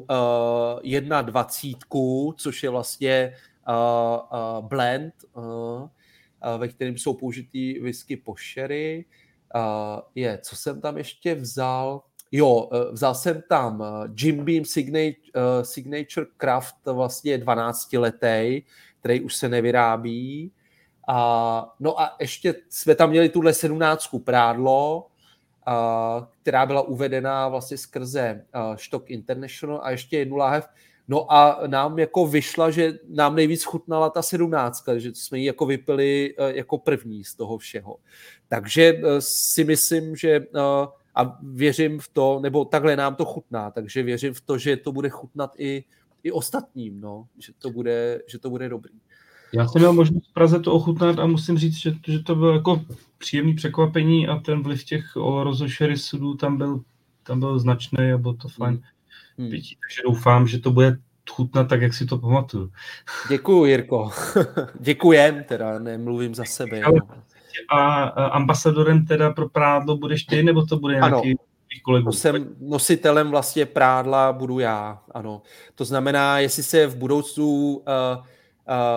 1,20, což je vlastně blend, ve kterém jsou použitý whisky po sherry. Co jsem tam ještě vzal? Vzal jsem tam Jim Beam Signature Craft, vlastně 12letý, který už se nevyrábí. No a ještě jsme tam měli tuhle 17 Prádlo, která byla uvedená vlastně skrze Stock International a ještě jednu láhev. No a nám jako vyšla, že nám nejvíc chutnala ta 17, že jsme ji jako vypili jako první z toho všeho. Takže si myslím, že a věřím v to, nebo takhle nám to chutná, takže věřím v to, že to bude chutnat i ostatním, no, že to bude dobrý. Já jsem měl možnost v Praze to ochutnat a musím říct, že to bylo jako příjemný překvapení a ten vliv těch Oloroso sudů tam byl značný a bylo to fajn pití. Takže doufám, že to bude chutnat tak, jak si to pamatuju. Děkuju, Jirko. Děkujem, teda nemluvím za sebe. A ambasadorem teda pro Prádlo budeš ty, nebo to bude nějaký kolegů? Jsem nositelem vlastně Prádla, budu já, ano. To znamená, jestli se v budoucnu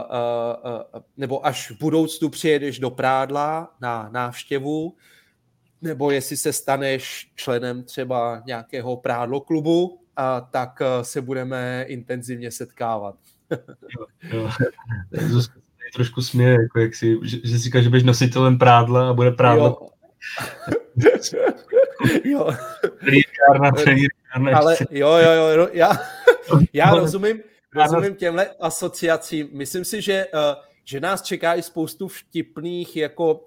nebo až v budoucnu přijedeš do Prádla na návštěvu, nebo jestli se staneš členem třeba nějakého prádloklubu, tak se budeme intenzivně setkávat. Jo. Zuzka se trošku směje, jako že si říká, že budeš nositelem prádla a bude prádlo. Jo. Trenírkárna. Ale jo, já rozumím těmhle asociacím. Myslím si, že nás čeká i spoustu vtipných jako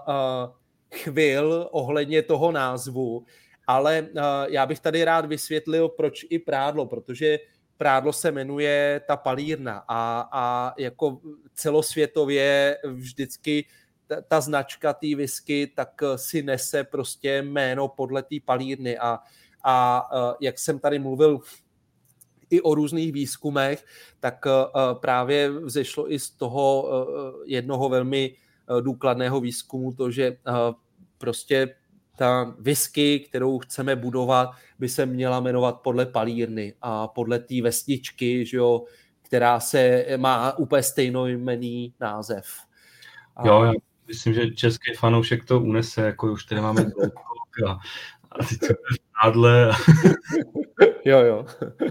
chvil ohledně toho názvu, ale já bych tady rád vysvětlil, proč i prádlo, protože prádlo se jmenuje ta palírna a jako celosvětově vždycky ta značka té whisky tak si nese prostě jméno podle té palírny a jak jsem tady mluvil i o různých výzkumech, tak právě vzešlo i z toho jednoho velmi důkladného výzkumu to, že prostě ta whisky, kterou chceme budovat, by se měla jmenovat podle palírny a podle té vesničky, že jo, která má úplně stejnojmenný název. Jo, já myslím, že český fanoušek to unese, jako už tady máme a ty to prádle. Jo.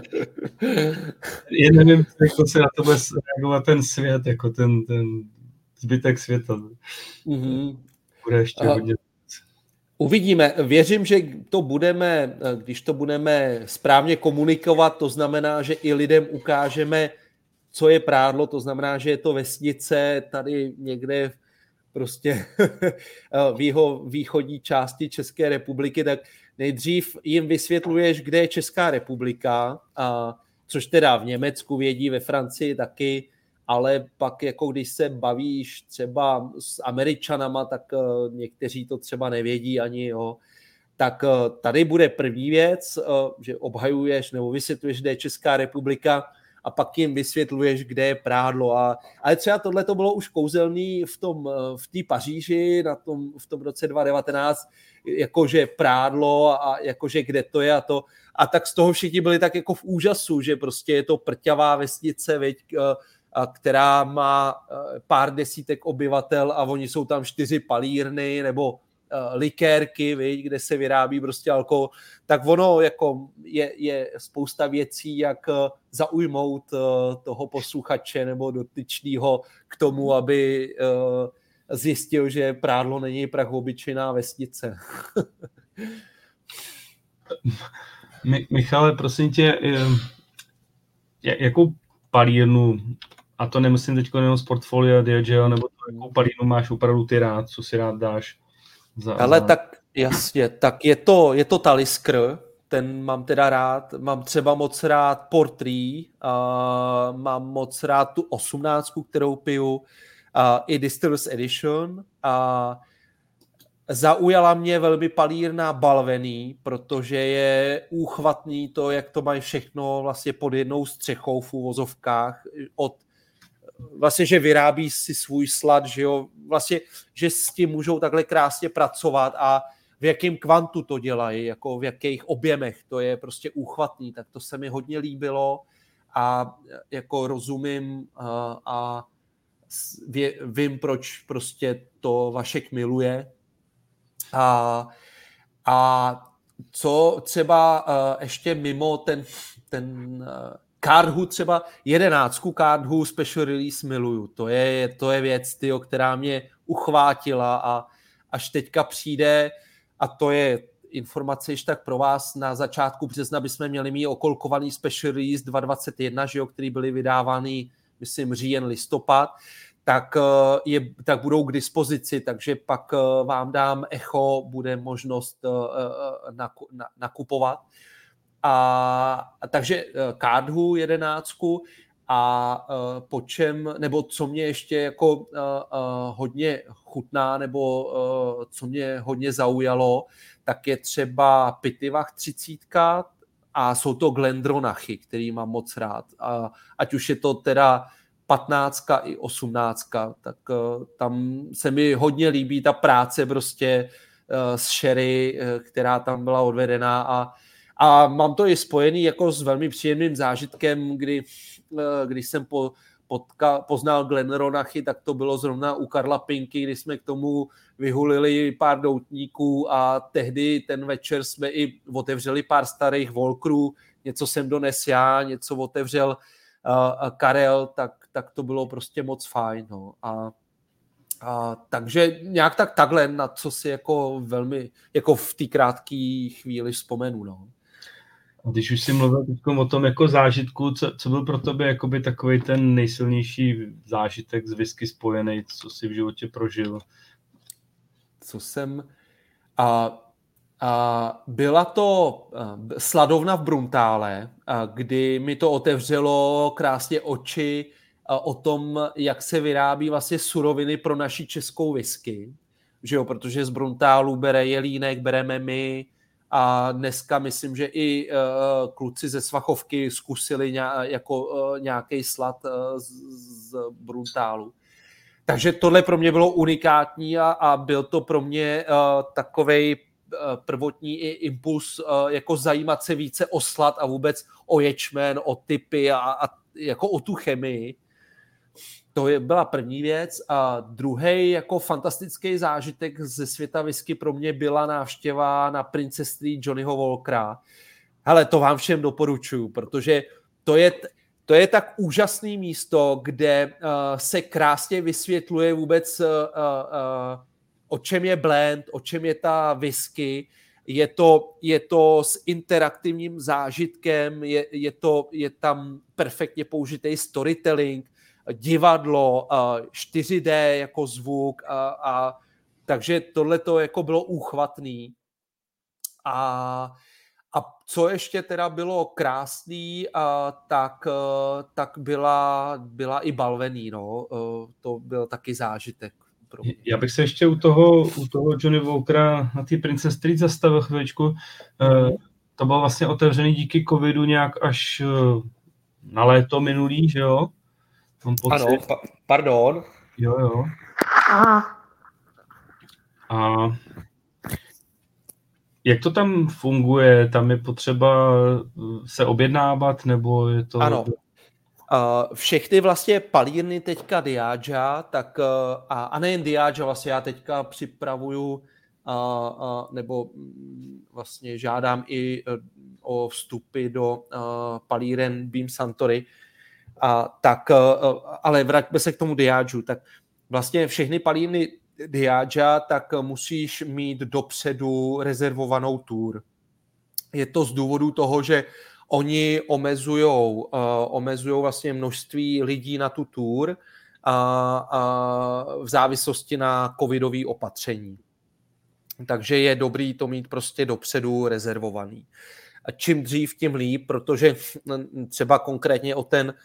Já nevím, jak se na to bude reagovat ten svět, jako ten zbytek světa. Mm-hmm. Bude ještě hodně. Uvidíme. Věřím, že když to budeme správně komunikovat, to znamená, že i lidem ukážeme, co je prádlo, to znamená, že je to vesnice tady někde prostě v východní části České republiky, tak nejdřív jim vysvětluješ, kde je Česká republika, což teda v Německu vědí, ve Francii taky, ale pak jako když se bavíš třeba s Američanama, tak někteří to třeba nevědí ani, jo. Tak tady bude první věc, že obhajuješ nebo vysvětluješ, kde je Česká republika, a pak jim vysvětluješ, kde je prádlo. Ale třeba tohle to bylo už kouzelný v té Paříži v tom roce 2019, jakože prádlo a jakože kde to je a to. A tak z toho všichni byli tak jako v úžasu, že prostě je to prťavá vesnice, která má pár desítek obyvatel a oni jsou tam 4 palírny nebo likérky, kde se vyrábí prostě alkohol, tak ono jako je spousta věcí, jak zaujmout toho posluchače nebo dotyčného k tomu, aby zjistil, že prádlo není prach obyčejná vesnice. Michale, prosím tě, jakou palírnu, a to nemyslím teď jenom z portfolia Diageo, nebo jakou palírnu máš opravdu ty rád, co si rád dáš? Ale tak jasně, tak je to Talisker, ten mám teda rád, mám třeba moc rád Portree, mám moc rád tu 18, kterou piju, i Distillers Edition. Zaujala mě velmi palírna Balvenie, protože je úchvatný to, jak to mají všechno vlastně pod jednou střechou v uvozovkách, vlastně, že vyrábí si svůj slad, že jo, vlastně, že s tím můžou takhle krásně pracovat a v jakém kvantu to dělají, jako v jakých objemech, to je prostě úchvatný, tak to se mi hodně líbilo a jako rozumím a vím, proč prostě to Vašek miluje. A co třeba ještě mimo ten Cardhu třeba 11 Cardhu Special Release miluju. To je věc, tyjo, která mě uchvátila a až teďka přijde, a to je informace již tak pro vás, na začátku března bychom měli mít okolkovaný Special Release 2021, že jo, který byly vydávány, myslím, říjen, listopad, tak budou k dispozici, takže pak vám dám Echo, bude možnost nakupovat. Takže Cardhu 11 a po čem, nebo co mě ještě jako hodně chutná, nebo co mě hodně zaujalo, tak je třeba Pitivach 30 a jsou to Glendronachy, který mám moc rád. Ať už je to teda 15 i 18, tak tam se mi hodně líbí ta práce prostě s sherry, která tam byla odvedená a mám to i spojený jako s velmi příjemným zážitkem, když jsem po poznal Glenronachy, tak to bylo zrovna u Karla Pinky, kdy jsme k tomu vyhulili pár doutníků a tehdy ten večer jsme i otevřeli pár starých Volkerů, něco jsem dones já, něco otevřel Karel, tak to bylo prostě moc fajn. No. Takže nějak takhle, na co si jako velmi, jako v té krátké chvíli vzpomenu. No. A když už jsi mluvil o tom jako zážitku, co byl pro tebe jakoby takový ten nejsilnější zážitek z whisky spojený, co jsi v životě prožil? Co jsem... Byla to sladovna v Bruntále, kdy mi to otevřelo krásně oči o tom, jak se vyrábí vlastně suroviny pro naši českou whisky. Že jo, protože z Bruntálu bere Jelínek, bereme my a dneska myslím, že i kluci ze Svachovky zkusili nějaký slad z Bruntálu. Takže tohle pro mě bylo unikátní a byl to pro mě takovej prvotní impuls jako zajímat se více o slad a vůbec o ječmen, o typy a jako o tu chemii. To byla první věc. A druhý jako fantastický zážitek ze světa whisky pro mě byla návštěva na Princess Street Johnnyho Walkera. Hele, to vám všem doporučuju, protože to je tak úžasné místo, kde se krásně vysvětluje vůbec o čem je blend, o čem je ta whisky. Je to s interaktivním zážitkem, je tam perfektně použitý storytelling, divadlo, 4D jako zvuk takže tohle to jako bylo úchvatný. A co ještě teda bylo krásný, tak byla i balvení, no. To byl taky zážitek. Já bych se ještě u toho Johnny Walkera na té Princess Street zastavil chvíličku. To bylo vlastně otevřený díky covidu nějak až na léto minulý, že jo? Ano, pardon. Jo. A jak to tam funguje? Tam je potřeba se objednávat, nebo je to... Ano. Všechny vlastně palírny teďka Diagea, tak a nejen Diagea, vlastně já teďka připravuju nebo vlastně žádám i o vstupy do palíren Beam Suntory, ale vraťme se k tomu Diageu, tak vlastně všechny palírny Diagea, tak musíš mít dopředu rezervovanou tour. Je to z důvodu toho, že oni omezujou vlastně množství lidí na tu tour v závislosti na covidové opatření. Takže je dobrý to mít prostě dopředu rezervovaný. A čím dřív, tím líp, protože třeba konkrétně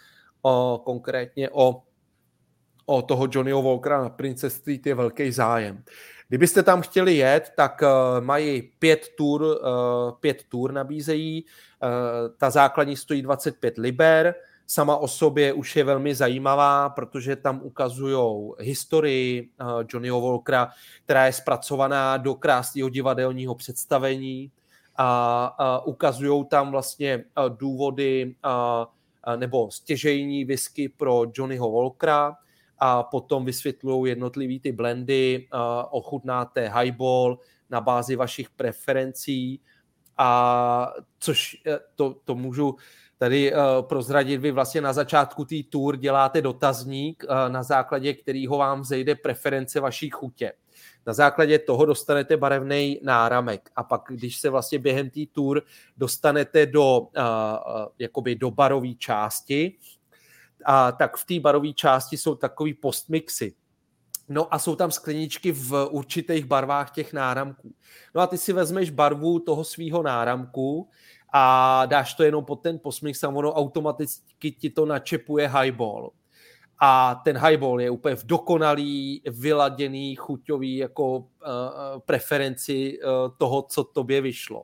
o toho Johnnyho Walkera na Princess Street je velký zájem. Kdybyste tam chtěli jet, tak mají 5 tour nabízejí. Ta základní stojí 25 liber. Sama o sobě už je velmi zajímavá, protože tam ukazují historii Johnnyho Walkera, která je zpracovaná do krásného divadelního představení. A ukazují tam vlastně důvody nebo stěžejní whisky pro Johnnyho Walkera. A potom vysvětlují jednotlivý ty blendy, ochutnáte highball na bázi vašich preferencí, a což to můžu tady prozradit, vy vlastně na začátku té tour děláte dotazník, na základě kterého vám vzejde preference vaší chutě. Na základě toho dostanete barevný náramek a pak, když se vlastně během té tour dostanete do barové části, tak v té barové části jsou takový postmixy. No a jsou tam skleničky v určitých barvách těch náramků. No a ty si vezmeš barvu toho svýho náramku a dáš to jenom pod ten postmix a ono automaticky ti to načepuje highball. A ten highball je úplně v dokonalý, vyladěný, chuťový jako preferenci toho, co tobě vyšlo.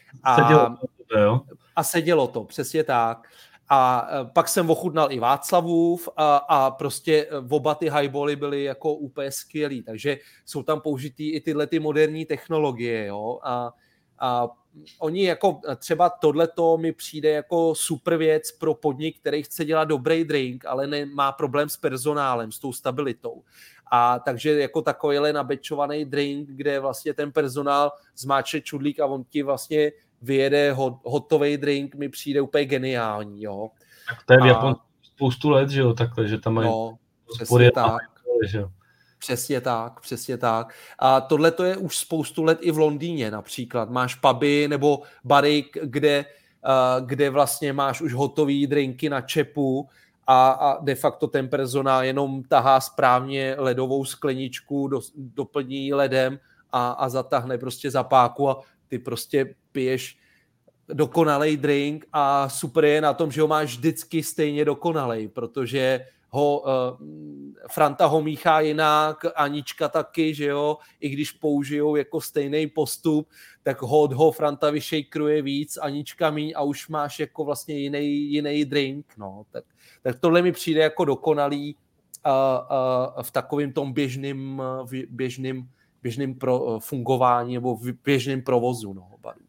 A sedělo to, přesně tak. A pak jsem ochutnal i Václavův a prostě oba ty highbally byly jako úplně skvělý, takže jsou tam použitý i tyhle ty moderní technologie, jo, a oni jako třeba tohleto mi přijde jako super věc pro podnik, který chce dělat dobrý drink, ale má problém s personálem, s tou stabilitou. A takže jako takovýhle nabečovaný drink, kde vlastně ten personál zmáče čudlík a on ti vlastně vyjede hotový drink, mi přijde úplně geniální, jo. Tak to je v Japonsku spoustu let, že jo, takhle, že tam mají přesně tak. Že jo. Přesně tak. A tohle to je už spoustu let i v Londýně například. Máš puby nebo bary, kde vlastně máš už hotový drinky na čepu a de facto ten personál jenom tahá správně ledovou skleničku, doplní ledem a zatáhne prostě zapáku a ty prostě piješ dokonalej drink a super je na tom, že ho máš vždycky stejně dokonalej, protože Franta ho míchá jinak, Anička taky, že jo, i když použijou jako stejný postup, tak ho Franta vyšejkruje víc, Anička míň a už máš jako vlastně jiný drink, no, tak tohle mi přijde jako dokonalý v takovém tom běžným fungování nebo v běžném provozu, no, baru.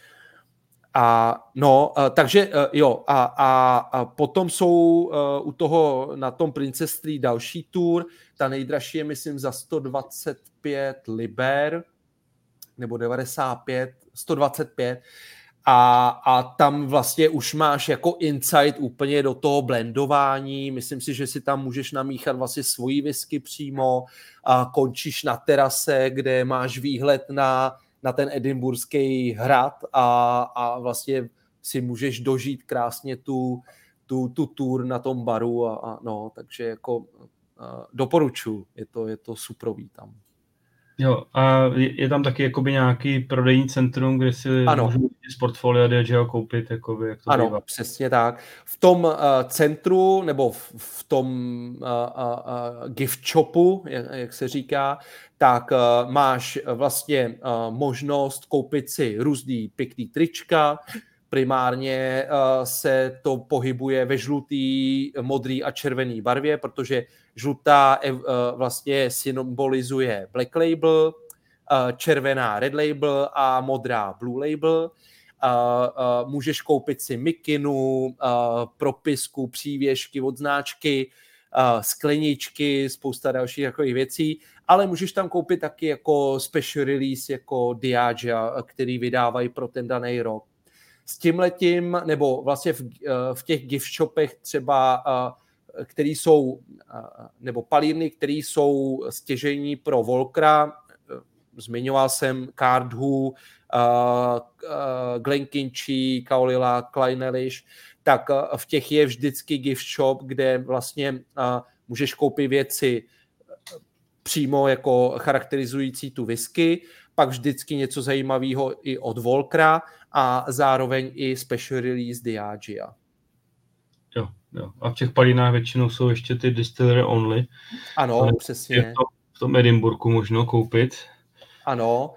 Takže jo, a potom jsou u toho na tom Princess Street další tour, ta nejdražší je myslím za 125 liber, nebo 95, 125 a tam vlastně už máš jako insight úplně do toho blendování, myslím si, že si tam můžeš namíchat vlastně svoji whisky přímo a končíš na terase, kde máš výhled na ten edinburský hrad a vlastně si můžeš dožít krásně tu tour na tom baru takže jako doporučuji, je to suprový tam. Jo, a je tam taky jakoby nějaký prodejní centrum, kde si můžu z portfolia Diageo koupit, jakoby, jak to ano, bývá. Přesně tak. V tom centru, nebo v tom gift shopu, jak se říká, tak máš vlastně možnost koupit si různý pěkný trička, primárně se to pohybuje ve žlutý, modrý a červený barvě, protože žlutá vlastně symbolizuje Black Label, červená Red Label a modrá Blue Label. Můžeš koupit si mikinu, propisku, přívěšky od značky, skleničky, spousta dalších takových věcí, ale můžeš tam koupit taky jako special release, jako Diageo, který vydávají pro ten daný rok. S tímhletím, nebo vlastně v těch gift shopech třeba, který jsou, nebo palírny, které jsou stěžejní pro Volkra, zmiňoval jsem Cardhu, Glenkinchie, Kaolila, Klein Elish, tak v těch je vždycky gift shop, kde vlastně můžeš koupit věci přímo jako charakterizující tu whisky, pak vždycky něco zajímavého i od Volkra a zároveň i special release Diageo. Jo. A v těch palínách většinou jsou ještě ty distillery only. Ano, přesně. Je to v tom Edinburghu možno koupit. Ano.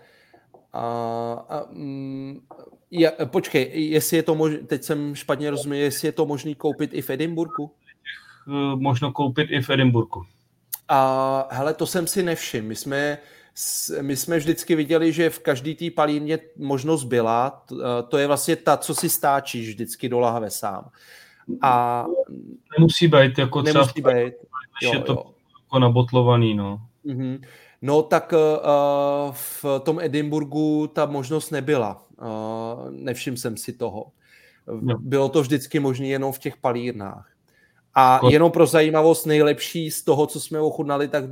Počkej, jestli je to teď jsem špatně rozuměl, jestli je to možný koupit i v Edinburghu? Možno koupit i v Edinburghu. Hele, to jsem si nevšiml. My jsme vždycky viděli, že v každý té palírně možnost byla. To je vlastně ta, co si stáčíš vždycky do lahve sám. A nemusí být jako nemusí třeba být. Je to jako nabotlovaný, no. Mm-hmm. No tak v tom Edinburghu ta možnost nebyla. Nevšiml jsem si toho. Bylo to vždycky možné jenom v těch palírnách. A jenom pro zajímavost, nejlepší z toho, co jsme ochutnali, tak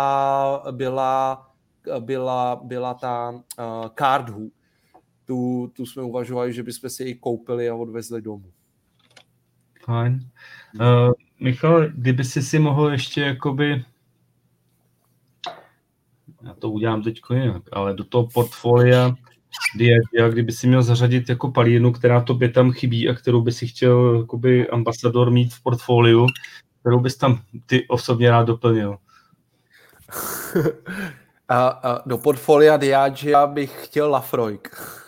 byla ta Cardhu. Tu jsme uvažovali, že bychom si ji koupili a odvezli domů. Fajn. Michal, kdyby si mohl ještě jakoby, já to udělám teďko jinak, ale do toho portfolia Diageo, kdyby si měl zařadit jako palírnu, která tobě tam chybí a kterou by si chtěl jakoby ambasador mít v portfoliu, kterou bys tam ty osobně rád doplnil? Do portfolia Diageo bych chtěl Laphroaig.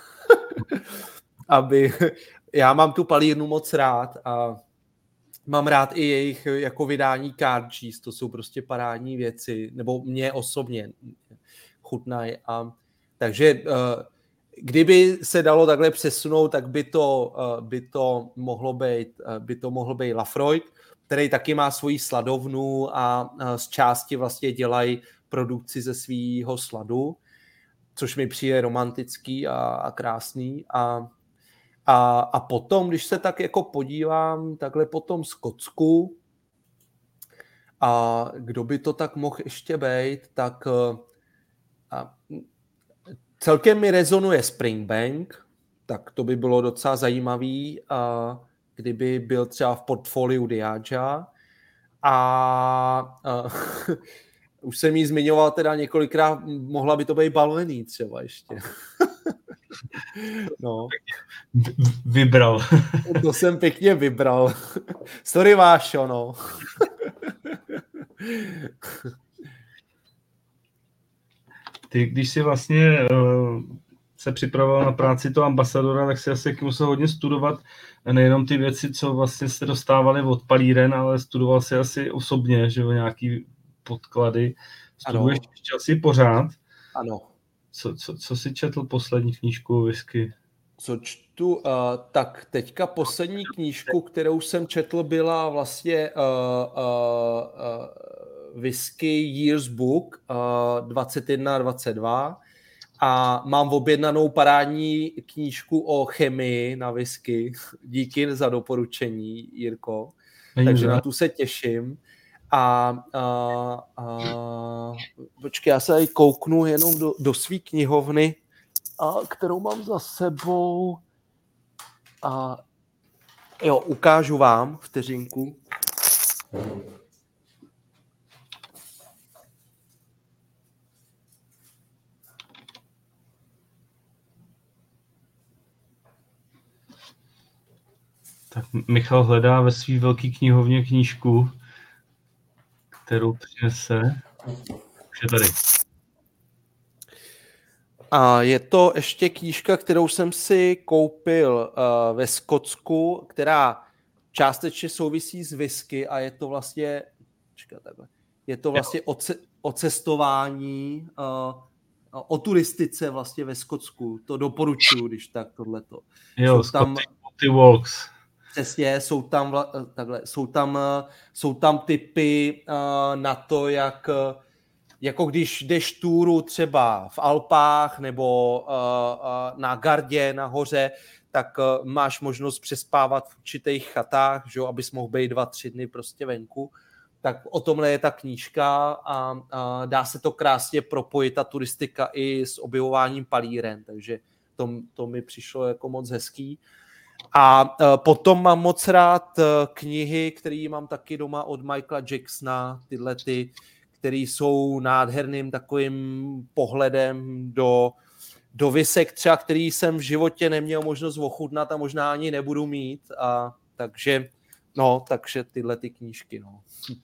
Já mám tu palírnu moc rád a mám rád i jejich jako vydání card cheese, to jsou prostě parádní věci, nebo mě osobně chutnají. Takže kdyby se dalo takhle přesunout, tak by to mohl být Lafroig, který taky má svoji sladovnu a z části vlastně dělají produkci ze svýho sladu, což mi přijde romantický a krásný. A potom, když se tak jako podívám takhle po tom Skotsku, a kdo by to tak mohl ještě být, tak celkem mi rezonuje Springbank, tak to by bylo docela zajímavý, kdyby byl třeba v portfoliu Diagea. A už jsem jí zmiňoval teda několikrát, mohla by to být Balvenie třeba ještě. No. Vybral. To jsem pěkně vybral. Sorry, Vášo, no. Ty, když si vlastně se připravoval na práci toho ambasadora, tak si asi musel hodně studovat nejenom ty věci, co vlastně se dostávaly od palíren, ale studoval si asi osobně, že jo, nějaký podklady. Studuješ ještě asi pořád. Ano. Co jsi četl poslední knížku o whisky? Co čtu? Tak teďka poslední knížku, kterou jsem četl, byla vlastně Whisky Years Book 21-22 a mám objednanou parádní knížku o chemii na whisky. Díky za doporučení, Jirko. Takže na tu se těším. Počkej, já se tady kouknu jenom do své knihovny, kterou mám za sebou. Jo, ukážu vám vteřinku. Tak Michal hledá ve své velké knihovně knížku, kterou přinese. Už je tady. A je to ještě knížka, kterou jsem si koupil ve Skotsku, která částečně souvisí s whisky a je to vlastně, o cestování, o turistice vlastně ve Skotsku. To doporučuji, když tak tohleto. Jo, ty Walks. Přesně, jsou tam tipy na to, jako když jdeš túru třeba v Alpách nebo na Gardě nahoře, tak máš možnost přespávat v určitých chatách, že, abys mohl být 2-3 dny prostě venku. Tak o tomhle je ta knížka a dá se to krásně propojit, ta turistika, i s objevováním palíren, takže to mi přišlo jako moc hezký. A potom mám moc rád knihy, které mám taky doma od Michaela Jacksona, tyhle které jsou nádherným takovým pohledem do visek, třeba který jsem v životě neměl možnost ochutnat a možná ani nebudu mít. Takže tyhle ty knížky. No.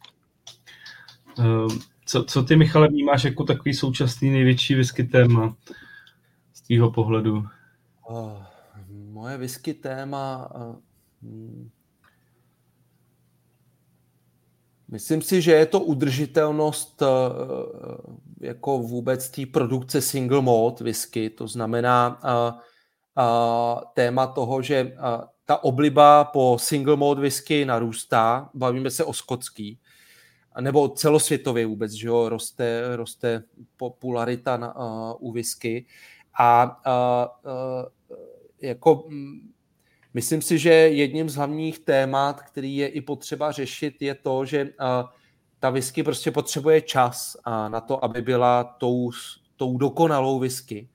Co ty, Michale, vnímáš jako takový současný největší whisky téma z tvýho pohledu? Moje whisky téma... Myslím si, že je to udržitelnost jako vůbec té produkce single malt whisky, to znamená téma toho, že ta obliba po single malt whisky narůstá, bavíme se o skotský, nebo celosvětově vůbec, že jo, roste popularita u whisky jako myslím si, že jedním z hlavních témat, který je i potřeba řešit, je to, že ta whisky prostě potřebuje čas na to, aby byla tou dokonalou whisky.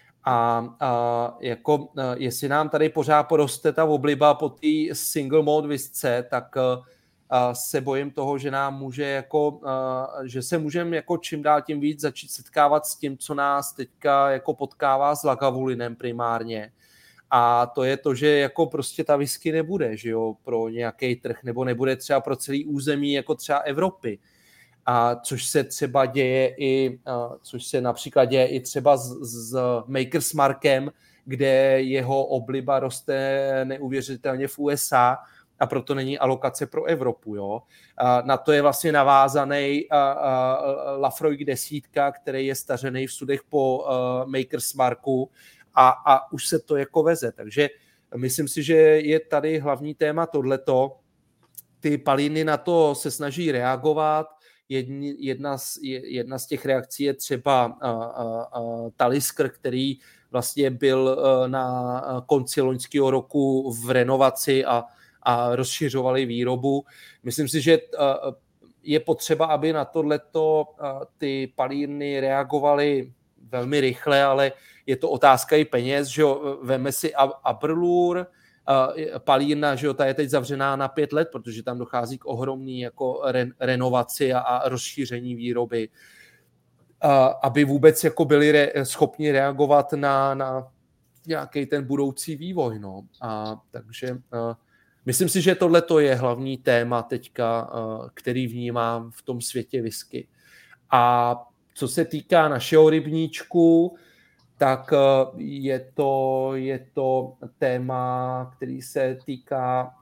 Jako jestli nám tady pořád poroste ta obliba po té single malt whisce, tak se bojím toho, že nám může že se můžeme jako čím dál tím víc začít setkávat s tím, co nás teďka jako potkává s Lagavulinem primárně. A to je to, že jako prostě ta whisky nebude, že jo, pro nějaký trh, nebo nebude třeba pro celý území jako třeba Evropy. Což se třeba což se například děje i třeba s Maker's Markem, kde jeho obliba roste neuvěřitelně v USA a proto není alokace pro Evropu, jo. Na to je vlastně navázaný Lafroig 10, který je stařený v sudech po Maker's Marku a už se to jako veze. Takže myslím si, že je tady hlavní téma tohleto. Ty Palíny na to se snaží reagovat. Jedna z těch reakcí je třeba Talisker, který vlastně byl na konci loňského roku v renovaci a rozšiřovali výrobu. Myslím si, že je potřeba, aby na tohleto ty palírny reagovaly velmi rychle, ale je to otázka i peněz, že jo, veme si Aberlour, palírna, že jo, ta je teď zavřená na 5 let, protože tam dochází k ohromný jako renovaci a rozšíření výroby, aby vůbec jako byli schopni reagovat na nějaký ten budoucí vývoj, no. Takže myslím si, že tohleto je hlavní téma teďka, který vnímám v tom světě whisky. A co se týká našeho rybníčku, tak je to téma, který se týká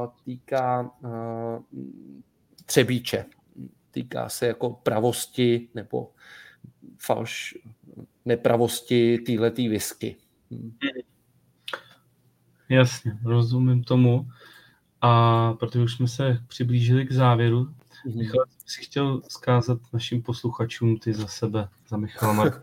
třebíče. Týká se jako pravosti nebo nepravosti téhletý whisky. Jasně, rozumím tomu. A protože už jsme se přiblížili k závěru, Michal, si chtěl vzkázat našim posluchačům, ty za sebe, za Michala Marka.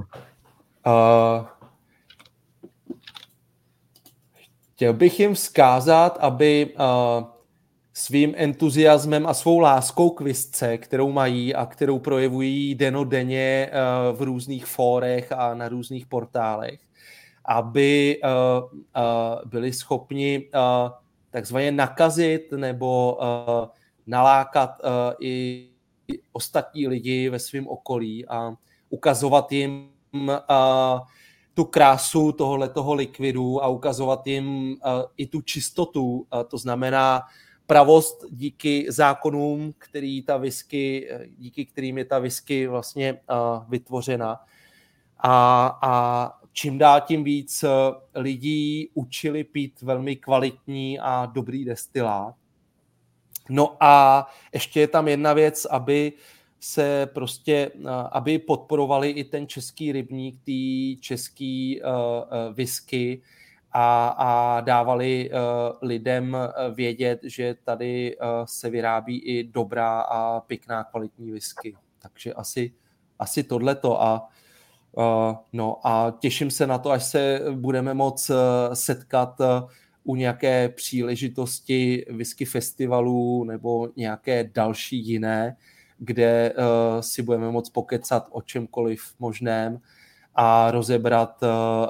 Chtěl bych jim vzkázat, aby svým entuziasmem a svou láskou k whisce, kterou mají a kterou projevují dennodenně v různých fórech a na různých portálech, aby byli schopni takzvaně nakazit nebo nalákat i ostatní lidi ve svém okolí a ukazovat jim tu krásu tohoto likvidu a ukazovat jim i tu čistotu, to znamená pravost díky zákonům, díky kterým je ta whisky vlastně vytvořena. A čím dál tím víc lidí učili pít velmi kvalitní a dobrý destilát. No a ještě je tam jedna věc, aby podporovali i ten český rybník, ty český whisky a dávali lidem vědět, že tady se vyrábí i dobrá a pěkná kvalitní whisky. Takže asi tohleto a těším se na to, až se budeme moc setkat u nějaké příležitosti whisky festivalů nebo nějaké další jiné, kde si budeme moc pokecat o čemkoliv možném a rozebrat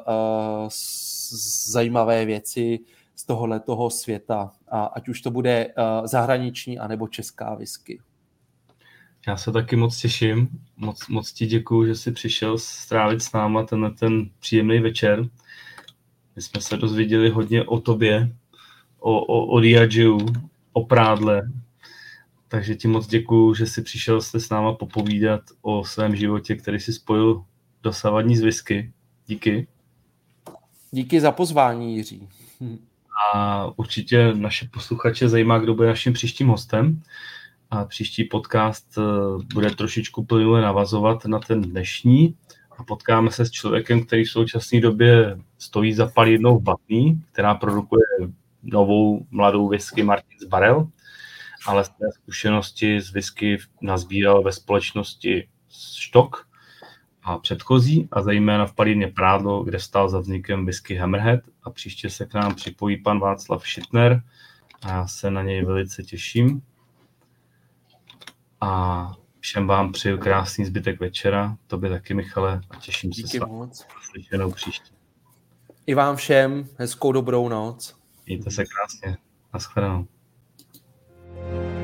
zajímavé věci z tohoto světa, ať už to bude zahraniční anebo česká whisky. Já se taky moc těším. Moc ti děkuju, že jsi přišel strávit s náma ten příjemný večer. My jsme se dozvěděli hodně o tobě, o Diageu, o prádle. Takže ti moc děkuju, že jsi přišel s náma popovídat o svém životě, který si spojil dosavadní z whisky. Díky. Díky za pozvání, Jiří. A určitě naše posluchače zajímá, kdo bude naším příštím hostem. A příští podcast bude trošičku plynule navazovat na ten dnešní a potkáme se s člověkem, který v současné době stojí za palírnou v Blatný, která produkuje novou mladou whisky Martin's Barrel, ale z té zkušenosti z whisky nazbíral ve společnosti Štok a předchozí a zejména v palírně Prádlo, kde stál za vznikem whisky Hammerhead a příště se k nám připojí pan Václav Šitner a já se na něj velice těším. A všem vám přeju krásný zbytek večera, tobě taky, Michale, a těším se s vámi naslyšenou příště. I vám všem hezkou dobrou noc. Mějte se krásně. Naschledanou.